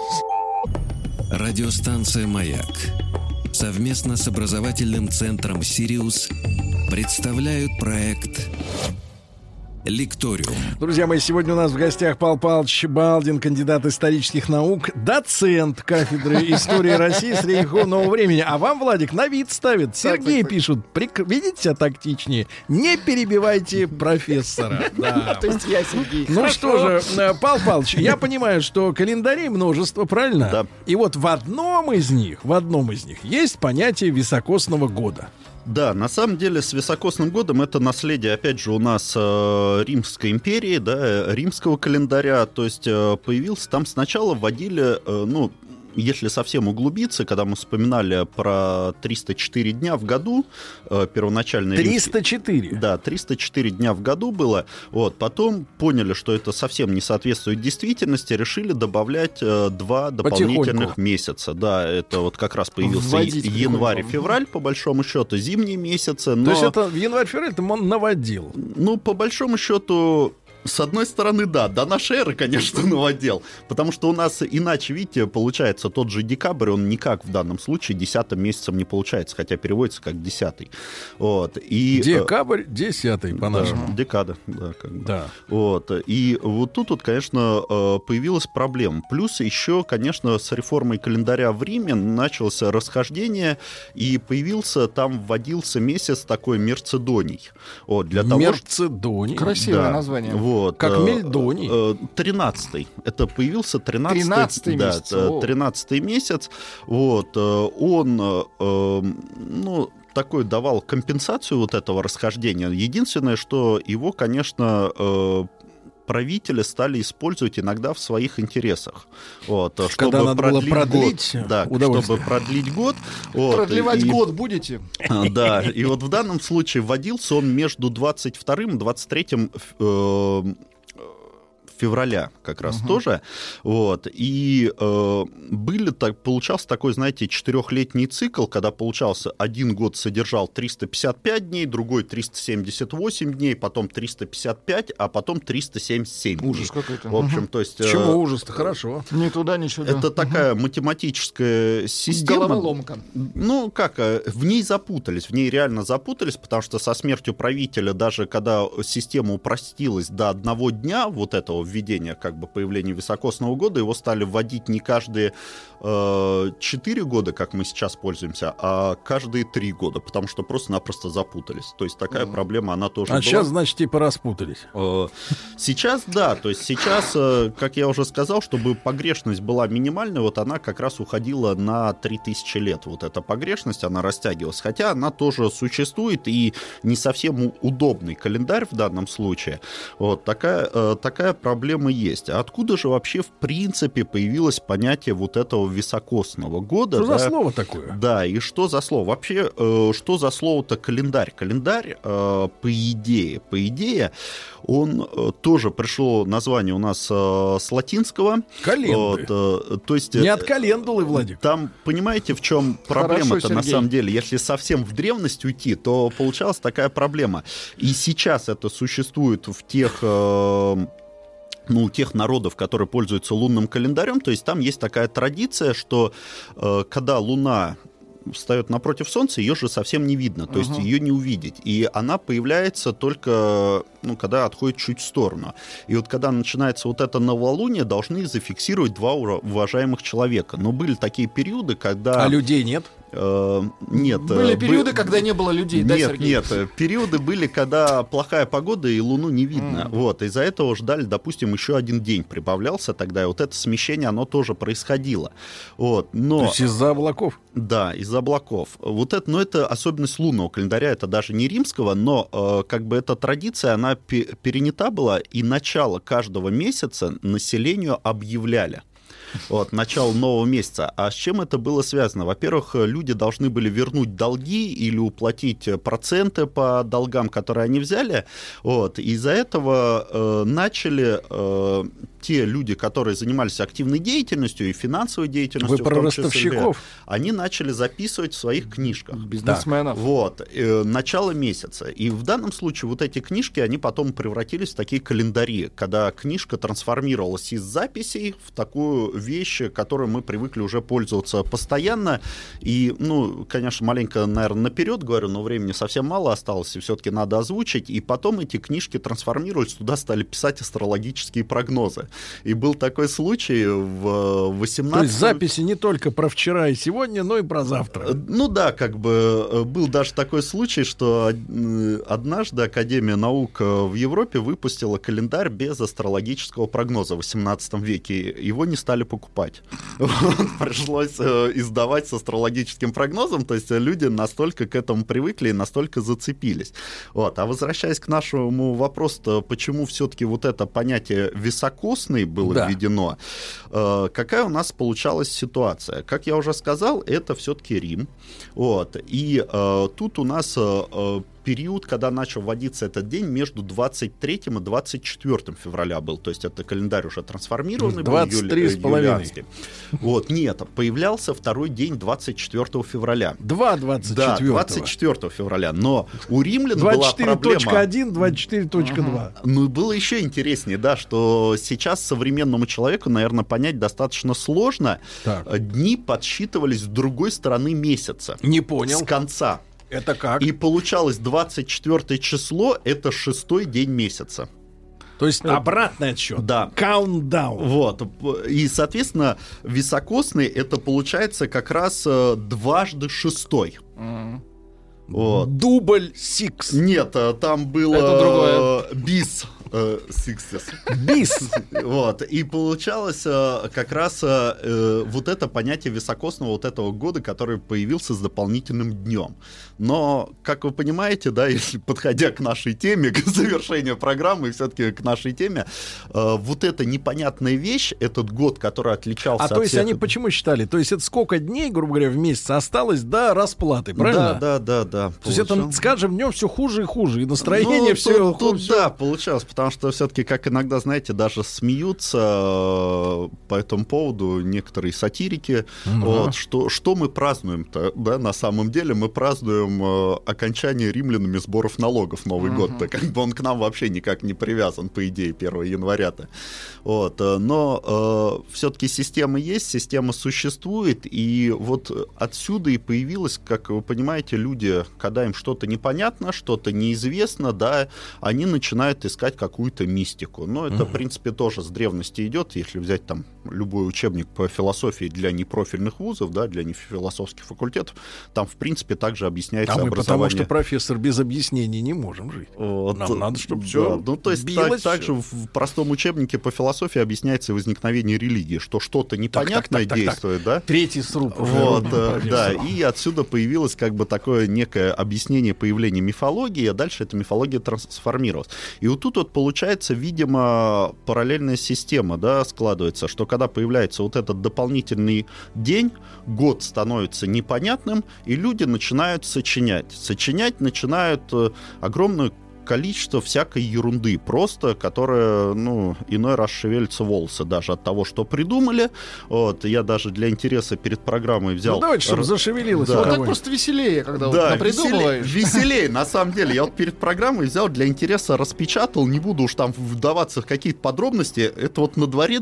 Радиостанция «Маяк» совместно с образовательным центром «Сириус» представляют проект «Лекториум». Друзья мои, сегодня у нас в гостях Павел Павлович Балдин, кандидат исторических наук, доцент кафедры истории России средневекового времени. А вам, Владик, на вид ставит. Сергей пишут. Видите себя тактичнее? Не перебивайте профессора. То есть я, Сергей. Ну что же, Павел Павлович, я понимаю, что календарей множество, правильно? Да. И вот в одном из них есть понятие високосного года. Да, на самом деле с високосным годом это наследие, опять же, у нас Римской империи, да, римского календаря, то есть появился, там сначала вводили, если совсем углубиться, когда мы вспоминали про 304 дня в году, первоначально... 304? Да, 304 дня в году было. Вот, потом поняли, что это совсем не соответствует действительности, решили добавлять 2 дополнительных месяца. Да, это вот как раз появился январь-февраль, по большому счету, зимние месяцы. То есть это в январь-февраль он наводил? Ну, по большому счету... С одной стороны, да, до нашей эры, конечно, новодел, потому что у нас иначе, видите, получается, тот же декабрь, он никак в данном случае 10-м месяцем не получается, хотя переводится как 10-й. Вот, и, декабрь 10-й, по-нашему. Да, декада, да, как бы. Да. Вот, и вот тут, конечно, появилась проблема. Плюс еще, конечно, с реформой календаря в Риме началось расхождение, и вводился месяц такой Мерцедоний. Вот, для того, Мерцедоний? Красивое название. Вот. Вот. Как Мельдоний. 13-й. Это появился 13-й месяц. Да, 13-й месяц. Вот. Он, такой давал компенсацию вот этого расхождения. Единственное, что его, конечно, правители стали использовать иногда в своих интересах. Вот, когда надо было продлить год, да, чтобы продлить год. Вот, продлевать год будете? Да, и вот в данном случае вводился он между 22 и 23 февраля как раз тоже. Вот. И получался такой, знаете, 4-летний цикл, когда получался один год содержал 355 дней, другой 378 дней, потом 355, а потом 377 дней. Ужас какой-то. В общем, то есть... Почему ужас-то? Хорошо. Ни туда, ни сюда. Это такая математическая система. Головоломка. Ну, как, в ней запутались, в ней реально запутались, потому что со смертью правителя, даже когда система упростилась до одного дня вот этого введения, как бы появления високосного года, его стали вводить не каждые 4 года, как мы сейчас пользуемся, а каждые 3 года, потому что просто-напросто запутались. То есть такая проблема, она тоже была. Сейчас, значит, типа распутались. Сейчас, да, то есть сейчас, как я уже сказал, чтобы погрешность была минимальной, вот она как раз уходила на 3000 лет. Вот эта погрешность, она растягивалась. Хотя она тоже существует, и не совсем удобный календарь в данном случае. Вот такая проблема есть. А откуда же вообще в принципе появилось понятие вот этого високосного года? Что за слово такое? Да, и что за слово? Вообще, что за слово-то календарь? Календарь, по идее, он тоже пришло название у нас с латинского. Календы. То есть, не от календулы, Владик. Там, понимаете, в чем проблема-то на самом деле? Если совсем в древность уйти, то получалась такая проблема. И сейчас это существует в тех народов, которые пользуются лунным календарем. То есть там есть такая традиция, что когда Луна встает напротив Солнца, ее же совсем не видно, то есть ее не увидеть. И она появляется только, когда отходит чуть в сторону. И вот когда начинается вот это новолуние, должны зафиксировать 2 уважаемых человека. Но были такие периоды, когда... А людей нет? Нет. Были периоды, когда не было людей, да, Сергей? Нет. Периоды были, когда плохая погода и Луну не видно. Вот. Из-за этого ждали, допустим, еще один день прибавлялся тогда, и вот это смещение, оно тоже происходило. Вот. Но... То есть из-за облаков? Да, из-за облаков. Вот это, это особенность лунного календаря, это даже не римского, но как бы эта традиция, она перенята была, и начало каждого месяца населению объявляли. Вот, начало нового месяца. А с чем это было связано? Во-первых, люди должны были вернуть долги или уплатить проценты по долгам, которые они взяли. Вот, из-за этого начали те люди, которые занимались активной деятельностью и финансовой деятельностью, вы про ростовщиков, они начали записывать в своих книжках. Бизнесменов. Вот, начало месяца. И в данном случае вот эти книжки, они потом превратились в такие календари, когда книжка трансформировалась из записей в такую вещь, которой мы привыкли уже пользоваться постоянно. И, конечно, маленько, наверное, наперед говорю, но времени совсем мало осталось, и все-таки надо озвучить. И потом эти книжки трансформировались, туда стали писать астрологические прогнозы. И был такой случай в 18... То есть записи не только про вчера и сегодня, но и про завтра. Был даже такой случай, что однажды Академия наук в Европе выпустила календарь без астрологического прогноза в 18 веке. Его не стали покупать. Пришлось издавать с астрологическим прогнозом, то есть люди настолько к этому привыкли и настолько зацепились. Вот. А возвращаясь к нашему вопросу, почему все-таки вот это понятие високосный было введено, какая у нас получалась ситуация? Как я уже сказал, это все-таки Рим. Вот. И тут у нас период, когда начал вводиться этот день, между 23 и 24 февраля был. То есть это календарь уже трансформированный был, юлианский. Вот, нет, появлялся второй день 24 февраля. 24. Да, 24 февраля. Но у римлян была проблема... 24.1, 24.2. Было еще интереснее, да, что сейчас современному человеку, наверное, понять достаточно сложно. Так. Дни подсчитывались с другой стороны месяца. Не понял. С конца. Это как? И получалось 24 число, это 6-й день месяца. То есть обратный отсчет. Да. Countdown. Вот. И, соответственно, високосный, это получается как раз дважды 6-й. Вот. Дубль 6. Нет, там было бис. 60s. Бис. Вот. И получалось как раз вот это понятие високосного вот этого года, который появился с дополнительным днем. Но, как вы понимаете, да, если подходя к нашей теме, к завершению программы, и все-таки к нашей теме, вот эта непонятная вещь, этот год, который отличался от то есть всех... они почему считали? То есть это сколько дней, грубо говоря, в месяц осталось до расплаты, правильно? Да. То есть это с каждым днем все хуже и хуже, и настроение все... Да, получалось, потому что все-таки, как иногда, знаете, даже смеются по этому поводу некоторые сатирики. Вот, что мы празднуем-то? Да, на самом деле мы празднуем окончание римлянами сборов налогов Новый год-то. Как бы он к нам вообще никак не привязан, по идее, 1 января-то. Вот, но все-таки система есть, система существует, и вот отсюда и появилось, как вы понимаете, люди, когда им что-то непонятно, что-то неизвестно, да, они начинают искать какую-то мистику. Но это, в принципе, тоже с древности идет. Если взять там любой учебник по философии для непрофильных вузов, да, для нефилософских факультетов, там, в принципе, также объясняется образование. Потому что, профессор, без объяснений не можем жить. Вот, нам надо, чтобы все ну, то есть также в простом учебнике по философии объясняется возникновение религии, что что-то непонятное действует, да? Третий сруб. Вот, да, и отсюда появилось как бы такое некое объяснение появления мифологии, а дальше эта мифология трансформировалась. И вот тут вот получается, видимо, параллельная система, да, складывается, что когда появляется вот этот дополнительный день, год становится непонятным, и люди начинают сочинять. Сочинять начинают огромную количество всякой ерунды просто, которая, ну, иной раз шевелятся волосы даже от того, что придумали. Вот, я даже для интереса перед программой взял... Ну, давайте, чтобы зашевелилось. Да. Вот так просто веселее, когда да, вот придумываешь. Веселее, на самом деле. Я вот перед программой взял для интереса, распечатал, не буду уж там вдаваться в какие-то подробности. Это вот на дворе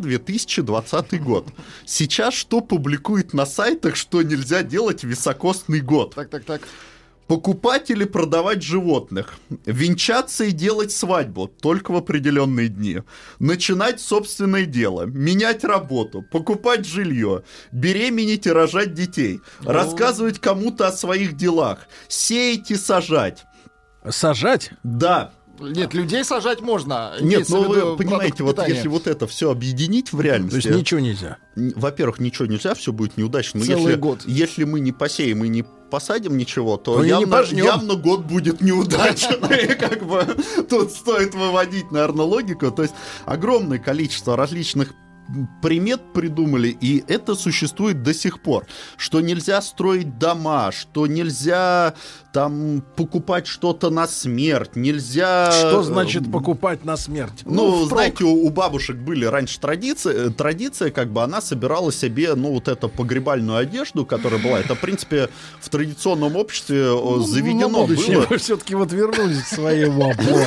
2020 год. Сейчас что публикует на сайтах, что нельзя делать в високосный год? Так. Покупать или продавать животных. Венчаться и делать свадьбу только в определенные дни. Начинать собственное дело. Менять работу. Покупать жилье. Беременеть и рожать детей. Рассказывать кому-то о своих делах. Сеять и сажать. Сажать? Да. Нет, людей сажать можно. Нет, но вы понимаете, вот если вот это все объединить в реальности... То есть ничего нельзя? Во-первых, ничего нельзя, все будет неудачно. Но целый год. Если мы не посеем и не посадим ничего, то явно год будет неудачный. Как бы тут стоит выводить, наверное, логику. То есть огромное количество различных примет придумали, и это существует до сих пор. Что нельзя строить дома, что нельзя там покупать что-то на смерть, нельзя... Что значит покупать на смерть? Ну, знаете, у бабушек были раньше традиция, как бы она собирала себе, ну, вот эту погребальную одежду, которая была. Это, в принципе, в традиционном обществе заведено было. Вы все-таки вот вернулись к своей бабе.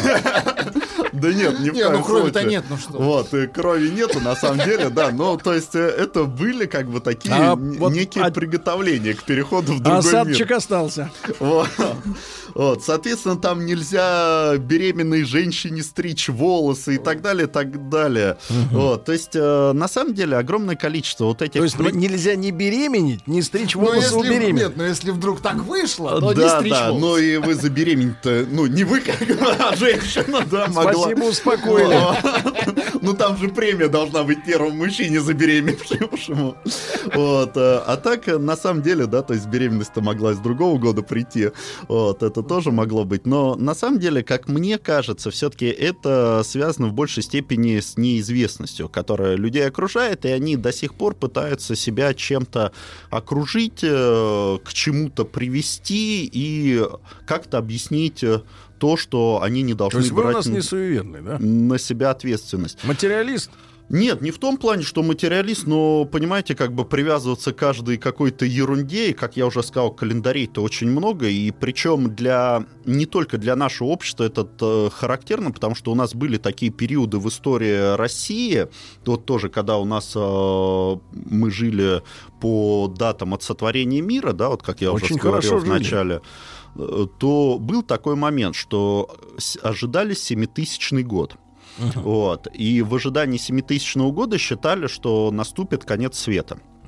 Да нет, не в коем случае. Крови-то нет, ну что. Вот, крови нету, на самом деле, да. Но, то есть, это были как бы такие некие приготовления к переходу в другой мир. Осадчик остался. Вот, соответственно, там нельзя беременной женщине стричь волосы и так далее, так далее. Вот, то есть, на самом деле, огромное количество вот этих... То есть, нельзя не беременеть, не стричь волосы у беременной. Нет, но если вдруг так вышло, то не стричь волосы. Да, но и вы забеременеть-то, ну, не вы как а женщина, да, могла. Спасибо, успокоили. Ну, там же премия должна быть первому мужчине забеременевшему. Вот, а так, на самом деле, да, то есть беременность-то могла из другого года прийти. Вот, это тоже могло быть. Но на самом деле, как мне кажется, все-таки это связано в большей степени с неизвестностью, которая людей окружает, и они до сих пор пытаются себя чем-то окружить, к чему-то привести и как-то объяснить то, что они не должны брать. То есть вы у нас не суеверный, да? На себя ответственность. Материалист? Нет, не в том плане, что материалист, но, понимаете, как бы привязываться к каждой какой-то ерунде, и, как я уже сказал, календарей-то очень много, и причем не только для нашего общества это характерно, потому что у нас были такие периоды в истории России, вот тоже, когда у нас мы жили по датам от сотворения мира, да, вот как я уже говорил в начале, то был такой момент, что ожидали 7000-й год. Вот. И в ожидании 7000-го года считали, что наступит конец света. Да.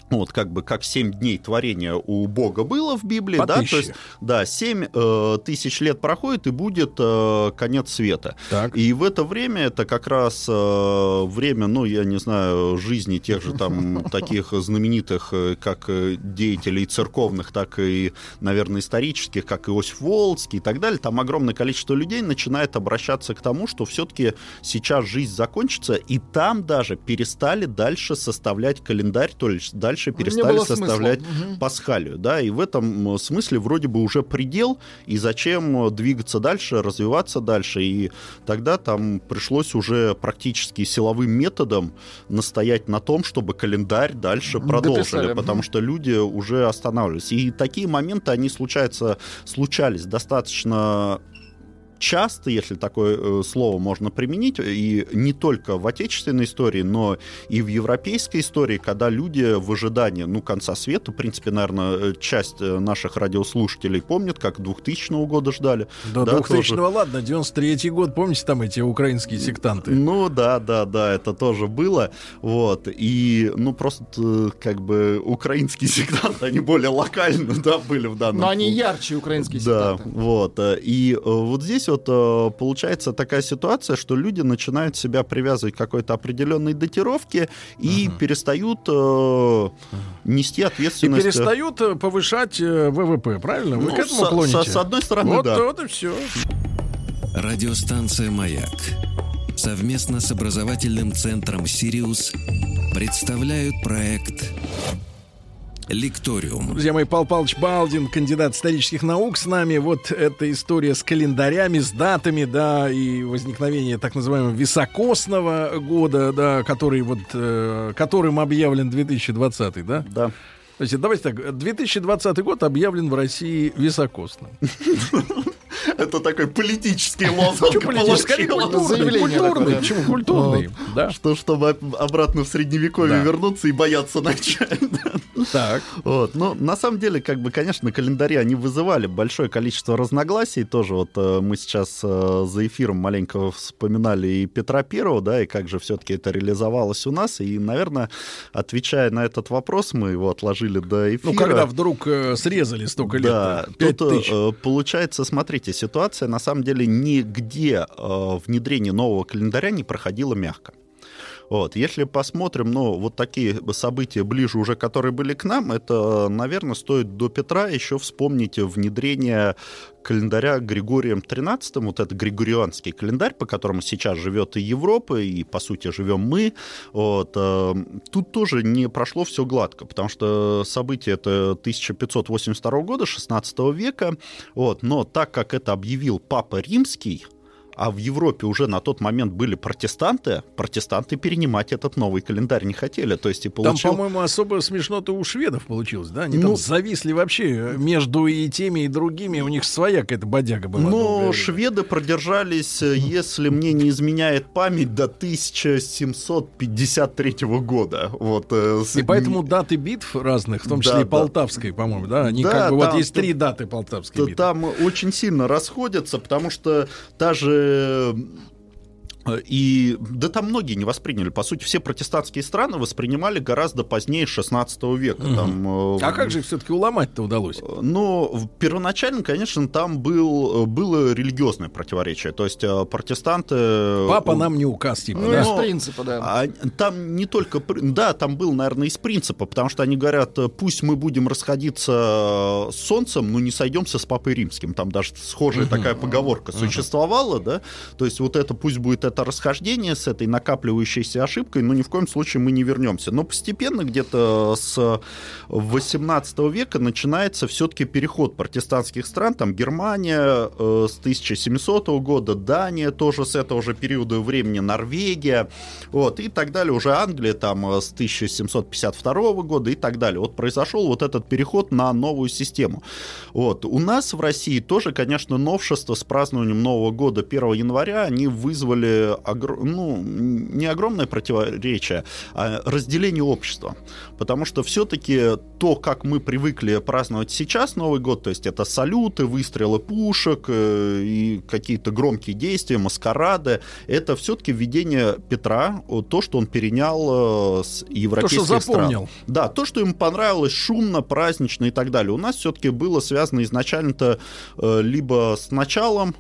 Вот, как 7 дней творения у Бога было в Библии, По да, 1000. то есть, да, 7 тысяч лет проходит, и будет конец света. Так. И в это время, это как раз время, ну, я не знаю, жизни тех же там таких знаменитых, как деятелей церковных, так и, наверное, исторических, как Иосиф Волоцкий и так далее, там огромное количество людей начинает обращаться к тому, что все-таки сейчас жизнь закончится, и там даже перестали дальше составлять календарь, то есть дальше перестали составлять пасхалию, да, и в этом смысле вроде бы уже предел, и зачем двигаться дальше, развиваться дальше, и тогда там пришлось уже практически силовым методом настоять на том, чтобы календарь дальше продолжили, потому что люди уже останавливались. И такие моменты, они случались достаточно часто, если такое слово можно применить, и не только в отечественной истории, но и в европейской истории, когда люди в ожидании, конца света, в принципе, наверное, часть наших радиослушателей помнит, как 2000 года ждали. До 2000-го, ладно, 93-й год, помните, там эти украинские сектанты? Ну, да, это тоже было, вот, и, просто, украинские сектанты, они более локально, да, были в данном. Но они ярче, украинские сектанты. Да, вот, и вот здесь получается такая ситуация, что люди начинают себя привязывать к какой-то определенной датировке и перестают нести ответственность. И перестают повышать ВВП, правильно? Вы к этому клоните? С одной стороны, да. Вот и все. Радиостанция «Маяк» совместно с образовательным центром «Сириус» представляют проект «Лекториум». Друзья мои, Павел Павлович Балдин, кандидат исторических наук с нами. Вот эта история с календарями, с датами, да, и возникновение так называемого високосного года, да, которым объявлен 2020, да? Да. То есть, давайте так, 2020 год объявлен в России високосным. Это такой политический лозунг. Почему политический? Культурный. Почему культурный? Да. Чтобы обратно в Средневековье вернуться и бояться начать. Так. Вот. Но на самом деле, конечно, календари, они вызывали большое количество разногласий. Тоже вот мы сейчас за эфиром маленько вспоминали и Петра Первого, да, и как же все-таки это реализовалось у нас. И, наверное, отвечая на этот вопрос, мы его отложили до эфира. Когда вдруг срезали столько лет. Да, тут получается, смотрите, ситуация на самом деле нигде внедрение нового календаря не проходило мягко. Вот. Если посмотрим, вот такие события ближе уже, которые были к нам, это, наверное, стоит до Петра еще вспомнить внедрение календаря Григорием XIII, вот это григорианский календарь, по которому сейчас живет и Европа, и, по сути, живем мы. Вот. Тут тоже не прошло все гладко, потому что событие это 1582 года, 16 века, вот. Но так как это объявил Папа Римский, а в Европе уже на тот момент были протестанты перенимать этот новый календарь не хотели. То есть и Там, по-моему, особо смешно-то у шведов получилось, да? Они там зависли вообще между и теми, и другими. У них своя какая-то бодяга была. Но шведы продержались, если мне не изменяет память, до 1753 года. Вот. И поэтому даты битв разных, в том числе и Полтавской, по-моему, да? Они вот есть 3 даты Полтавской битвы. Там очень сильно расходятся, потому что даже и там многие не восприняли. По сути, все протестантские страны воспринимали гораздо позднее 16 века. Там, как же их все-таки уломать-то удалось? Первоначально, конечно, там было религиозное противоречие. То есть протестанты... Папа нам не указ, типа. Из принципа, да. Там не только... Да, там был, наверное, из принципа, потому что они говорят, пусть мы будем расходиться с солнцем, но не сойдемся с Папой Римским. Там даже схожая такая поговорка существовала, да. То есть вот это пусть будет это расхождение с этой накапливающейся ошибкой, но ни в коем случае мы не вернемся. Но постепенно где-то с 18 века начинается все-таки переход протестантских стран. Там Германия с 1700 года, Дания тоже с этого же периода времени, Норвегия, вот, и так далее. Уже Англия там с 1752 года и так далее. Вот произошел вот этот переход на новую систему. Вот. У нас в России тоже, конечно, новшества с празднованием Нового года 1 января, они вызвали не огромное противоречие, а разделение общества. Потому что все-таки то, как мы привыкли праздновать сейчас Новый год, то есть это салюты, выстрелы пушек и какие-то громкие действия, маскарады, это все-таки введение Петра, то, что он перенял с европейских стран. То, что запомнил. Да, то, что ему понравилось, шумно, празднично и так далее. У нас все-таки было связано изначально-то либо с началом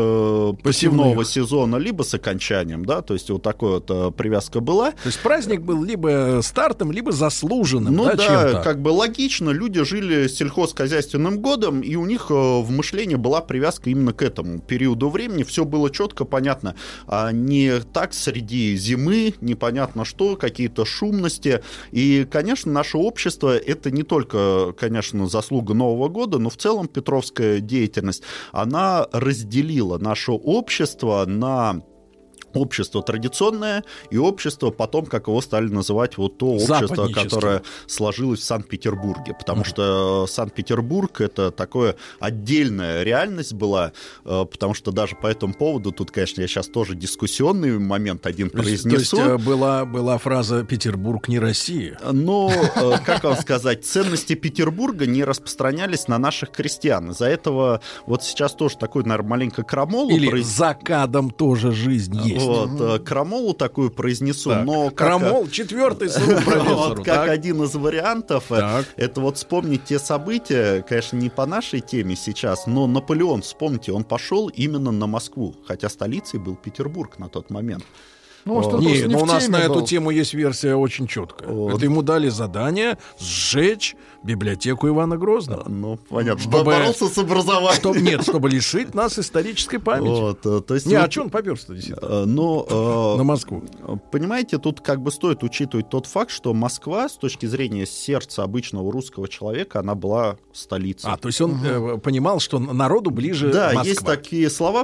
посевного сезона, либо с окончанием, да, то есть вот такая вот привязка была. То есть праздник был либо стартом, либо заслуженным, ну, да, чем-то. Как бы логично, люди жили сельхозхозяйственным годом, и у них в мышлении была привязка именно к этому периоду времени, все было четко, понятно, а не так среди зимы, непонятно что, какие-то шумности, и, конечно, наше общество, это не только, конечно, заслуга Нового года, но в целом петровская деятельность, она разделила наше общество на общество традиционное и общество потом, как его стали называть, вот то общество, которое сложилось в Санкт-Петербурге. Потому что Санкт-Петербург — это такая отдельная реальность была, потому что даже по этому поводу, тут, конечно, я сейчас тоже дискуссионный момент один произнесу. То есть была фраза «Петербург не Россия». Но, как вам сказать, ценности Петербурга не распространялись на наших крестьян. Из-за этого вот сейчас тоже такой, наверное, маленько крамолу... Или за кадом тоже жизнь есть. Вот, крамолу такую произнесу, так, но... Крамол, четвертый срок профессору. Вот как один из вариантов, это вот вспомнить те события, конечно, не по нашей теме сейчас, но Наполеон, вспомните, он пошел именно на Москву, хотя столицей был Петербург на тот момент. Ну, нет, но у нас на эту тему есть версия очень четкая. Это ему дали задание сжечь библиотеку Ивана Грозного. Ну, понятно, чтобы боролся с образованием. Чтобы лишить нас исторической памяти. То есть, а что он попёрся-то действительно? На Москву. Понимаете, тут как бы стоит учитывать тот факт, что Москва, с точки зрения сердца обычного русского человека, она была столицей. То есть он понимал, что народу ближе Москва. Да, есть такие слова,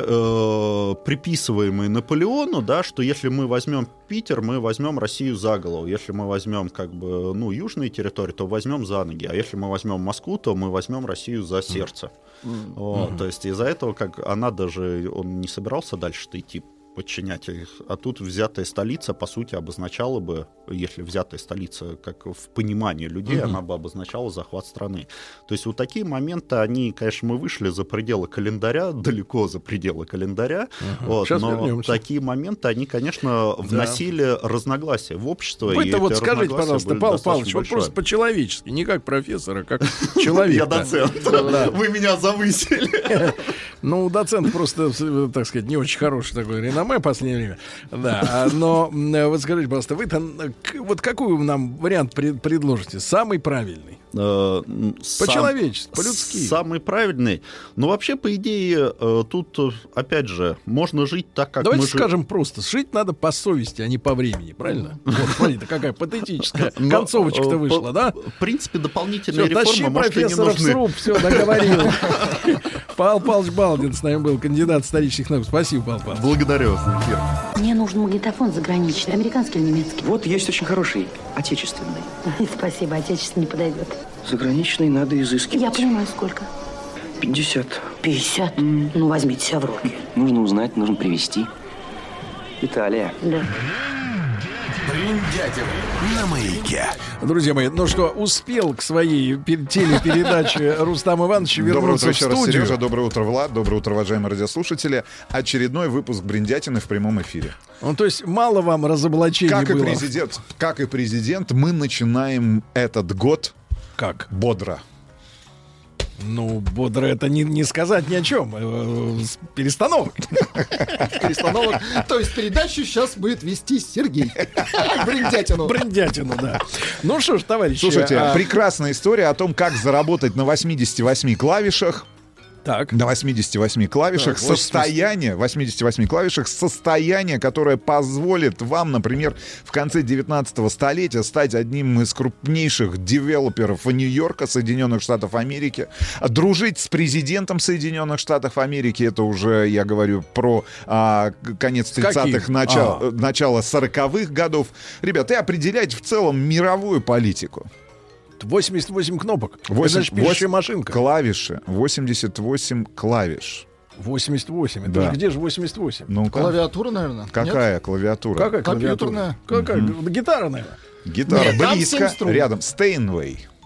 приписываемые Наполеону, да, что если мы возьмем Питер, мы возьмем Россию за голову. Если мы возьмем как бы, южные территории, то возьмем за ноги. А если мы возьмем Москву, то мы возьмем Россию за сердце. То есть из-за этого, он не собирался дальше-то идти подчинять их. А тут взятая столица, по сути, обозначала бы, если взятая столица, как в понимании людей, она бы обозначала захват страны. То есть вот такие моменты, они, конечно, мы вышли за пределы календаря, далеко за пределы календаря, но вернемся. Такие моменты, они, конечно, вносили разногласия в общество. Вы-то вот скажите, пожалуйста, Павел Павлович, вот просто по-человечески, не как профессор, а как человек. Я доцент. Вы меня завысили. Ну, доцент просто, так сказать, не очень хороший такой реноме в последнее время. Да, но вот скажите, пожалуйста, вы вот какой нам вариант предложите? Самый правильный? По-человечески, по-людски. Самый правильный. Но вообще, по идее, тут, опять же, можно жить так, как Давайте скажем просто. Жить надо по совести, а не по времени, правильно? Вот, смотрите, какая патетическая концовочка-то вышла, да? В принципе, дополнительные реформы, может, и не нужны. Сруб, все, договорил. Павел Павлович Балдин с нами был, кандидат исторических наук. Спасибо, Павел Павлович. Благодарю вас. Мне нужен магнитофон заграничный, американский или немецкий? Вот есть очень хороший, отечественный. Спасибо, отечественный не подойдет. Заграничный надо изыскивать. Я понимаю, сколько? 50. 50? Ну, возьмите себя в руки. Нужно узнать, нужно привезти. Италия. Да. Бриндятин на маяке. Друзья мои, ну что, успел к своей телепередаче Рустам Иванович вернуться в студию. Доброе утро, Сережа, доброе утро, Влад, доброе утро, уважаемые радиослушатели. Очередной выпуск Бриндятины в прямом эфире. Ну, то есть мало вам разоблачений было. Как и президент, мы начинаем этот год бодро. Ну, бодро это не сказать ни о чем. Перестановок. То есть передачу сейчас будет вести Сергей. Бриндятину. Бриндятину, да. Ну что ж, товарищи. Слушайте, прекрасная история о том, как заработать на 88 клавишах. Так. На 88 клавишах состояние, 88 клавишах состояние, которое позволит вам, например, в конце 19 столетия стать одним из крупнейших девелоперов Нью-Йорка, Соединенных Штатов Америки, дружить с президентом Соединенных Штатов Америки, это уже, я говорю, про конец 30-х, начало 40-х годов. Ребята, и определять в целом мировую политику. 88 кнопок. Это значит пишущая машинка. Клавиши. 88 клавиш. 88. Это где же 88? Ну, клавиатура, наверное. Какая клавиатура? Какая клавиатурная? Какая? Гитара, наверное. Гитара. Близко. Рядом. Стейнвей.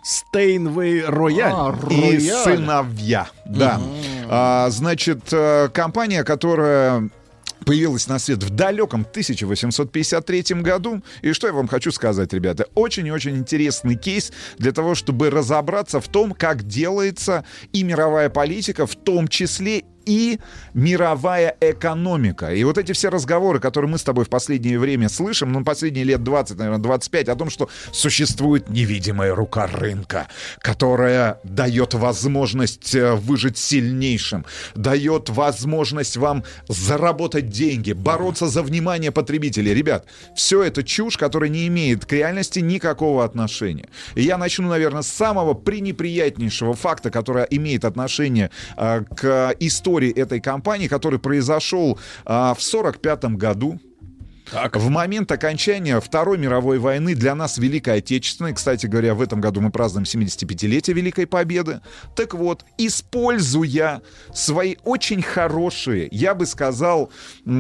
Steinway Royal. И сыновья. Да. Значит, компания, которая появилась на свет в далеком 1853 году. И что я вам хочу сказать, ребята? Очень и очень интересный кейс для того, чтобы разобраться в том, как делается и мировая политика, в том числе и мировая экономика. И вот эти все разговоры, которые мы с тобой в последнее время слышим, ну, последние лет 20, наверное, 25, о том, что существует невидимая рука рынка, которая дает возможность выжить сильнейшим, дает возможность вам заработать деньги, бороться за внимание потребителей. Ребят, все это чушь, которая не имеет к реальности никакого отношения. И я начну, наверное, с самого пренеприятнейшего факта, который имеет отношение к истории этой компании, который произошел в 1945 году. Так. В момент окончания Второй мировой войны, для нас Великой Отечественной. Кстати говоря, в этом году мы празднуем 75-летие Великой Победы. Так вот, используя свои очень хорошие, я бы сказал,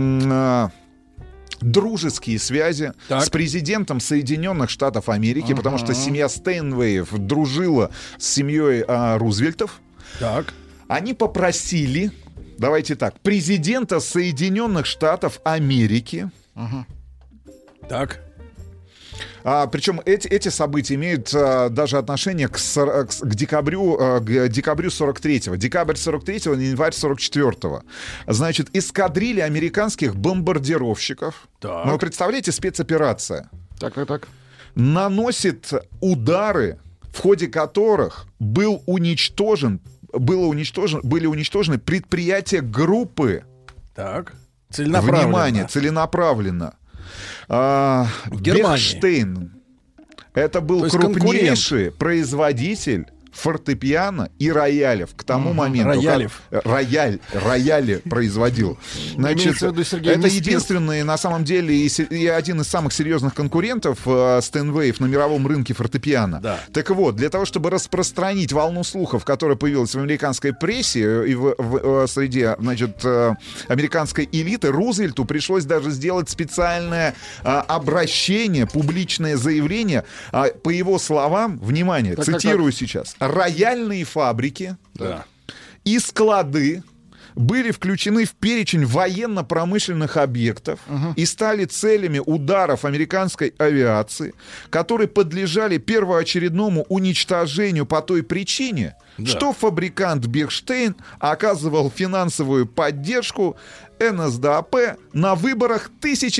дружеские связи с президентом Соединенных Штатов Америки, потому что семья Стейнвеев дружила с семьей Рузвельтов. Так. Они попросили, давайте так, президента Соединенных Штатов Америки. Так. Причем эти события имеют даже отношение к декабрю 43-го. Декабрь 43-го, январь 44-го. Значит, эскадрилья американских бомбардировщиков. Так. Ну, вы представляете, спецоперация. Так. Наносит удары, в ходе которых были уничтожены предприятия группы. Так. Целенаправленно. Внимание, целенаправленно. Бехштейн. Это был крупнейший производитель фортепиано и роялев к тому моменту. Рояли производил. Значит, это единственный, на самом деле, и один из самых серьезных конкурентов Стейнвеев на мировом рынке фортепиано. Да. Так вот, для того, чтобы распространить волну слухов, которая появилась в американской прессе и среди, значит, американской элиты, Рузвельту пришлось даже сделать специальное обращение, публичное заявление. По его словам, внимание, цитирую сейчас: рояльные фабрики и склады были включены в перечень военно-промышленных объектов и стали целями ударов американской авиации, которые подлежали первоочередному уничтожению по той причине, что фабрикант Бехштейн оказывал финансовую поддержку НСДАП на выборах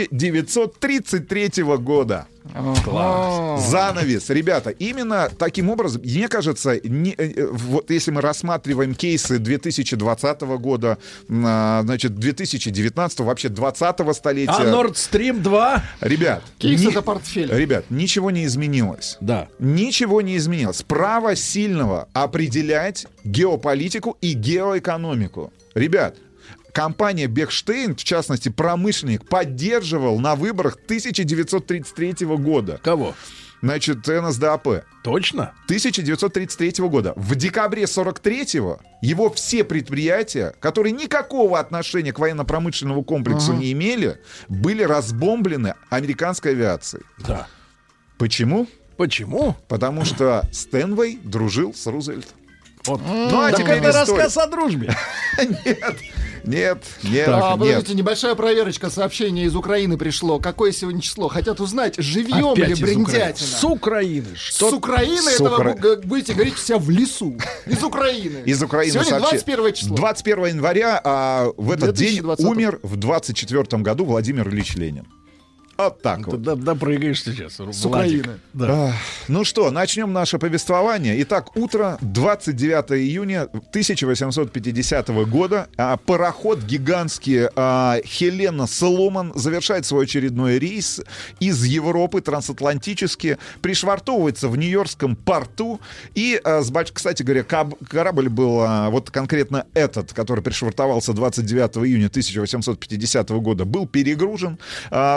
1933 года. Класс. Занавес. Ребята, именно таким образом, мне кажется, вот если мы рассматриваем кейсы 2020 года, значит, 2019, вообще 20-го столетия. А Nord Stream 2? Ребят, кейс это портфель. Ребят, ничего не изменилось. Да. Ничего не изменилось. Право сильного определять геополитику и геоэкономику. Ребят, компания Бехштейн, в частности, промышленник, поддерживал на выборах 1933 года. Кого? Значит, НСДАП. Точно? 1933 года. В декабре 43-го его все предприятия, которые никакого отношения к военно-промышленному комплексу не имели, были разбомблены американской авиацией. Да. Почему? Почему? Потому что Стэнвей дружил с Рузвельтом. Вот. Ну, а теперь рассказ о дружбе. Нет. Подождите, небольшая проверочка. Сообщение из Украины пришло. Какое сегодня число? Хотят узнать, живьем ли бриндятина. С Украины. С Украины? Это вы будете говорить у себя в лесу. Из Украины. Из Украины. Сегодня 21 число. 21 января, в этот день умер в 24 году Владимир Ильич Ленин. Вот так вот. Да, прыгаешь сейчас. С Украины. Да. Ну что, начнем наше повествование. Итак, утро 29 июня 1850 года. Пароход гигантский Хелена Соломон завершает свой очередной рейс из Европы, трансатлантически, пришвартовывается в Нью-Йоркском порту. И, кстати говоря, корабль был, вот конкретно этот, который пришвартовался 29 июня 1850 года, был перегружен. Значит,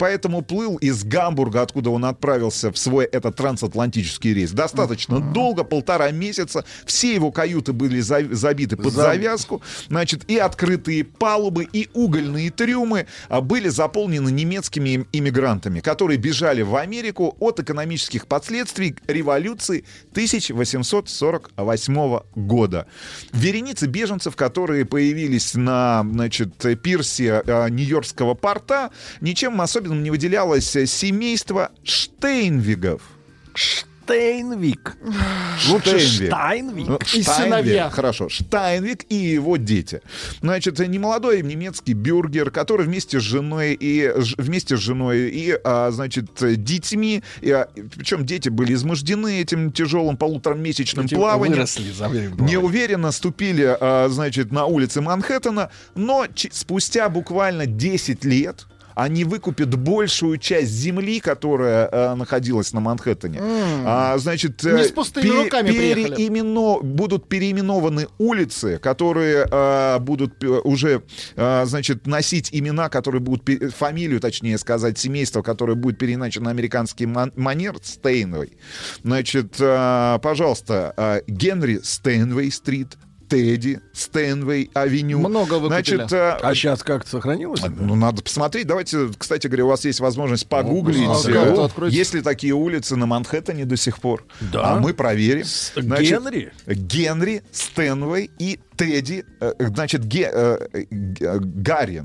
поэтому плыл из Гамбурга, откуда он отправился в свой этот трансатлантический рейс, достаточно долго, 1,5 месяца. Все его каюты были забиты под завязку. Значит, и открытые палубы, и угольные трюмы были заполнены немецкими иммигрантами, которые бежали в Америку от экономических последствий революции 1848 года. Вереницы беженцев, которые появились на, значит, пирсе Нью-Йоркского порта, ничем особенным не выделялось семейство Штейнвигов. Штейнвиг. Лучше Штайнвиг. И сыновья. Хорошо. Штайнвиг и его дети. Значит, немолодой немецкий бюргер, который вместе с женой и значит, детьми, причем дети были измождены этим тяжелым 1,5-месячным плаванием. Выросли за время плавания. Неуверенно ступили, значит, на улицы Манхэттена, но спустя буквально 10 лет они выкупят большую часть земли, которая находилась на Манхэттене. Значит, не с пустыми руками приехали. Будут переименованы улицы, которые будут уже, значит, носить имена, которые будут, фамилию, точнее сказать, семейства, которое будет переиначено на американский манер, Стейнвей. Значит, пожалуйста, Генри Стейнвей-стрит, Тедди Стэнвей авеню. Много выкупили. Значит, а сейчас как-то сохранилось? Ну, надо посмотреть. Давайте, кстати говоря, у вас есть возможность погуглить. Есть ли такие улицы на Манхэттене до сих пор? Да. А мы проверим. Значит, Генри Стэнвей и Тедди, значит, Гарри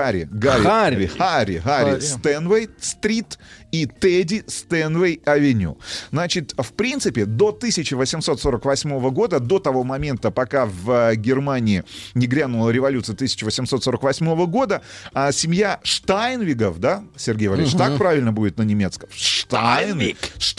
Стэнвей стрит и Тедди Стэнвей авеню. Значит, в принципе, до 1848 года, до того момента, пока в Германии не грянула революция 1848 года, семья Штайнвигов, да, Сергей Валерьевич, так правильно будет на немецком? Штайнвиг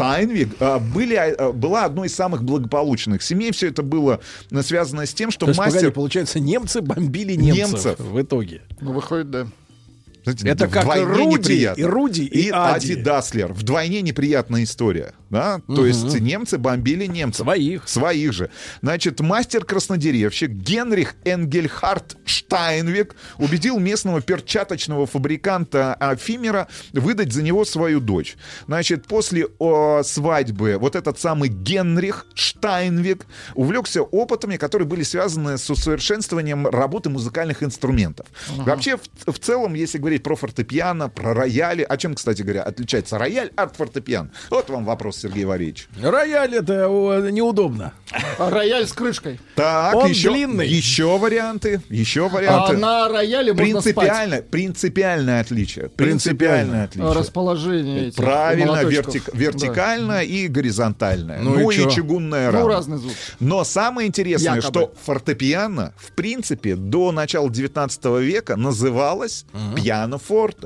была одной из самых благополучных семей. Все это было связано с тем, что Погоди, получается, немцы бомбили немцев в итоге. Ну, выходит, да. Знаете, это как Руди и Ади Даслер. Вдвойне неприятная история. Да? То есть немцы бомбили немцев. Своих же. Значит, мастер-краснодеревщик Генрих Энгельхард Штайнвиг убедил местного перчаточного фабриканта Фиммера выдать за него свою дочь. Значит, после свадьбы вот этот самый Генрих Штайнвиг увлекся опытами, которые были связаны с усовершенствованием работы музыкальных инструментов. Вообще, в целом, если говорить про фортепиано, про рояли. А чем, кстати говоря, отличается рояль от фортепиано? Вот вам вопрос, Сергей Валерьевич. Рояль — это неудобно. А рояль с крышкой. Так, он длинный. Еще варианты. А на рояле можно спать. Принципиальное отличие. Расположение этих правильно, вертикально и горизонтальное. Ну и чугунная рама. Разный звук. Но самое интересное, что фортепиано, в принципе, до начала 19 века называлось пиано-форте.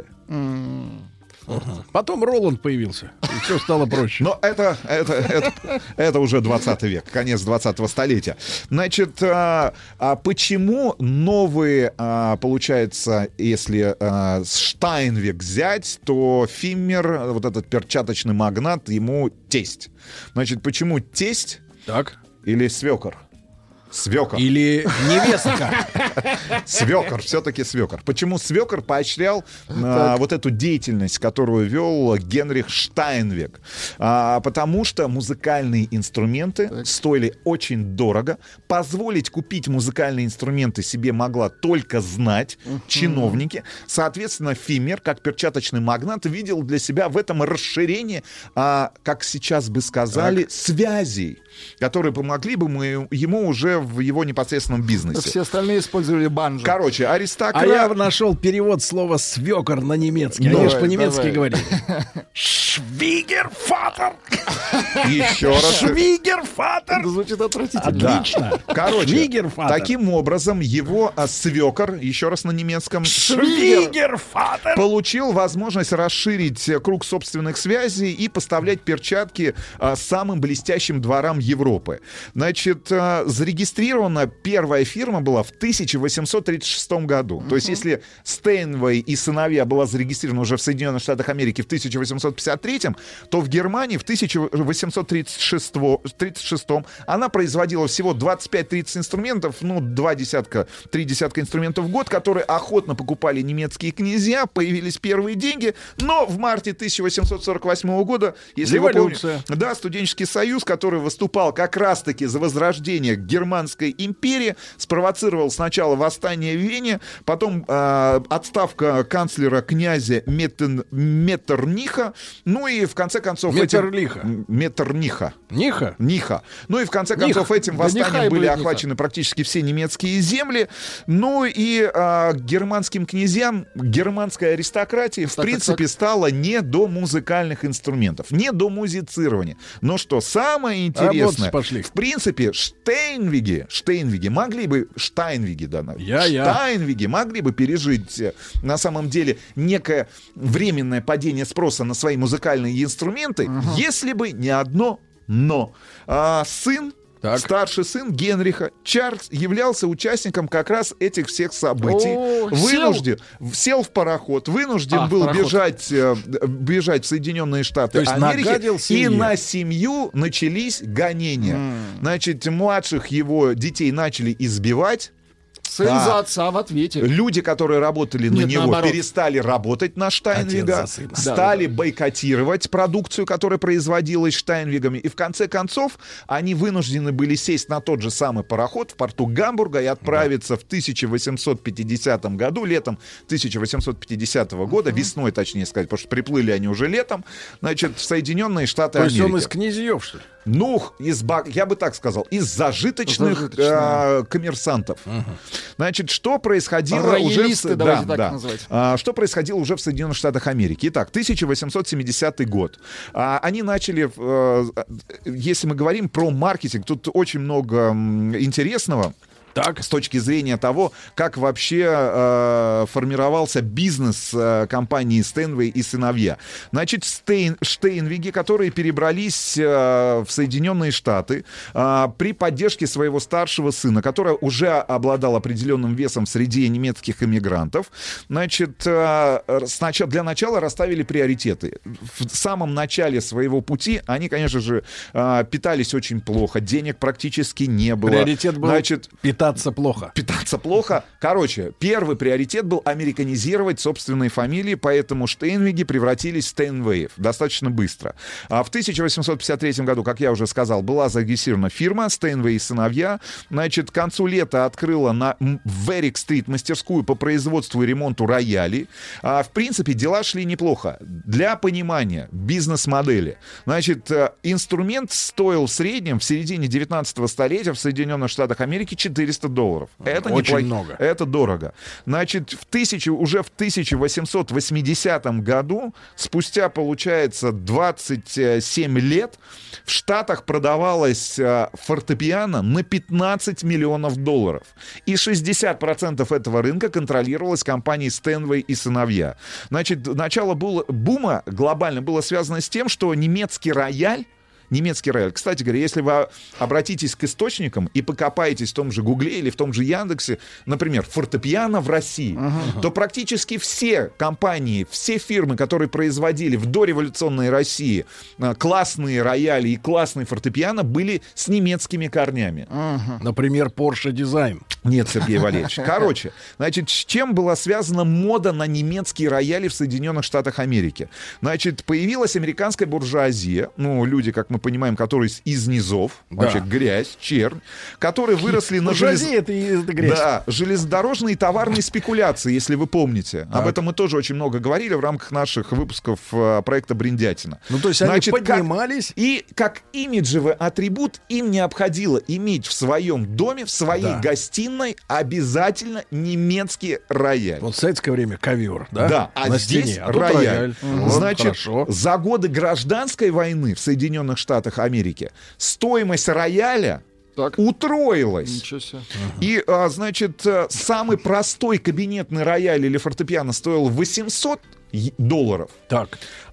Потом Роланд появился, и все стало проще. Но это уже 20 век, конец 20-го столетия. Значит, почему новые, получается, если Штайнвиг взять, то Фиммер, вот этот перчаточный магнат, ему тесть. Значит, почему тесть или свекор? Свекор. Или невестка. Свекор, все-таки свекор. Почему свекор поощрял вот эту деятельность, которую вел Генрих Штайнвиг? Потому что музыкальные инструменты стоили очень дорого. Позволить купить музыкальные инструменты себе могла только знать, чиновники. Соответственно, Фиммер, как перчаточный магнат, видел для себя в этом расширение, как сейчас бы сказали, связей, которые помогли бы ему уже в его непосредственном бизнесе. Все остальные использовали банджо. Короче, аристократ... А я нашел перевод слова «свекор» на немецкий. Они же по-немецки говорили. Швигерфатер. Еще раз. Швигерфатер. Это звучит отвратительно. Отлично. Короче, таким образом его свекор, еще раз на немецком, Швигерфатер, получил возможность расширить круг собственных связей и поставлять перчатки самым блестящим дворам Европы. Значит, зарегистрировать Зарегистрирована первая фирма была в 1836 году. То есть если Стейнвей и сыновья была зарегистрирована уже в Соединенных Штатах Америки в 1853, то в Германии в 1836 она производила всего 25-30 инструментов, ну, 3 десятка инструментов в год, которые охотно покупали немецкие князья, появились первые деньги, но в марте 1848 года, если вы помните, да, студенческий союз, который выступал как раз-таки за возрождение Германской империи, спровоцировал сначала восстание в Вене, потом отставка канцлера князя Меттерниха, ну и в конце концов... Меттерниха. Ниха. Ну и в конце концов этим восстанием были охвачены практически все немецкие земли. Ну и германским князьям, германской аристократии, в принципе, стало не до музыкальных инструментов, не до музицирования. Но что самое интересное, в принципе, Штейнвиги могли бы, Штайнвиги могли бы пережить на самом деле некое временное падение спроса на свои музыкальные инструменты, если бы не одно «но». Старший сын Генриха, Чарльз, являлся участником как раз этих всех событий. Сел в пароход, вынужден был бежать в Соединенные Штаты Америки, и на семью начались гонения. Значит, младших его детей начали избивать. Сын за отца в ответе. Люди, которые работали на него, перестали работать на Штайнвига, стали бойкотировать продукцию, которая производилась Штайнвигами, и в конце концов они вынуждены были сесть на тот же самый пароход в порту Гамбурга и отправиться в 1850 году, летом 1850 года, весной, точнее сказать, потому что приплыли они уже летом, значит, в Соединенные Штаты Америки. То есть он из князьев, что ли? Ну, я бы так сказал, из зажиточных коммерсантов. Значит, что происходило что происходило уже в Соединенных Штатах Америки? Итак, 1870 год. Они начали, если мы говорим про маркетинг, тут очень много интересного. С точки зрения того, как вообще формировался бизнес компании Стейнвей и сыновья. Значит, Штейнвиги, которые перебрались в Соединенные Штаты при поддержке своего старшего сына, который уже обладал определенным весом среди немецких иммигрантов, значит, для начала расставили приоритеты. В самом начале своего пути они, конечно же, питались очень плохо, денег практически не было. Приоритет был питаться плохо. Короче, первый приоритет был американизировать собственные фамилии, поэтому Штейнвиги превратились в Стейнвеев достаточно быстро. В 1853 году, как я уже сказал, была зарегистрирована фирма Стейнвей и сыновья. Значит, к концу лета открыла на Верик-стрит мастерскую по производству и ремонту роялей. В принципе, дела шли неплохо. Для понимания бизнес-модели. Значит, инструмент стоил в среднем в середине 19 столетия в Соединенных Штатах Америки $400. Это очень много. Это дорого. Значит, уже в 1880 году, спустя, получается, 27 лет, в Штатах продавалось фортепиано на $15 миллионов. И 60% этого рынка контролировалось компанией Стейнвей и сыновья. Значит, начало бума глобально было связано с тем, что немецкий рояль, кстати говоря, если вы обратитесь к источникам и покопаетесь в том же Гугле или в том же Яндексе, например, фортепиано в России, то практически все компании, все фирмы, которые производили в дореволюционной России классные рояли и классные фортепиано, были с немецкими корнями. Например, Porsche Design. Нет, Сергей Валерьевич. Короче, значит, с чем была связана мода на немецкие рояли в Соединенных Штатах Америки? Значит, появилась американская буржуазия, люди, как мы понимаем, которые из низов, вообще грязь, чернь, которые выросли на железнодорожные и товарные спекуляции, если вы помните. Об этом мы тоже очень много говорили в рамках наших выпусков проекта «Бриндятина». То есть они поднимались. И как имиджевый атрибут им необходимо иметь в своем доме, в своей гостиной обязательно немецкий рояль. Вот в советское время ковер, да? Да, а здесь рояль. Значит, за годы гражданской войны в Соединенных Штатах Америки стоимость рояля утроилась. Ничего себе. И, значит, самый простой кабинетный рояль или фортепиано стоил $800.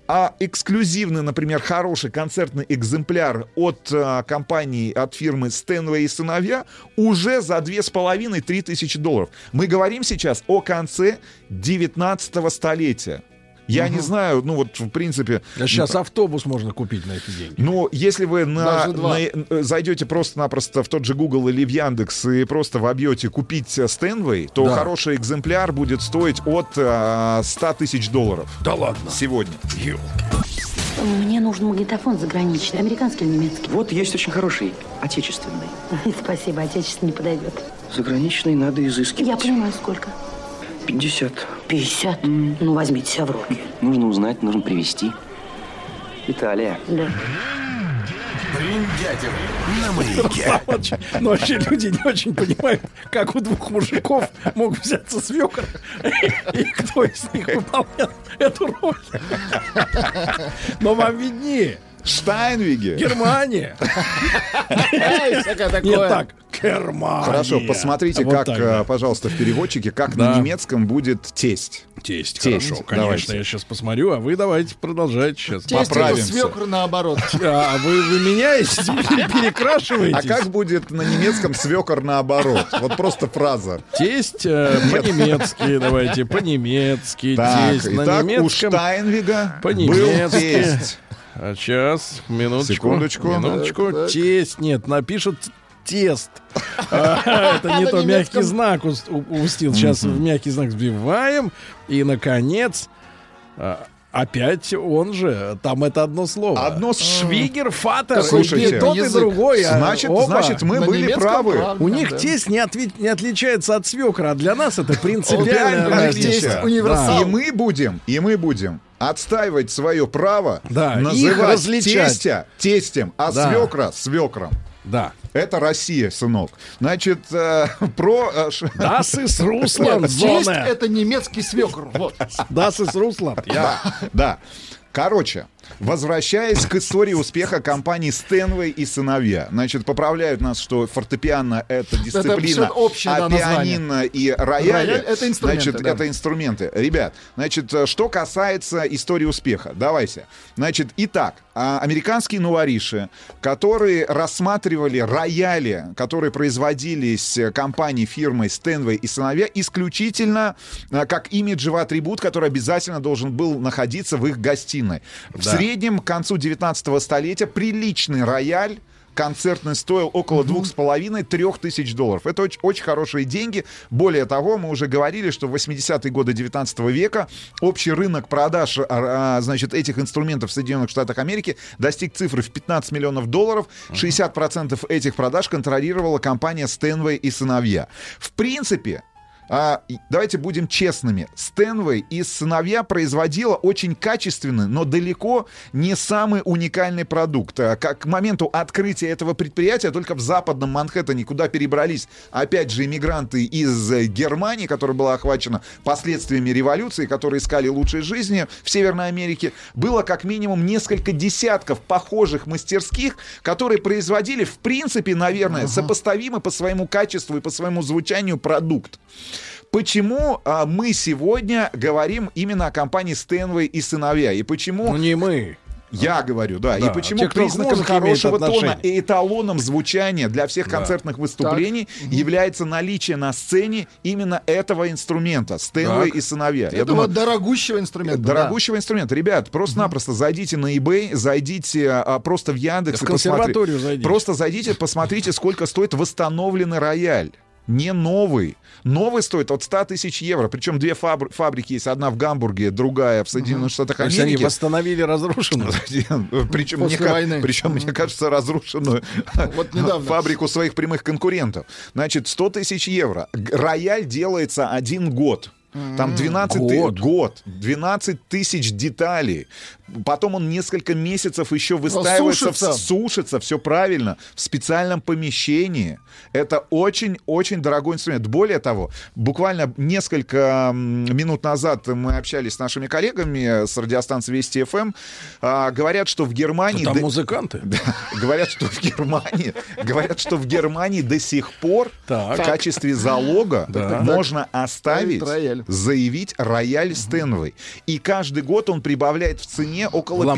А эксклюзивный, например, хороший концертный экземпляр от компании, от фирмы Steinway и сыновья уже за 2,5-3 тысячи долларов. Мы говорим сейчас о конце 19 столетия. Я не знаю, ну вот в принципе... А сейчас автобус можно купить на эти деньги. Ну, если вы зайдете просто-напросто в тот же Google или в Яндекс и просто вобьете «купить Steinway», то хороший экземпляр будет стоить от 100 тысяч долларов. Да ладно? Сегодня. Мне нужен магнитофон заграничный, американский или немецкий? Вот есть очень хороший, отечественный. Спасибо, отечественный не подойдет. Заграничный надо изыскивать. Я понимаю, сколько? 50. 50? Ну, возьмите себя в руки. Нужно узнать, нужно привезти. Италия. Да. Бриндятин на Маяке. Но вообще люди не очень понимают, как у двух мужиков мог взяться свекор, и кто из них выполнял эту роль. Но вам виднее. Штайнвиге. Германия. Нет, так. Германия. Хорошо, посмотрите, вот как, так, пожалуйста, в переводчике, как на немецком будет тесть. Тесть, хорошо, конечно, давайте. Я сейчас посмотрю, а вы давайте продолжайте сейчас. Тесть это свекр наоборот. А вы меняетесь, перекрашиваетесь. А как будет на немецком свекор наоборот? Вот просто фраза. Тесть по-немецки, давайте, по-немецки. Тесть на немецком. У Штайнвига был тесть. Сейчас, минуточку. Секундочку. Минуточку. Тесть, нет, напишут тест. Это не то, мягкий знак упустил. Сейчас в мягкий знак сбиваем. И, наконец, опять он же. Там это одно слово. Швигер, фатер. Слушайте, тот и другой. Значит, мы были правы. У них тесть не отличается от свекра, а для нас это принципиально различие. И мы будем отстаивать свое право называть тестя тестем, а свекра свекром. Да. Это Россия, сынок. Значит, про... Das ist Russland. Тесть — это немецкий свекр. Вот. Das ist Russland. Да. Короче, возвращаясь к истории успеха компании Steinway и сыновья. Значит, поправляют нас, что фортепиано — это дисциплина, а пианино и рояль — это инструменты. Значит, это инструменты. Ребят, значит, что касается истории успеха. Давайте. Значит, итак, американские нувориши, которые рассматривали рояли, которые производились компанией, фирмой Steinway и сыновья, исключительно как имиджевый атрибут, который обязательно должен был находиться в их гостиной. В среднем к концу 19 столетия приличный рояль концертный стоил около 2,5-3 тысяч долларов. Это очень хорошие деньги. Более того, мы уже говорили, что в 80-е годы 19 века общий рынок продаж значит, этих инструментов в Соединенных Штатах Америки достиг цифры в 15 миллионов долларов. 60% этих продаж контролировала компания Steinway и сыновья. В принципе, давайте будем честными. Steinway и сыновья производила очень качественный, но далеко не самый уникальный продукт. К моменту открытия этого предприятия только в западном Манхэттене, куда перебрались, опять же, иммигранты из Германии, которая была охвачена последствиями революции, которые искали лучшей жизни в Северной Америке, было как минимум несколько десятков похожих мастерских, которые производили, в принципе, наверное, сопоставимый по своему качеству и по своему звучанию продукт. Почему мы сегодня говорим именно о компании Steinway и сыновья? И почему... Ну, не мы. Я говорю, да. И почему признаком хорошего тона и эталоном звучания для всех концертных выступлений является наличие на сцене именно этого инструмента Steinway и сыновья. Этого дорогущего инструмента. Дорогущего инструмента. Ребят, просто-напросто зайдите на eBay, зайдите просто в Яндекс. В консерваторию зайдите. Просто зайдите, посмотрите, сколько стоит восстановленный рояль. Не новый. Новый стоит от 100 тысяч евро. Причем две фабрики есть. Одна в Гамбурге, другая в Соединенных Штатах Америки. Они восстановили разрушенную. Причем, мне кажется, разрушенную фабрику своих прямых конкурентов. Значит, 100 тысяч евро. Рояль делается 1 год. Там 12 тысяч деталей. Потом он несколько месяцев еще выстаивается, сушится, все правильно, в специальном помещении. Это очень-очень дорогой инструмент. Более того, буквально несколько минут назад мы общались с нашими коллегами с радиостанции Вести ФМ. Говорят, что в Германии... Там музыканты? Говорят, что в Германии до сих пор в качестве залога можно оставить заявить рояль Steinway. И каждый год он прибавляет в цене около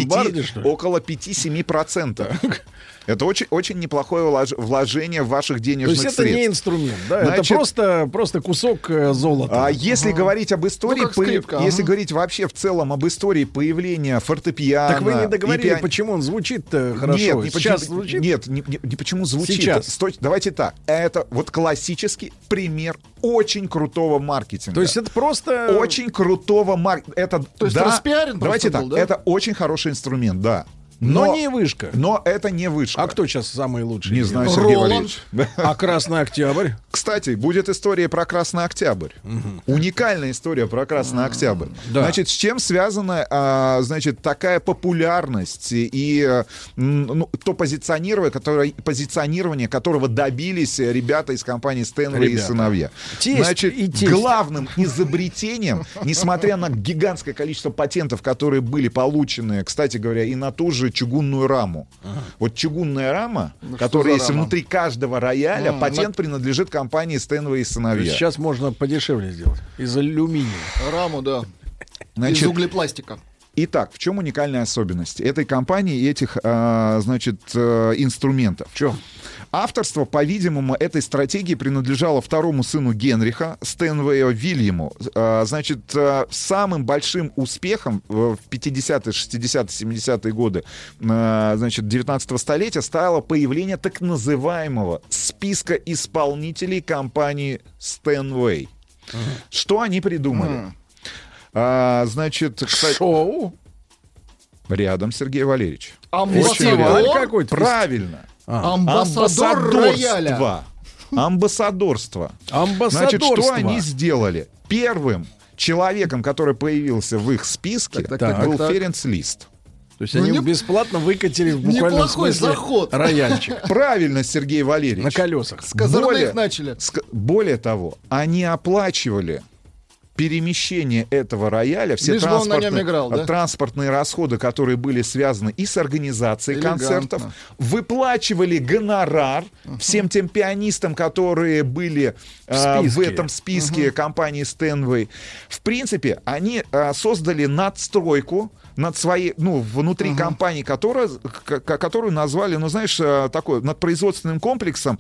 5-7%. Это очень, очень неплохое вложение ваших денежных средств. То есть это не инструмент, да? Значит, это просто кусок золота. Если говорить об истории, если говорить вообще в целом об истории появления фортепиано... Так вы не договорили, почему он звучит-то хорошо? Нет, сейчас звучит? Нет, не почему звучит. Сейчас. Давайте так. Это вот классический пример очень крутого маркетинга. То есть это просто... Очень крутого маркетинга. То есть распиарен давайте так. Да? Это очень хороший инструмент, да. Но не вышка. Но это не вышка. А кто сейчас самый лучший? Не знаю, Сергей Валерьевич. А Красный Октябрь? Кстати, будет история про Красный Октябрь. Уникальная история про Красный Октябрь. Да. Значит, с чем связана, значит, такая популярность и то позиционирование, которого добились ребята из компании Steinway и сыновья. Значит, главным изобретением, несмотря на гигантское количество патентов, которые были получены, кстати говоря, и на ту же чугунную раму. Вот чугунная рама, которая есть внутри каждого рояля, патент принадлежит компании Steinway и сыновья. Сейчас можно подешевле сделать. Из алюминия. Раму, да. Значит, из углепластика. Итак, в чем уникальная особенность этой компании и этих, инструментов? В чем? Авторство, по-видимому, этой стратегии принадлежало второму сыну Генриха, Стэнвею Вильяму. Значит, самым большим успехом в 50-е, 60-е, 70-е годы 19-го столетия стало появление так называемого списка исполнителей компании Steinway. Что они придумали? Значит, кстати, шоу. Рядом, Сергей Валерьевич. Фестиваль какой-то. Правильно. Амбассадорство. Амбассадорство. Значит, что они сделали? Первым человеком, который появился в их списке, был Ференц Лист. То есть они бесплатно выкатили в буквальном смысле рояльчик. Правильно, Сергей Валерьевич. На колесах. С козырных начали. Более того, они оплачивали перемещение этого рояля, все транспортные расходы, которые были связаны и с организацией концертов, выплачивали гонорар всем тем пианистам, которые были в этом списке компании Steinway. В принципе, они создали надстройку над своей, внутри компании, которую назвали, такой над производственным комплексом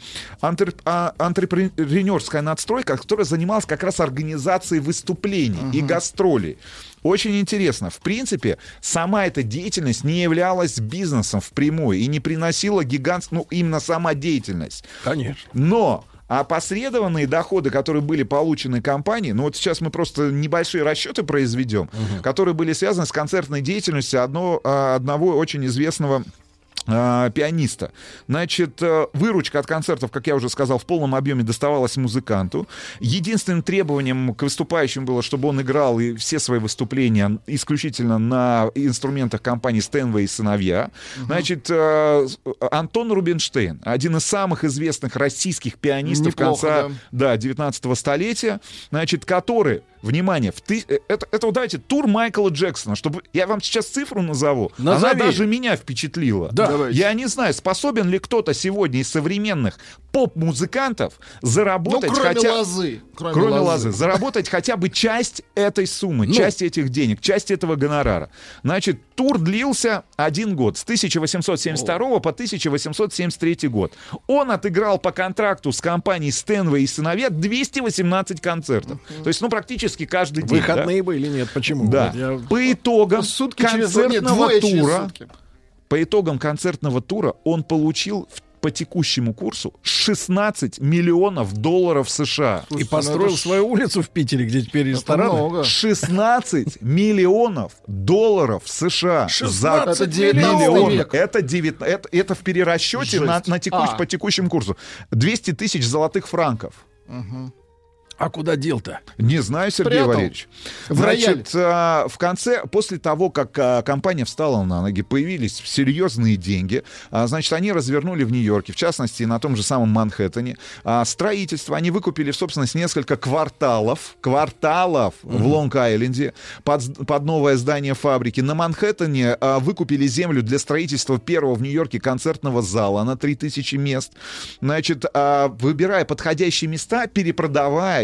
антрепренерская надстройка, которая занималась как раз организацией выступлений и гастролей. Очень интересно. В принципе, сама эта деятельность не являлась бизнесом впрямую и не приносила именно сама деятельность. Конечно. Но опосредованные доходы, которые были получены компанией, сейчас мы просто небольшие расчеты произведем, которые были связаны с концертной деятельностью одного очень известного пианиста. Значит, выручка от концертов, как я уже сказал, в полном объеме доставалась музыканту. Единственным требованием к выступающим было, чтобы он играл и все свои выступления исключительно на инструментах компании Steinway и сыновья. Значит, Антон Рубинштейн, один из самых известных российских пианистов конца 19-го столетия, значит, который, внимание, давайте тур Майкла Джексона, чтобы я вам сейчас цифру назову. Она даже меня впечатлила. Да. Я не знаю, способен ли кто-то сегодня из современных поп-музыкантов заработать кроме лозы, заработать хотя бы часть этой суммы, часть этих денег, часть этого гонорара. Значит, тур длился 1 год, с 1872 по 1873 год. Он отыграл по контракту с компанией Steinway и сыновья 218 концертов. То есть, практически каждый день. Выходные были, нет, почему? Да. По итогам концертного тура он получил по текущему курсу $16 миллионов США. И построил свою улицу в Питере, где теперь рестораны. 16 миллионов США. 16 миллионов. Это в перерасчете по текущему курсу. 200 тысяч золотых франков. А куда дел-то? Не знаю, Сергей Валерьевич. Значит, в конце, после того, как компания встала на ноги, появились серьезные деньги, значит, они развернули в Нью-Йорке, в частности, на том же самом Манхэттене, строительство. Они выкупили в собственность несколько кварталов в Лонг-Айленде под новое здание фабрики. На Манхэттене выкупили землю для строительства первого в Нью-Йорке концертного зала на 3000 мест. Значит, выбирая подходящие места, перепродавая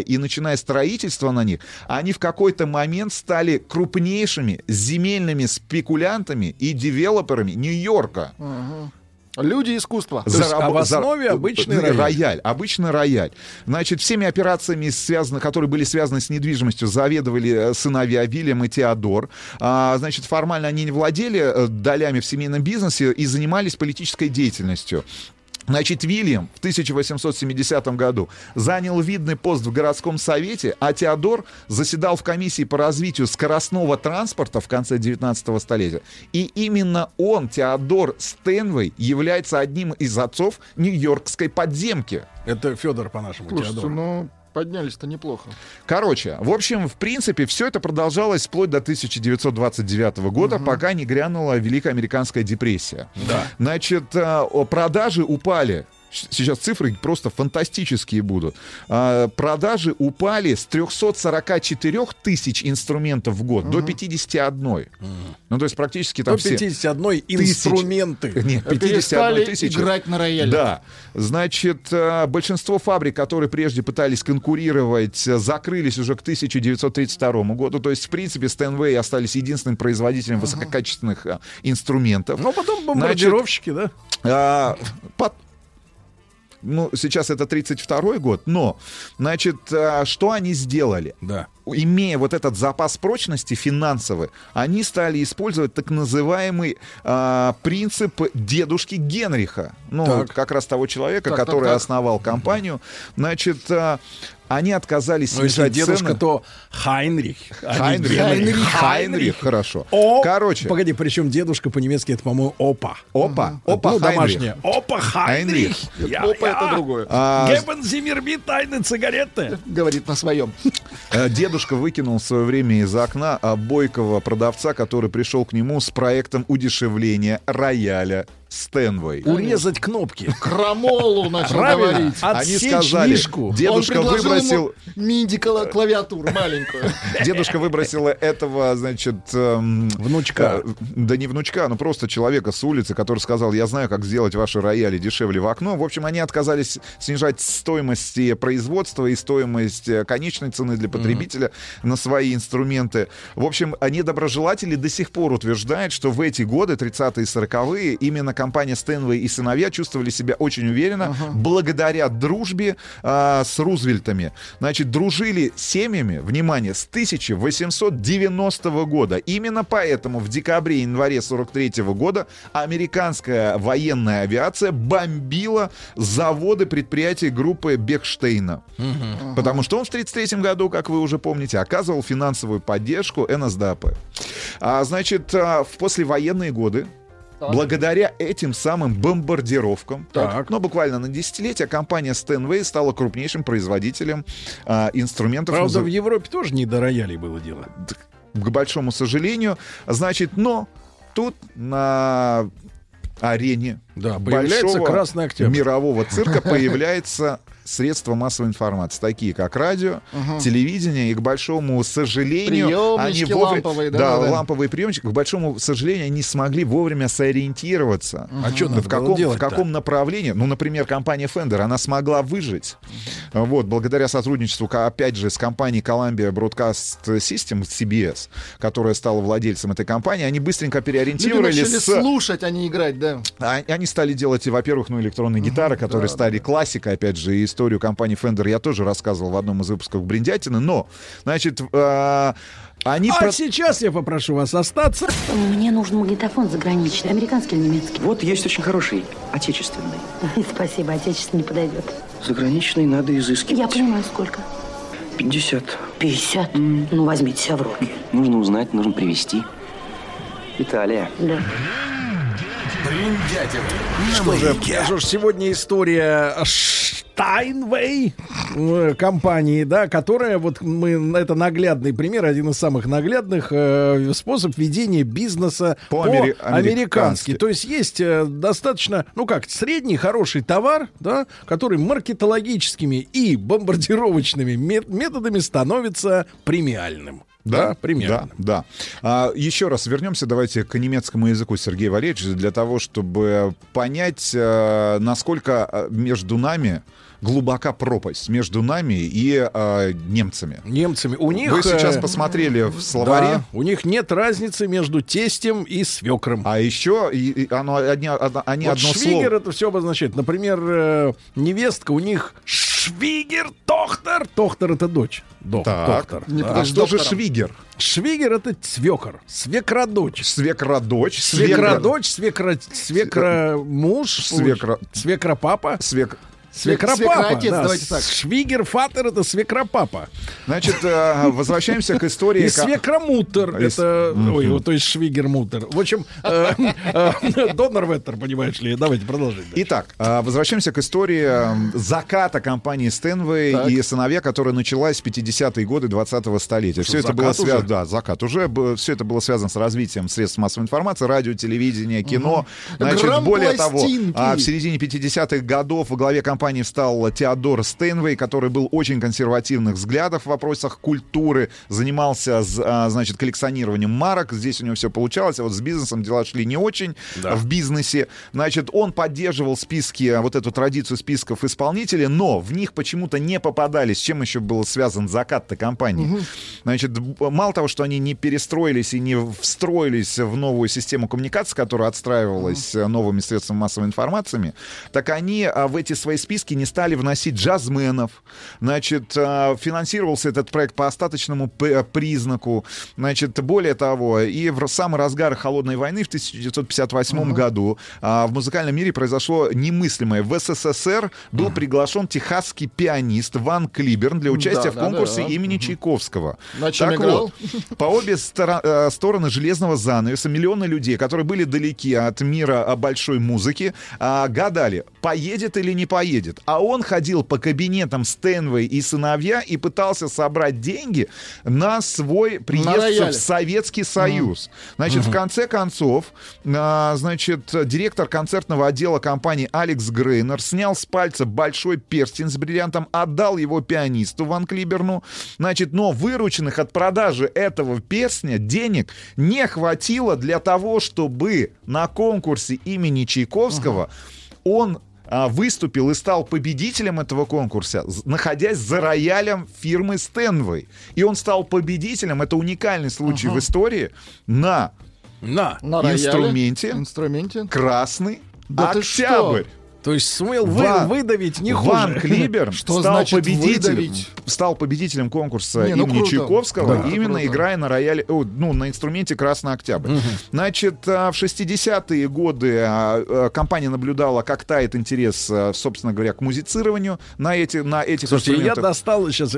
и начиная строительство на них, они в какой-то момент стали крупнейшими земельными спекулянтами и девелоперами Нью-Йорка. Люди искусства. А в основе обычный рояль. Обычный рояль. Значит, всеми операциями, которые были связаны с недвижимостью, заведовали сыновья Вильям и Теодор. Значит, формально они не владели долями в семейном бизнесе и занимались политической деятельностью. Значит, Вильям в 1870 году занял видный пост в городском совете, а Теодор заседал в комиссии по развитию скоростного транспорта в конце 19 столетия. И именно он, Теодор Стэнвей, является одним из отцов нью-йоркской подземки. Это Федор, по-нашему, Теодор. Поднялись-то неплохо. Короче, в общем, в принципе, все это продолжалось вплоть до 1929 года, пока не грянула Великая Американская депрессия. Да. Значит, продажи упали. Сейчас цифры просто фантастические будут. Продажи упали с 344 тысяч инструментов в год до 51. Ну, то есть практически там все... 51 инструменты. Нет, 51 тысячи. Играть на рояле. Да. Значит, большинство фабрик, которые прежде пытались конкурировать, закрылись уже к 1932 году. То есть, в принципе, Стэнвей остались единственным производителем высококачественных инструментов. Ну, потом бомбардировщики, да? Ну, сейчас это 32-й год, но, значит, что они сделали? Да. Имея вот этот запас прочности финансовый, они стали использовать так называемый принцип дедушки Генриха. Ну, как раз того человека, который основал компанию. Значит, они отказались снижать цены. Дедушка, то Хайнрих. Хайнрих, хорошо. Короче. Погоди, причем дедушка по-немецки это, по-моему, Опа. Опа домашняя. Опа Хайнрих. Опа это другое. Гебен Зиммерби тайны цигареты. Говорит на своем. Дедушка выкинул в свое время из окна бойкого продавца, который пришел к нему с проектом удешевления рояля Стэнвей. Урезать кнопки. Крамолу начал говорить. Они сказали, дедушка выбросил... MIDI-клавиатуру маленькую. Дедушка выбросил этого, значит... внучка. Да не внучка, но просто человека с улицы, который сказал, я знаю, как сделать ваши рояли дешевле в окно. В общем, они отказались снижать стоимость производства и стоимость конечной цены для потребителя на свои инструменты. В общем, недоброжелатели до сих пор утверждают, что в эти годы, 30-е и 40-е, именно компания Стэнвей и сыновья чувствовали себя очень уверенно благодаря дружбе с Рузвельтами. Значит, дружили семьями, внимание, с 1890 года. Именно поэтому в декабре и январе 43 года американская военная авиация бомбила заводы предприятий группы Бехштейна. Потому что он в 1933 году, как вы уже помните, оказывал финансовую поддержку НСДАП. Значит, в послевоенные годы благодаря этим самым бомбардировкам, но буквально на десятилетия, компания Стэнвей стала крупнейшим производителем инструментов. Правда, в Европе тоже не до роялей было дело. К большому сожалению. Значит, но тут на арене большого мирового цирка появляется средства массовой информации, такие как радио, телевидение, и, к большому сожалению, они ламповые, ламповые приемники, к большому сожалению, они не смогли вовремя сориентироваться. В каком направлении. Ну, например, компания Fender, она смогла выжить. Вот, благодаря сотрудничеству, опять же, с компанией Columbia Broadcast System, CBS, которая стала владельцем этой компании, они быстренько переориентировались. Люди начали слушать, а не играть, да. Они стали делать, во-первых, электронные гитары, которые стали классикой, опять же, и историю компании Fender я тоже рассказывал в одном из выпусков «Бриндятины», но, значит, сейчас я попрошу вас остаться. Мне нужен магнитофон заграничный, американский или немецкий? Вот есть очень хороший, отечественный. Спасибо, отечественный не подойдет. Заграничный надо изыскивать. Я понимаю, сколько? 50. 50? Ну, возьмите себя в руки. Нужно узнать, нужно привезти. Италия. Да. Что же, сегодня история Steinway компании, да, которая, вот это наглядный пример, один из самых наглядных способ ведения бизнеса по-американски. То есть достаточно, средний хороший товар, да, который маркетологическими и бомбардировочными методами становится премиальным. Да, примерно. Да. Еще раз вернемся, давайте, к немецкому языку, Сергей Валерьевич, для того, чтобы понять, насколько между нами глубока пропасть между нами и немцами. У них, вы сейчас посмотрели в словаре. Да, у них нет разницы между тестем и свекром. А еще они вот одно швигер слово. Это все обозначает. Например, невестка у них швигер, тохтер. Тохтер — это дочь. Тохтер. А что же швигер? Швигер — это свекор. Свекродочь. Свекродочь. Свекромуж. Свекропапа. Свекропапа, да. Давайте так. Швигер-фатер — это свекропапа. Значит, возвращаемся к истории. И свекромутер — это... Ой, то есть швигер-мутер. В общем, донор-веттер, понимаешь ли. Давайте продолжим. Итак, возвращаемся к истории заката компании Steinway и сыновья, которая началась в 50-е годы 20-го столетия. Все это было связано... Да, закат уже. Все это было связано с развитием средств массовой информации, радио, телевидения, кино. Значит, более того, в середине 50-х годов во главе компании встал Теодор Steinway, который был очень консервативных взглядов в вопросах культуры, занимался, значит, коллекционированием марок. Здесь у него все получалось, а вот с бизнесом дела шли не очень в бизнесе. Значит, он поддерживал списки, вот эту традицию списков исполнителей, но в них почему-то не попадались. С чем еще был связан закат-то компании? Значит, мало того, что они не перестроились и не встроились в новую систему коммуникации, которая отстраивалась новыми средствами массовой информации, так они в эти свои списки не стали вносить джазменов. Значит, финансировался этот проект по остаточному признаку. Значит, более того, и в самый разгар Холодной войны в 1958 году в музыкальном мире произошло немыслимое. В СССР был приглашен техасский пианист Ван Клиберн для участия в конкурсе имени Чайковского. Так вот, по обе стороны железного занавеса миллионы людей, которые были далеки от мира большой музыки, гадали, поедет или не поедет. А он ходил по кабинетам Steinway и сыновья и пытался собрать деньги на свой приезд в Советский Союз. Значит, в конце концов, значит, директор концертного отдела компании Алекс Грейнер снял с пальца большой перстень с бриллиантом, отдал его пианисту Ван Клиберну. Значит, но вырученных от продажи этого перстня денег не хватило для того, чтобы на конкурсе имени Чайковского он выступил и стал победителем этого конкурса, находясь за роялем фирмы Steinway. И он стал победителем, это уникальный случай в истории, на инструменте «Красный Октябрь». То есть сумел выдавить не хуже. Ван Клиберн стал победителем конкурса имени Чайковского, именно играя на рояле, на инструменте «Красный Октябрь». Значит, в 60-е годы компания наблюдала, как тает интерес, собственно говоря, к музицированию на этих Слушайте, инструментах. Я достал сейчас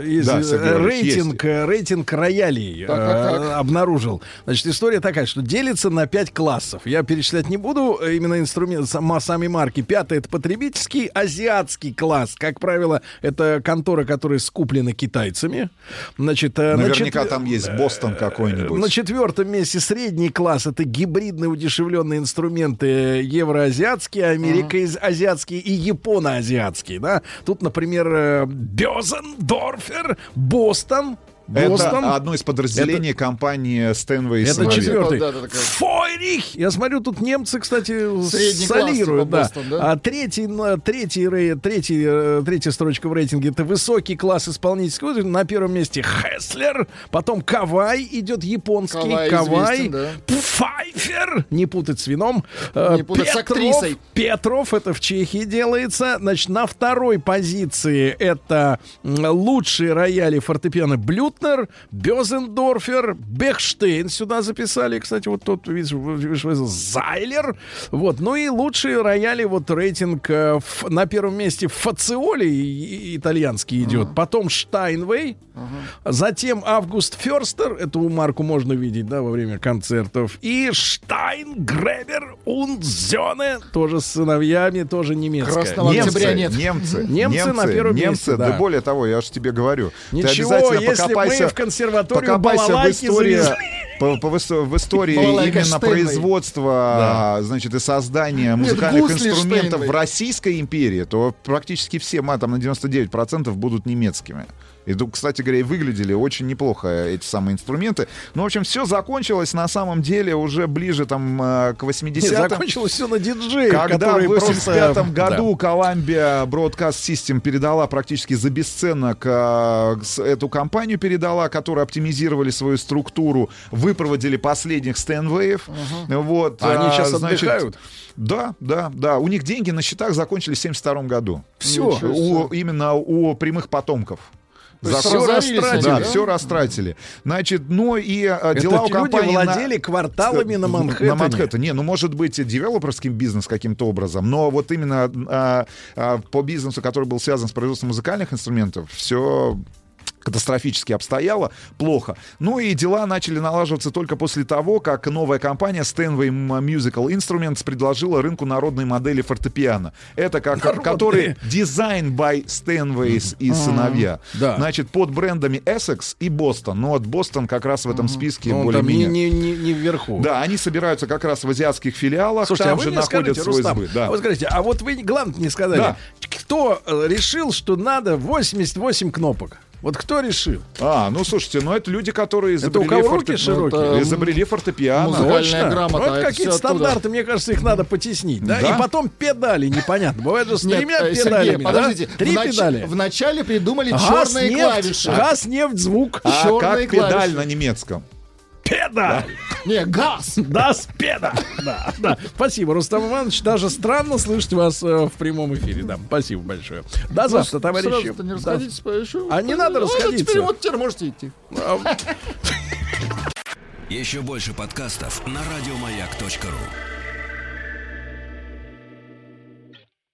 рейтинг роялей, обнаружил. Значит, история такая, что делится на 5 классов. Я перечислять не буду, именно инструмент, сами марки. 5-й — это потребительский, азиатский класс. Как правило, это конторы, которые скуплены китайцами. Значит, наверняка там есть Бостон какой-нибудь. На 4-м месте средний класс — это гибридные удешевленные инструменты евроазиатские, америкоазиатские и японо-азиатские. Да? Тут, например, Бёзендорфер, Бостон. Это одно из подразделений компании Steinway. Это 4-й. Фойрих! Я смотрю, тут немцы, кстати, солируют. Да. А третья строчка в рейтинге — это высокий класс исполнительского. На 1-м месте Хеслер, потом Кавай идет японский. Кавай. Пфайфер, не путать с вином. Не путать с актрисой. Петров, это в Чехии делается. Значит, на 2-й позиции это лучшие рояли фортепиано Блют, Бёзендорфер, Бехштейн сюда записали, кстати, вот тот, видишь, Зайлер, вот, ну и лучшие рояли, вот рейтинг на 1-м месте Фациоли итальянский идет, потом Steinway, затем Август Фёрстер, эту марку можно видеть, да, во время концертов, и Штайнгребер und Söhne, тоже с сыновьями, тоже немецкая. Красного октября нет. Немцы на 1-м месте, да. Более того, я же тебе говорю, ничего, если мы в консерваторию балалайки завезли. в истории именно производства, значит, и создания музыкальных инструментов в Российской империи, то практически все, там на 99% будут немецкими. И, кстати говоря, и выглядели очень неплохо эти самые инструменты. Ну, в общем, все закончилось на самом деле уже ближе там к 80-м. Закончилось все на диджеях, когда в 85-м году Columbia Broadcast System передала практически за бесценок эту компанию, которая оптимизировали свою структуру, выпроводили последних Steinway. Вот, они сейчас отдыхают? Да. У них деньги на счетах закончились в 72-м году. Все. Именно у прямых потомков. Все растратили. Да, все растратили. Значит, дела у компании... люди владели кварталами на Манхэттене. На Манхэттене. Может быть, девелоперский бизнес каким-то образом, но вот именно по бизнесу, который был связан с производством музыкальных инструментов, все... катастрофически обстояло, плохо. Ну и дела начали налаживаться только после того, как новая компания Steinway Musical Instruments предложила рынку народные модели фортепиано. Это которые Design by Steinway и сыновья. Да. Значит, под брендами Essex и Boston. Но вот Boston как раз в этом списке более-менее... не вверху. Да, они собираются как раз в азиатских филиалах. Слушайте, там же находят свой сбыт. Да. Вот скажите, а вот вы, главное, не сказали, кто решил, что надо 88 кнопок? Вот кто решил? Слушайте, это люди, которые изобрели фортепиано. Музыкальная грамота. Вот какие-то стандарты, мне кажется, их надо потеснить. Да? И потом педали, непонятно. Бывает же с тремя педалями. Подождите, Три педали. Вначале придумали черные клавиши. Газ, нефть, звук. Как педаль на немецком? Педаль! Не, газ! Das педаль! Да. Спасибо, Рустам Иванович. Даже странно слышать вас в прямом эфире. Да, спасибо большое. До завтра, товарищи. Не расходитесь еще. А не надо расходиться. Теперь можете идти. Еще больше подкастов на радиомаяк.ру.